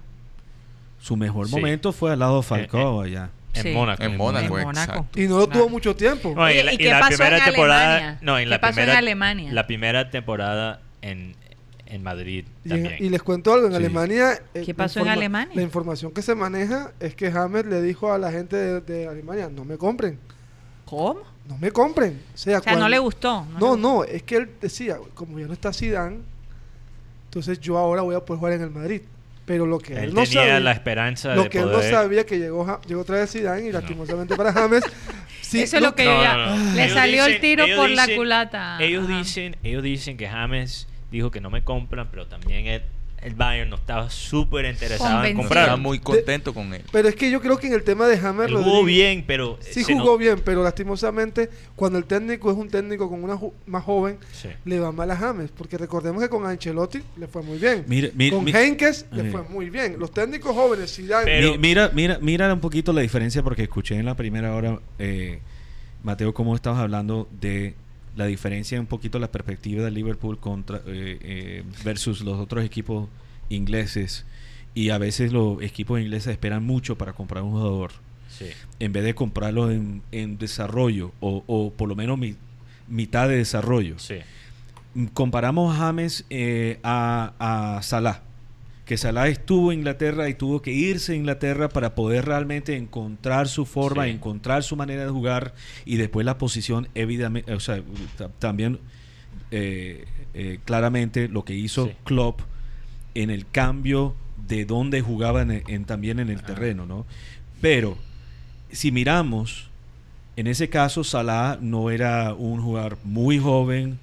su mejor Sí. momento fue al lado de Falcao allá. En Sí. Mónaco. En Mónaco, En Mónaco. exacto. Y no lo Claro. tuvo mucho tiempo. No, y Oye, la, ¿y y qué la pasó primera en temporada, Alemania? no, en ¿Qué la pasó en primera, Alemania? la primera temporada en, en Madrid Y, en- también. y les cuento algo, en Sí. Alemania... eh, ¿Qué la pasó en informa- Alemania? La información que se maneja es que James le dijo a la gente de, de Alemania, no me compren, ¿Cómo? no me compren. O sea, O sea, no cuando- le gustó. No, le- no, es que él decía, como ya no está Zidane, entonces yo ahora voy a poder jugar en el Madrid. Pero lo que él, Él no tenía sabía, la esperanza lo de que él no poder... sabía que llegó Ja- llegó otra vez Zidane y lastimosamente para James, sí, Eso es lo que No, yo ya... no, no. Le Ellos salió el dicen- tiro ellos por la dicen- culata. Ellos Ajá. dicen, ellos dicen que James dijo que no me compran, pero también el, el Bayern no estaba súper interesado en Convencido. comprar. Estaba muy contento con él. Pero es que yo creo que en el tema de James Él jugó Rodríguez- bien, pero Sí se jugó no- bien, pero lastimosamente cuando el técnico es un técnico con una ju- más joven, Sí. le va mal a James, porque recordemos que con Ancelotti le fue muy bien. Mira, mira, con mira- Henkes le Eh. fue muy bien. Los técnicos jóvenes, Zidane, Pero- Mi- mira, mira, mira un poquito la diferencia porque escuché en la primera hora, eh, Mateo, cómo estabas hablando de la diferencia, un poquito la perspectiva de Liverpool contra eh, eh, versus los otros equipos ingleses, y a veces los equipos ingleses esperan mucho para comprar un jugador Sí. en vez de comprarlo en, en desarrollo o, o por lo menos mi- mitad de desarrollo. Sí. Comparamos a James eh, a, a Salah, que Salah estuvo en Inglaterra y tuvo que irse a Inglaterra para poder realmente encontrar su forma, Sí. encontrar su manera de jugar, y después la posición, evidentemente, o sea, ta- también eh, eh, claramente lo que hizo Sí. Klopp en el cambio de dónde jugaban en, en- también en el Ajá. terreno, ¿no? Pero si miramos, en ese caso Salah no era un jugador muy joven,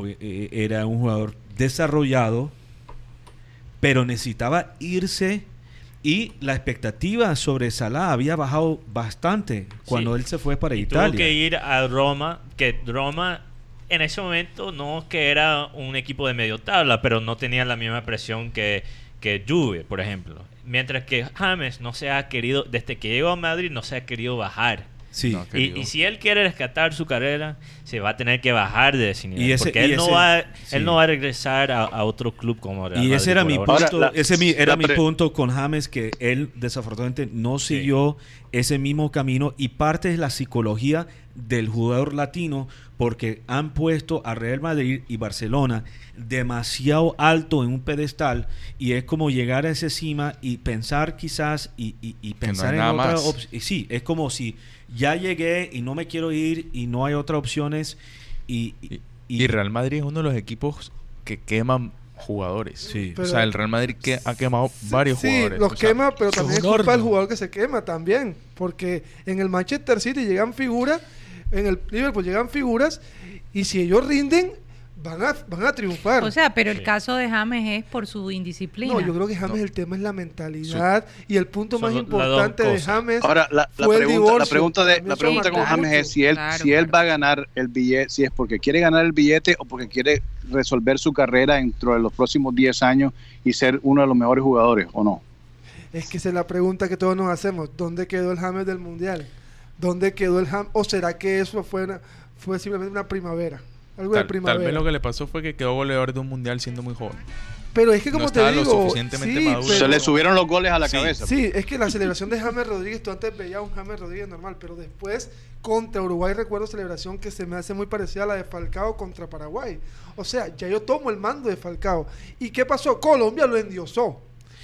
era un jugador desarrollado, pero necesitaba irse y la expectativa sobre Salah había bajado bastante cuando Sí. él se fue para Y Italia. tuvo que ir a Roma, que Roma en ese momento no que era un equipo de medio tabla, pero no tenía la misma presión que, que Juve, por ejemplo. Mientras que James no se ha querido, desde que llegó a Madrid, no se ha querido bajar. Sí. No, Y, querido. y si él quiere rescatar su carrera, se va a tener que bajar de ese nivel. Y ese- porque y él, ese- no va, sí. él no va a regresar a, a otro club como Real Y ese Madrid era por mi ahora. punto, Ahora, la- ese mi- era la mi pre- punto con James, que él desafortunadamente no Sí. siguió ese mismo camino, y parte de la psicología del jugador latino, porque han puesto a Real Madrid y Barcelona demasiado alto en un pedestal, y es como llegar a esa cima y pensar quizás y, y- y no pensar hay en nada otra más. opción. Sí, es como si ya llegué y no me quiero ir y no hay otras opciones, y, y- Y Real Madrid es uno de los equipos que queman jugadores. Sí. O sea, el Real Madrid que ha quemado varios Sí, jugadores. los o sea, quema, pero también es un culpa del horno. jugador que se quema también. Porque en el Manchester City llegan figuras, en el Liverpool llegan figuras, y si ellos rinden, van a, van a triunfar. O sea, pero el Sí. caso de James es por su indisciplina. no, yo creo que James el tema es la mentalidad, y el punto son más lo- las dos importante de cosas. James Ahora, la, la fue el pregunta, la divorcio. pregunta, de, También la eso pregunta con marcó James mucho. es si él, Claro, si él claro. va a ganar el billete, si es porque quiere ganar el billete o porque quiere resolver su carrera dentro de los próximos diez años y ser uno de los mejores jugadores, ¿o no? Es que esa es la pregunta que todos nos hacemos. ¿Dónde quedó el James del Mundial? ¿Dónde quedó el James? ¿O será que eso fue, una- fue simplemente una primavera? Algo de tal, primavera. tal vez lo que le pasó fue que quedó goleador de un mundial siendo muy joven. Pero es que como no te estaba lo digo, suficientemente sí, maduro. pero- Se le subieron los goles a la Sí. cabeza. Sí, es que la celebración de James Rodríguez, tú antes veías un James Rodríguez normal, pero después contra Uruguay recuerdo celebración que se me hace muy parecida a la de Falcao contra Paraguay. O sea, ya yo tomo el mando de Falcao. ¿Y qué pasó? Colombia lo endiosó.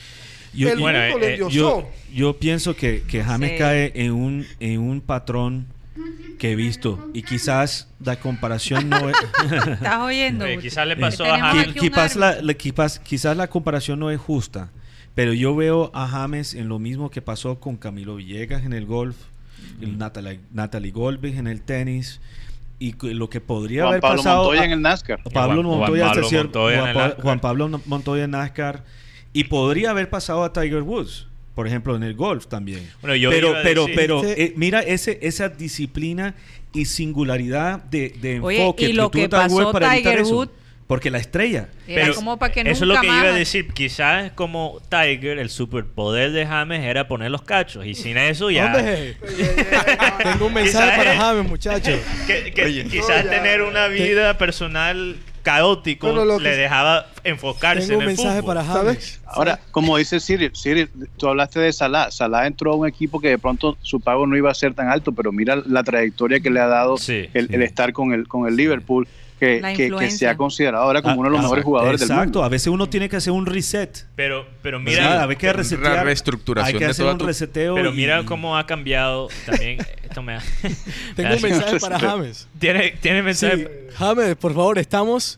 Yo, El bueno, mundo eh, lo eh, endiosó. yo, yo pienso que, que James Sí. cae en un, en un patrón que he visto, y quizás la comparación no es... ¿Estás oyendo? Eh, Guti? quizás le Que pasó a tenemos James. aquí un quizás, la, árbitro. la- quizás, quizás la comparación no es justa, pero yo veo a James en lo mismo que pasó con Camilo Villegas en el golf, el Natalie, Natalie Golbis en el tenis, y cu- lo que podría Juan haber Pablo pasado Montoya a- en el NASCAR. Pablo Juan- Juan Montoya, hasta Pablo cier- Montoya en Juan, el Pa- NASCAR. Juan Pablo No- Montoya en NASCAR, y podría haber pasado a Tiger Woods, por ejemplo, en el golf también. Bueno, yo pero iba a pero decir- pero Este- eh, mira ese esa disciplina y singularidad de, de Oye, enfoque y lo tú que tal vez pasó para evitar Tiger eso. Woods- Porque la estrella. Era Pero como para que eso es lo nunca que yo iba a más- decir. Quizás como Tiger, el superpoder de James era poner los cachos. Y sin eso ya... Hombre, Tengo tengo un mensaje Quizás para es- James, muchachos. que, que Oye. quizás No, ya. tener una vida personal caótico Bueno, lo que- le dejaba enfocarse Tengo un en el mensaje fútbol. para ¿Sabes? James. Ahora, como dice Cyril, Cyril, tú hablaste de Salah. Salah entró a un equipo que de pronto su pago no iba a ser tan alto, pero mira la trayectoria que le ha dado Sí, el, sí. el estar con el con el Liverpool, que, La que- que se influencia. ha considerado ahora como Ah, uno de los ah, mejores jugadores del Exacto, mundo. a veces uno tiene que hacer un reset. Pero, pero Mira, mira, a ver que una resetear. reestructuración Hay que de hacer toda un tu- reseteo. pero y- mira cómo ha cambiado también. Esto me, Tengo me un hace- mensaje para James. ¿Tiene, tiene Sí, mensaje? James, por favor, estamos.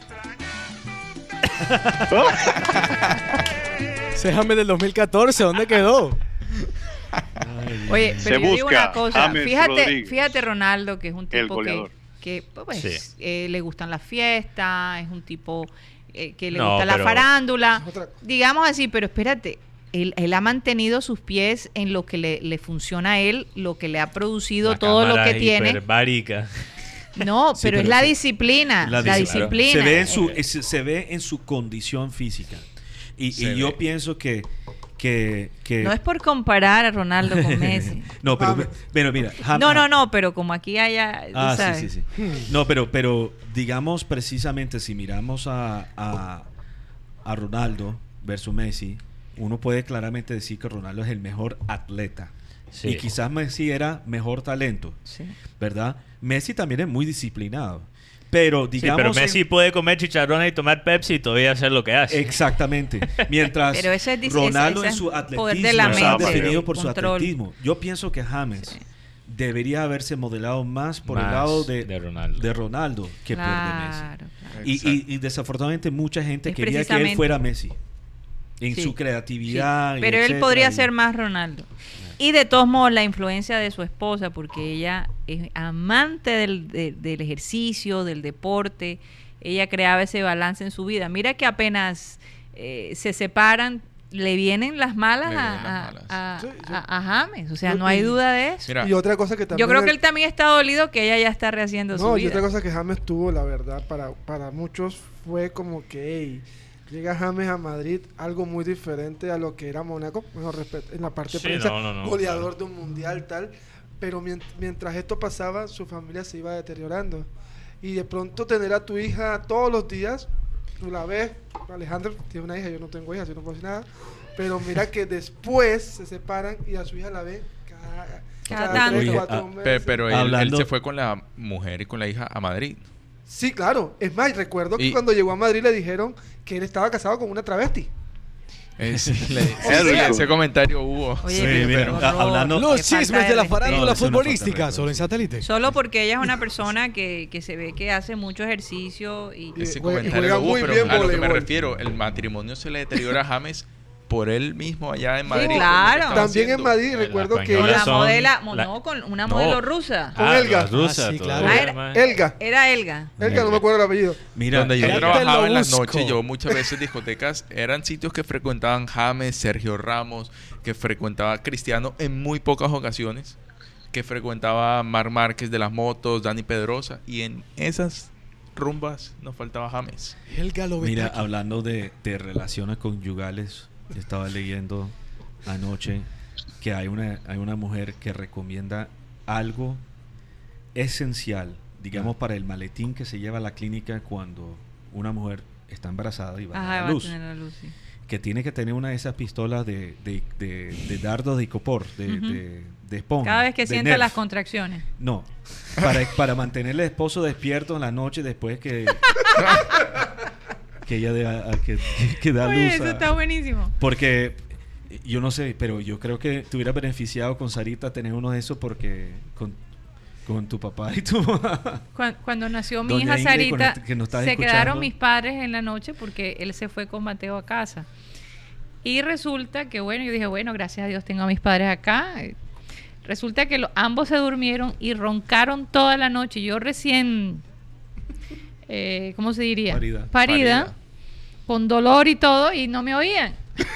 Ese James del dos mil catorce, ¿dónde quedó? Oye, Se pero yo digo busca una cosa. James Fíjate, Rodríguez. fíjate Ronaldo, que es un El tipo que, goleador. que pues, Sí. eh, le gustan las fiestas, es un tipo eh, que le No, gusta la pero- farándula. Es otra- Digamos así, pero espérate. Él, él ha mantenido sus pies en lo que le, le funciona a él, lo que le ha producido La todo lo cámara que tiene. hiperbárica. No, Sí, pero, pero es la sí. disciplina. La, La disciplina. Se ve en su, Eh, es- se ve en su condición física. Y, Se y yo ve. pienso que. que, que No es por comparar a Ronaldo con Messi. no, pero, James. pero mira. Jam- No, no, no, pero como aquí haya, tú Ah, sabes. sí, sí, sí. No, pero, pero digamos precisamente si miramos a, a, a Ronaldo versus Messi, uno puede claramente decir que Ronaldo es el mejor atleta. Sí. Y quizás Messi era mejor talento, Sí. ¿verdad? Messi también es muy disciplinado. Pero Sí, digamos... pero Messi puede comer chicharrones y tomar Pepsi y todavía hacer lo que hace. Exactamente. Mientras Pero eso es dis- Ronaldo ese- en ese su es atletismo poder de la está mente, definido por su control. atletismo. Yo pienso que James Sí. debería haberse modelado más por el Más lado de, de Ronaldo. de Ronaldo que por de Messi. Claro, claro. Y, Exacto. y- y desafortunadamente mucha gente Es quería que él precisamente- fuera Messi en Sí, su creatividad. Sí. y Pero él etcétera, podría y- ser más Ronaldo. Y de todos modos, la influencia de su esposa, porque ella es amante del, de, del ejercicio, del deporte, ella creaba ese balance en su vida. Mira que apenas eh, se separan, le vienen las malas, Le a, vienen las a- malas. a- Sí, sí. a- a James. O sea, Yo- no hay y- duda de eso. Mira, Y otra cosa que también... Yo creo que el- él también está dolido que ella ya está rehaciendo su No, y vida. otra cosa que James tuvo, la verdad, para, para muchos fue como que, hey, llega James a Madrid, algo muy diferente a lo que era Mónaco, bueno, respe- en la parte de Sí, prensa, no, no, no, goleador de un mundial, tal, pero mien- mientras esto pasaba, su familia se iba deteriorando. Y de pronto tener a tu hija todos los días, tú la ves, Alejandro tiene una hija, yo no tengo hija, yo no puedo decir nada, pero mira que después se separan y a su hija la ven cada, Cada cada tres, tanto. cuatro Oye, meses. Pe- pero él, Hablando- él se fue con la mujer y con la hija a Madrid. Sí, claro. Es más, recuerdo que Y- cuando llegó a Madrid le dijeron que él estaba casado con una travesti. Eh, sí, le- sea- ese comentario hubo. Oye, Sí, pero mira, qué a- horror, hablando- qué Los falta chismes de la respeto. farándula No, es una falta de futbolística, respeto. solo en satélite. Solo porque ella es una persona que, que se ve que hace mucho ejercicio y... Y Ese juega- y comentario juega lo hubo, muy pero bien a lo que me voleibol. refiero, el matrimonio se le deteriora a James por él mismo allá en Madrid. claro. Estaba También en haciendo- Madrid Eh, recuerdo la que Con española la son- modela, mo- la- no, con una No. modelo rusa. Con Elga. la rusa, Ah, sí, todavía, claro. Era- más. Elga. Era Elga. Elga, no me acuerdo el apellido. Mira, donde yo eh, Ya te trabajaba lo en las busco. noches, yo muchas veces discotecas eran sitios que frecuentaban James, Sergio Ramos, que frecuentaba Cristiano en muy pocas ocasiones, que frecuentaba Mar Márquez de las motos, Dani Pedrosa, y en esas rumbas nos faltaba James. Helga lo mira, hablando de, de relaciones conyugales, yo estaba leyendo anoche que hay una, hay una mujer que recomienda algo esencial, digamos, para el maletín que se lleva a la clínica cuando una mujer está embarazada y va Ajá, a va dar a luz. tener la luz, sí. Que tiene que tener una de esas pistolas de, de, de, de dardos de icopor, de, Ujú. de, de esponja. Cada vez que de sienta Nerf. las contracciones. No, para, para mantener al esposo despierto en la noche después que que ella de- a- que, que da Oye, luz. eso a- está buenísimo. Porque yo no sé, pero yo creo que te hubiera beneficiado con Sarita tener uno de esos porque con, con tu papá y tu mamá. Cuan- Cuando nació mi Doña hija Ingrid, con Sarita, el- que nos estás se escuchando. quedaron mis padres en la noche porque él se fue con Mateo a casa. Y resulta que, bueno, yo dije, bueno, gracias a Dios tengo a mis padres acá. Eh, Resulta que lo- ambos se durmieron y roncaron toda la noche. Yo recién, eh, ¿cómo se diría? Parida. Parida, Parida. con dolor y todo, y no me oían.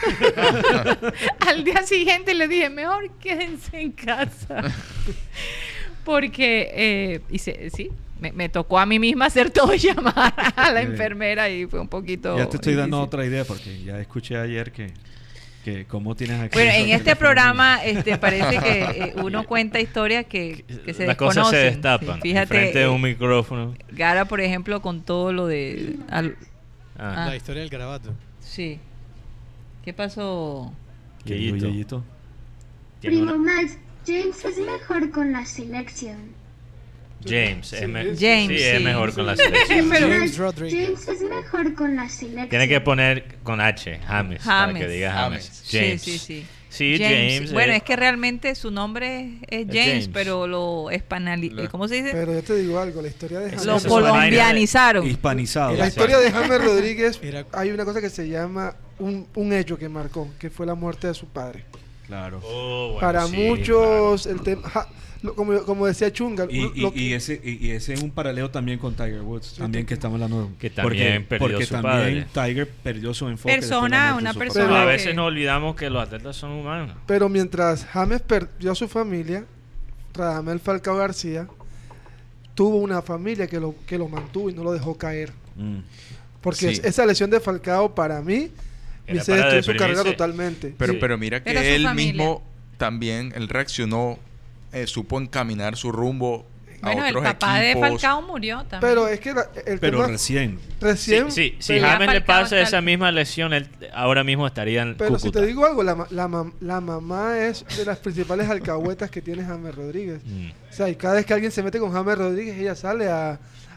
Al día siguiente le dije, mejor quédense en casa. Porque, eh, hice, sí, me, me tocó a mí misma hacer todo y llamar a la Eh, enfermera y fue un poquito Ya te estoy dando difícil. otra idea porque ya escuché ayer que, que cómo tienes acceso Bueno, en al este teléfono programa este, parece que eh, uno cuenta historias que, que se Las cosas se desconocen. destapan. Sí, fíjate, Frente de eh, un micrófono. Gara, por ejemplo, con todo lo de... al- Ah. Ah. La historia del garabato. sí. ¿Qué pasó? ¿Qué dijo Yeyito. Yeyito? Tiene Primo una- Max, James es mejor con la selección. James, es, me- James, sí, es sí. mejor con la selección. Pero- James Rodriguez. James es mejor con la selección. Tiene que poner con H, James, para James. que diga James. James. James. Sí, sí, sí. Sí, James. Bueno, eh, es que realmente su nombre es, es James, James. pero lo espanali... Lo- ¿Cómo se dice? Pero yo te digo algo, la historia de James... Lo Eso es colombianizaron. Hispanizado. La historia de James Rodríguez, Era- hay una cosa que se llama un, un hecho que marcó, que fue la muerte de su padre. Claro. oh, bueno, Para sí, muchos, el tema, ja, lo- como, como decía Chunga, Y, y- lo que- y ese, y, y ese es un paralelo también con Tiger Woods, también que estamos hablando. Que también perdió porque su también Tiger perdió su enfoque. después de la Persona, muerte de una su persona papá. claro. A que- veces nos olvidamos que los atletas son humanos. pero mientras James perdió a su familia, Radamel Falcao García tuvo una familia que lo, que lo mantuvo y no lo dejó caer. Mm. Porque Sí. esa lesión de Falcao para mí Era me se para destruyó su carrera deprimirse. totalmente. Pero, Sí. pero mira que Pero su él familia. mismo también, él reaccionó, eh, supo encaminar su rumbo a Bueno, el otros papá equipos. de Falcao murió también. Pero es que la- el Pero tema recién. recién... Sí, sí, si pero ya James le Falcao pasa está- esa misma lesión, él ahora mismo estaría en Pero si Cúcuta. te digo algo, la, ma- la, mam- la mamá es de las principales alcahuetas que tiene James Rodríguez. Mm. O sea, y cada vez que alguien se mete con James Rodríguez, ella sale a,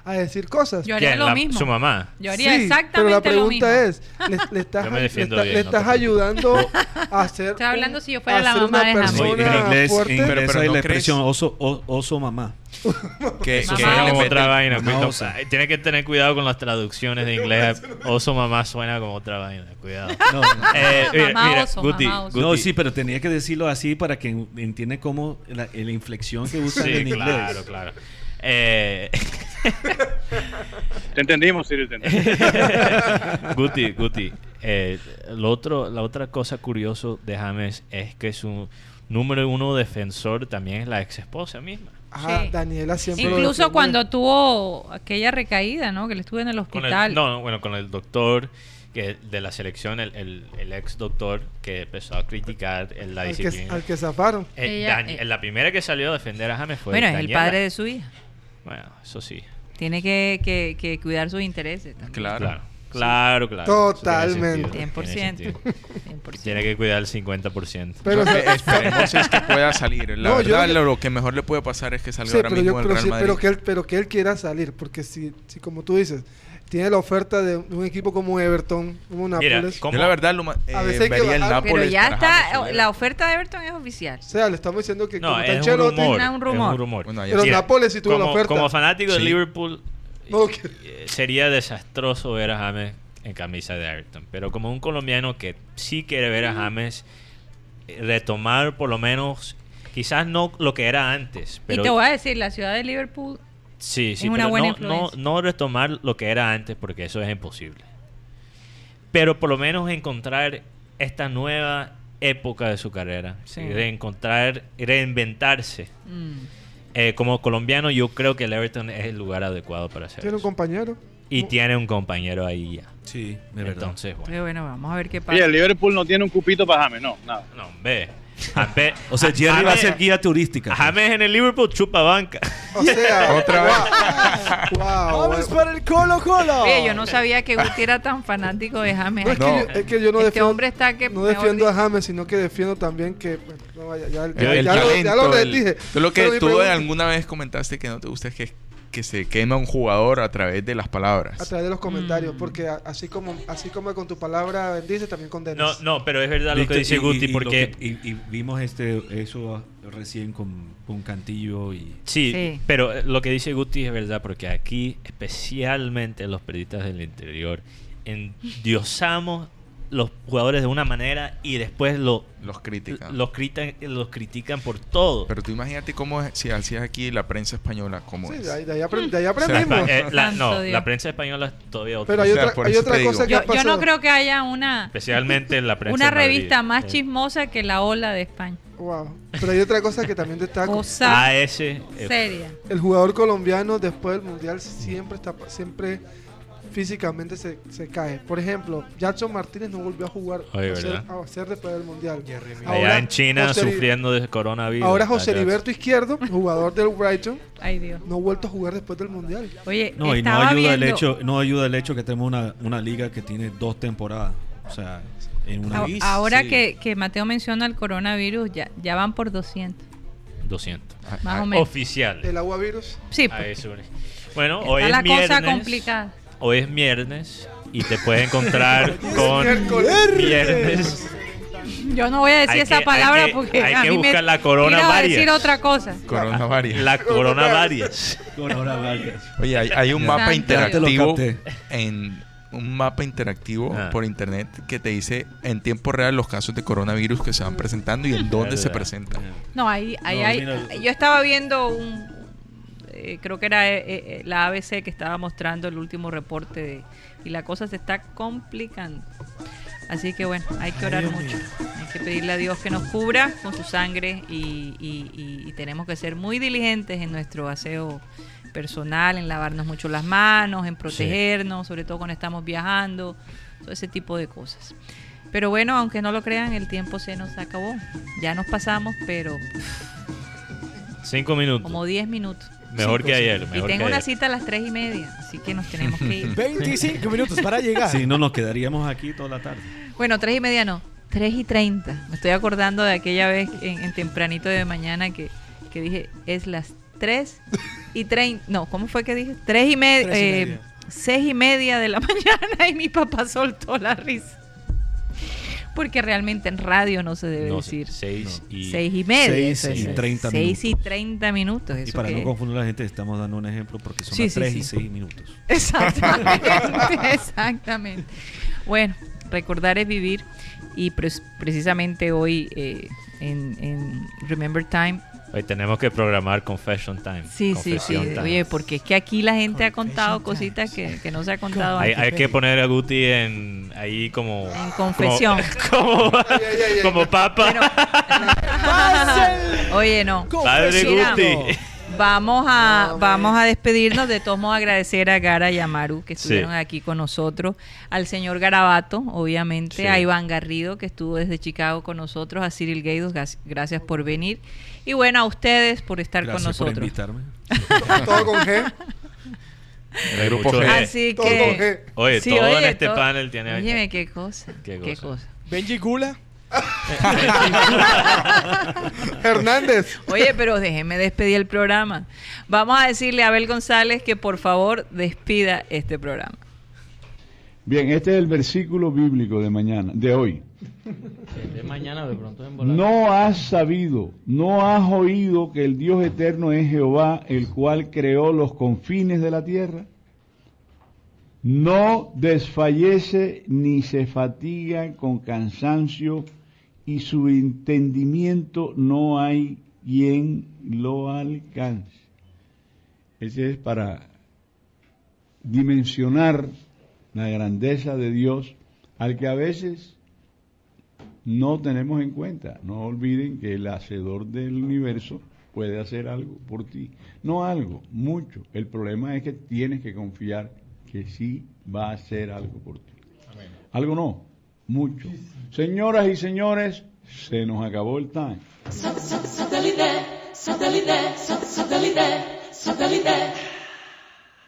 a decir cosas. Yo haría ¿Quién? lo La- mismo. Su mamá. Yo haría Sí, exactamente pero la lo pregunta mismo. es, le, le estás, Yo me le defiendo está- bien, le no te estás ayudando a hacer Estoy hablando un- si yo fuera a la ser mamá una de James. persona en inglés, fuerte. en inglés Pero- pero hay ¿no la crees? expresión oso, o- oso mamá. Que, Eso que Mamá suena le como mete- otra vaina. Mamá cuidado. oso. Tiene que tener cuidado con las traducciones de inglés. Oso mamá suena como otra vaina. Cuidado. No, Eh, mira, Mamá mira, oso, Guti, mamá oso. no, Guti. sí, pero tenía que decirlo así para que en- entiende cómo la, la inflexión que usan Sí, en inglés. claro, claro. Eh, Te entendimos, Sirio, te entendimos. Guti, Guti, eh, lo otro, la otra cosa curiosa de James es que su número uno defensor también es la ex esposa misma. Ah, Sí. Daniela siempre lo Incluso defiende. cuando tuvo aquella recaída, ¿no? Que le estuve en el Con el- hospital. no, bueno, con el doctor que de la selección, el, el, el ex doctor que empezó a criticar en la al que, disciplina. al que zafaron. Eh, Ella, Dan- eh, la primera que salió a defender a James fue bueno, es el Daniela. padre de su hija. Bueno, eso sí. Tiene que, que, que cuidar sus intereses también. Claro. Claro, claro, claro. Totalmente. Eso tiene cien por sentido, ciento. tiene sentido. cien por ciento. Tiene que cuidar el cincuenta por ciento. Pero, Lo que esperemos es que pueda salir. La No, yo verdad, creo que- lo que mejor le puede pasar es que salga sí, ahora pero, mismo yo, del pero, Real sí, Madrid. pero, que él, pero que él quiera salir, porque si, si como tú dices, tiene la oferta de un equipo como Everton, como Mira, Nápoles, ¿cómo- Yo la verdad lo ma- A eh, veces hay que vería el bajar. Nápoles Pero ya para James está, sobre- la oferta de Everton es oficial. o sea, le estamos diciendo que No, como está es un Ancelotti, rumor. No, un rumor. Es un rumor. Bueno, ahí Pero está. Nápoles sí tuvo como, la oferta. como fanático de Sí. Liverpool, No, que- eh, sería desastroso ver a James en camisa de Everton. Pero como un colombiano que sí quiere ver a James eh, retomar por lo menos, quizás no lo que era antes, pero y te voy a decir, la ciudad de Liverpool sí, sí, es una pero buena no, no, influencia. no retomar lo que era antes porque eso es imposible. Pero por lo menos encontrar esta nueva época de su carrera, Sí. reencontrar, reinventarse. Mm. Eh, como colombiano, yo creo que el Everton es el lugar adecuado para hacer tiene un eso. compañero. Y tiene un compañero ahí ya. Sí, de verdad. Entonces, bueno. Pero bueno, vamos a ver qué pasa. Oye, el Liverpool no tiene un cupito para James, no, nada. No, ve. James- O sea, Jerry va a ser guía turística. pues. James en el Liverpool chupa banca. O sea, Otra vez. Wow, ¡Vamos wow. para el Colo Colo! Oye, yo no sabía que Guti era tan fanático de James. No, es, No. Que yo, es que yo no Este defiendo, hombre está que no mejor defiendo a dicho. James, sino que defiendo también que... bueno, no, vaya, ya, ya- El, el ya lo, talento, ya lo el- dije. tú lo que Pero mi tú pregunta- alguna vez comentaste que no te gusta es que, que se quema un jugador a través de las palabras. A través de los comentarios, Mm. porque a- así como así como con tu palabra bendice, también No, condenas. no, pero es verdad lo Viste, que dice y- y- Guti, y lo porque... que- y, y vimos este eso recién con, con Cantillo y... Sí, Sí. pero eh, lo que dice Guti es verdad, porque aquí, especialmente los periodistas del interior, endiosamos los jugadores de una manera y después lo, Los critican. los, critican, los critican por todo. Pero tú imagínate cómo es, si hacías aquí la prensa española, cómo Sí, es. de ahí, de ahí aprend- de ahí sea, aprendimos. Eh, la, no, Santo Dios. la prensa española es todavía otra. Pero hay o sea, otra, por hay eso otra te digo. cosa que Yo, ha yo pasado. no creo que haya una, Especialmente en la prensa una de Madrid. revista más Eh, chismosa que la Ola de España. Wow. Pero hay otra cosa que también destaco. Cosa A ese... eh, seria. El jugador colombiano después del mundial siempre está siempre físicamente se, se cae. Por ejemplo, Jackson Martínez no volvió a jugar Oye, a, hacer, ¿verdad? a hacer después del mundial. allá Ahora, en China José Ri- sufriendo de coronavirus. Ahora José Allá- Heriberto Izquierdo, jugador del Brighton, Ay, Dios. no ha vuelto a jugar después del mundial. Oye, No, y no estaba ayuda, el viendo... hecho, no ayuda el hecho que tenemos una, una liga que tiene dos temporadas. O sea, en una... A- Ahora Sí. que, que Mateo menciona el coronavirus, ya, ya van por doscientos. doscientos. Más o menos. Oficiales. El agua virus. Sí, A pues, eso. Bueno, está hoy es la viernes. cosa complicada. Hoy es viernes y te puedes encontrar con Miércoles. viernes. Yo no voy a decir Hay esa que- palabra hay que- porque hay a que mí me buscar la corona tira a varias. decir otra cosa. Coronavirus. La corona varias. Coronavirus. Oye, hay, hay un Ya. mapa Santo interactivo Dios. en un mapa interactivo Ah. por internet que te dice en tiempo real los casos de coronavirus que se van presentando y en dónde se Verdad. presentan. No, ahí, ahí, No, hay- mira. yo estaba viendo un, eh, creo que era eh, eh, la A B C que estaba mostrando el último reporte de, y la cosa se está complicando. Así que bueno, hay que orar mucho, hay que pedirle a Dios que nos cubra con su sangre y, y- y- y tenemos que ser muy diligentes en nuestro aseo personal, en lavarnos mucho las manos, en protegernos, sobre todo cuando estamos viajando, todo ese tipo de cosas. Pero bueno, aunque no lo crean, el tiempo se nos acabó. Ya nos pasamos, pero Cinco minutos. como diez minutos. Mejor Cinco, que sí. ayer. Y Mejor tengo que una ayer. cita a las tres y media, así que nos tenemos que ir. veinticinco minutos para llegar. Si no, nos quedaríamos aquí toda la tarde. Bueno, tres y media no, tres y treinta. Me estoy acordando de aquella vez en, en tempranito de mañana que, que dije, es las tres y treinta, no, ¿cómo fue que dije? Tres y, me, Tres y eh, media. seis y media de la mañana y mi papá soltó la risa. Porque realmente en radio no se debe No, decir. seis y... Seis y media. Seis eso y es. treinta Seis y minutos. treinta minutos. Y eso para que- no confundir a la gente, estamos dando un ejemplo porque son Sí, las sí, tres sí. y seis minutos. Exactamente, exactamente. Bueno, recordar es vivir y pres- precisamente hoy eh, en, en Remember Time. Hoy tenemos que programar Confession Time. Sí, sí, sí. Confesión Time. Oye, porque es que aquí la gente ha contado cositas que, que no se ha contado Hay, antes. hay que poner a Guti en ahí como... En confesión. Como, como, como papa. Oye, no. Padre Mira, Guti. Vamos a, vamos a despedirnos. De todos modos, agradecer a Gara y a Maru que estuvieron Sí. aquí con nosotros. Al señor Garabato, obviamente. Sí. A Iván Garrido, que estuvo desde Chicago con nosotros. A Cyril Gaydos, gas- gracias por venir. Y bueno, a ustedes por estar Gracias con por nosotros. invitarme. Todo con G. El grupo Mucho G. Así Todo con que. G. Oye, Sí, todo en oye, este todo- panel tiene... Óyeme, qué cosa. Qué Qué cosa. cosa. Benji Gula. Hernández. Oye, pero déjenme despedir el programa. Vamos a decirle a Abel González que por favor despida este programa. Bien, este es el versículo bíblico de mañana, de hoy. De mañana de pronto en volar. No has sabido, no has oído que el Dios eterno es Jehová, el cual creó los confines de la tierra. No desfallece ni se fatiga con cansancio, y su entendimiento no hay quien lo alcance. Ese es para dimensionar la grandeza de Dios, al que a veces no tenemos en cuenta. No olviden que el hacedor del universo puede hacer algo por ti. No algo, mucho. El problema es que tienes que confiar que sí va a hacer algo por ti. Amén. Algo no, mucho. Señoras y señores, se nos acabó el time. Satellite, satellite, satellite, satellite.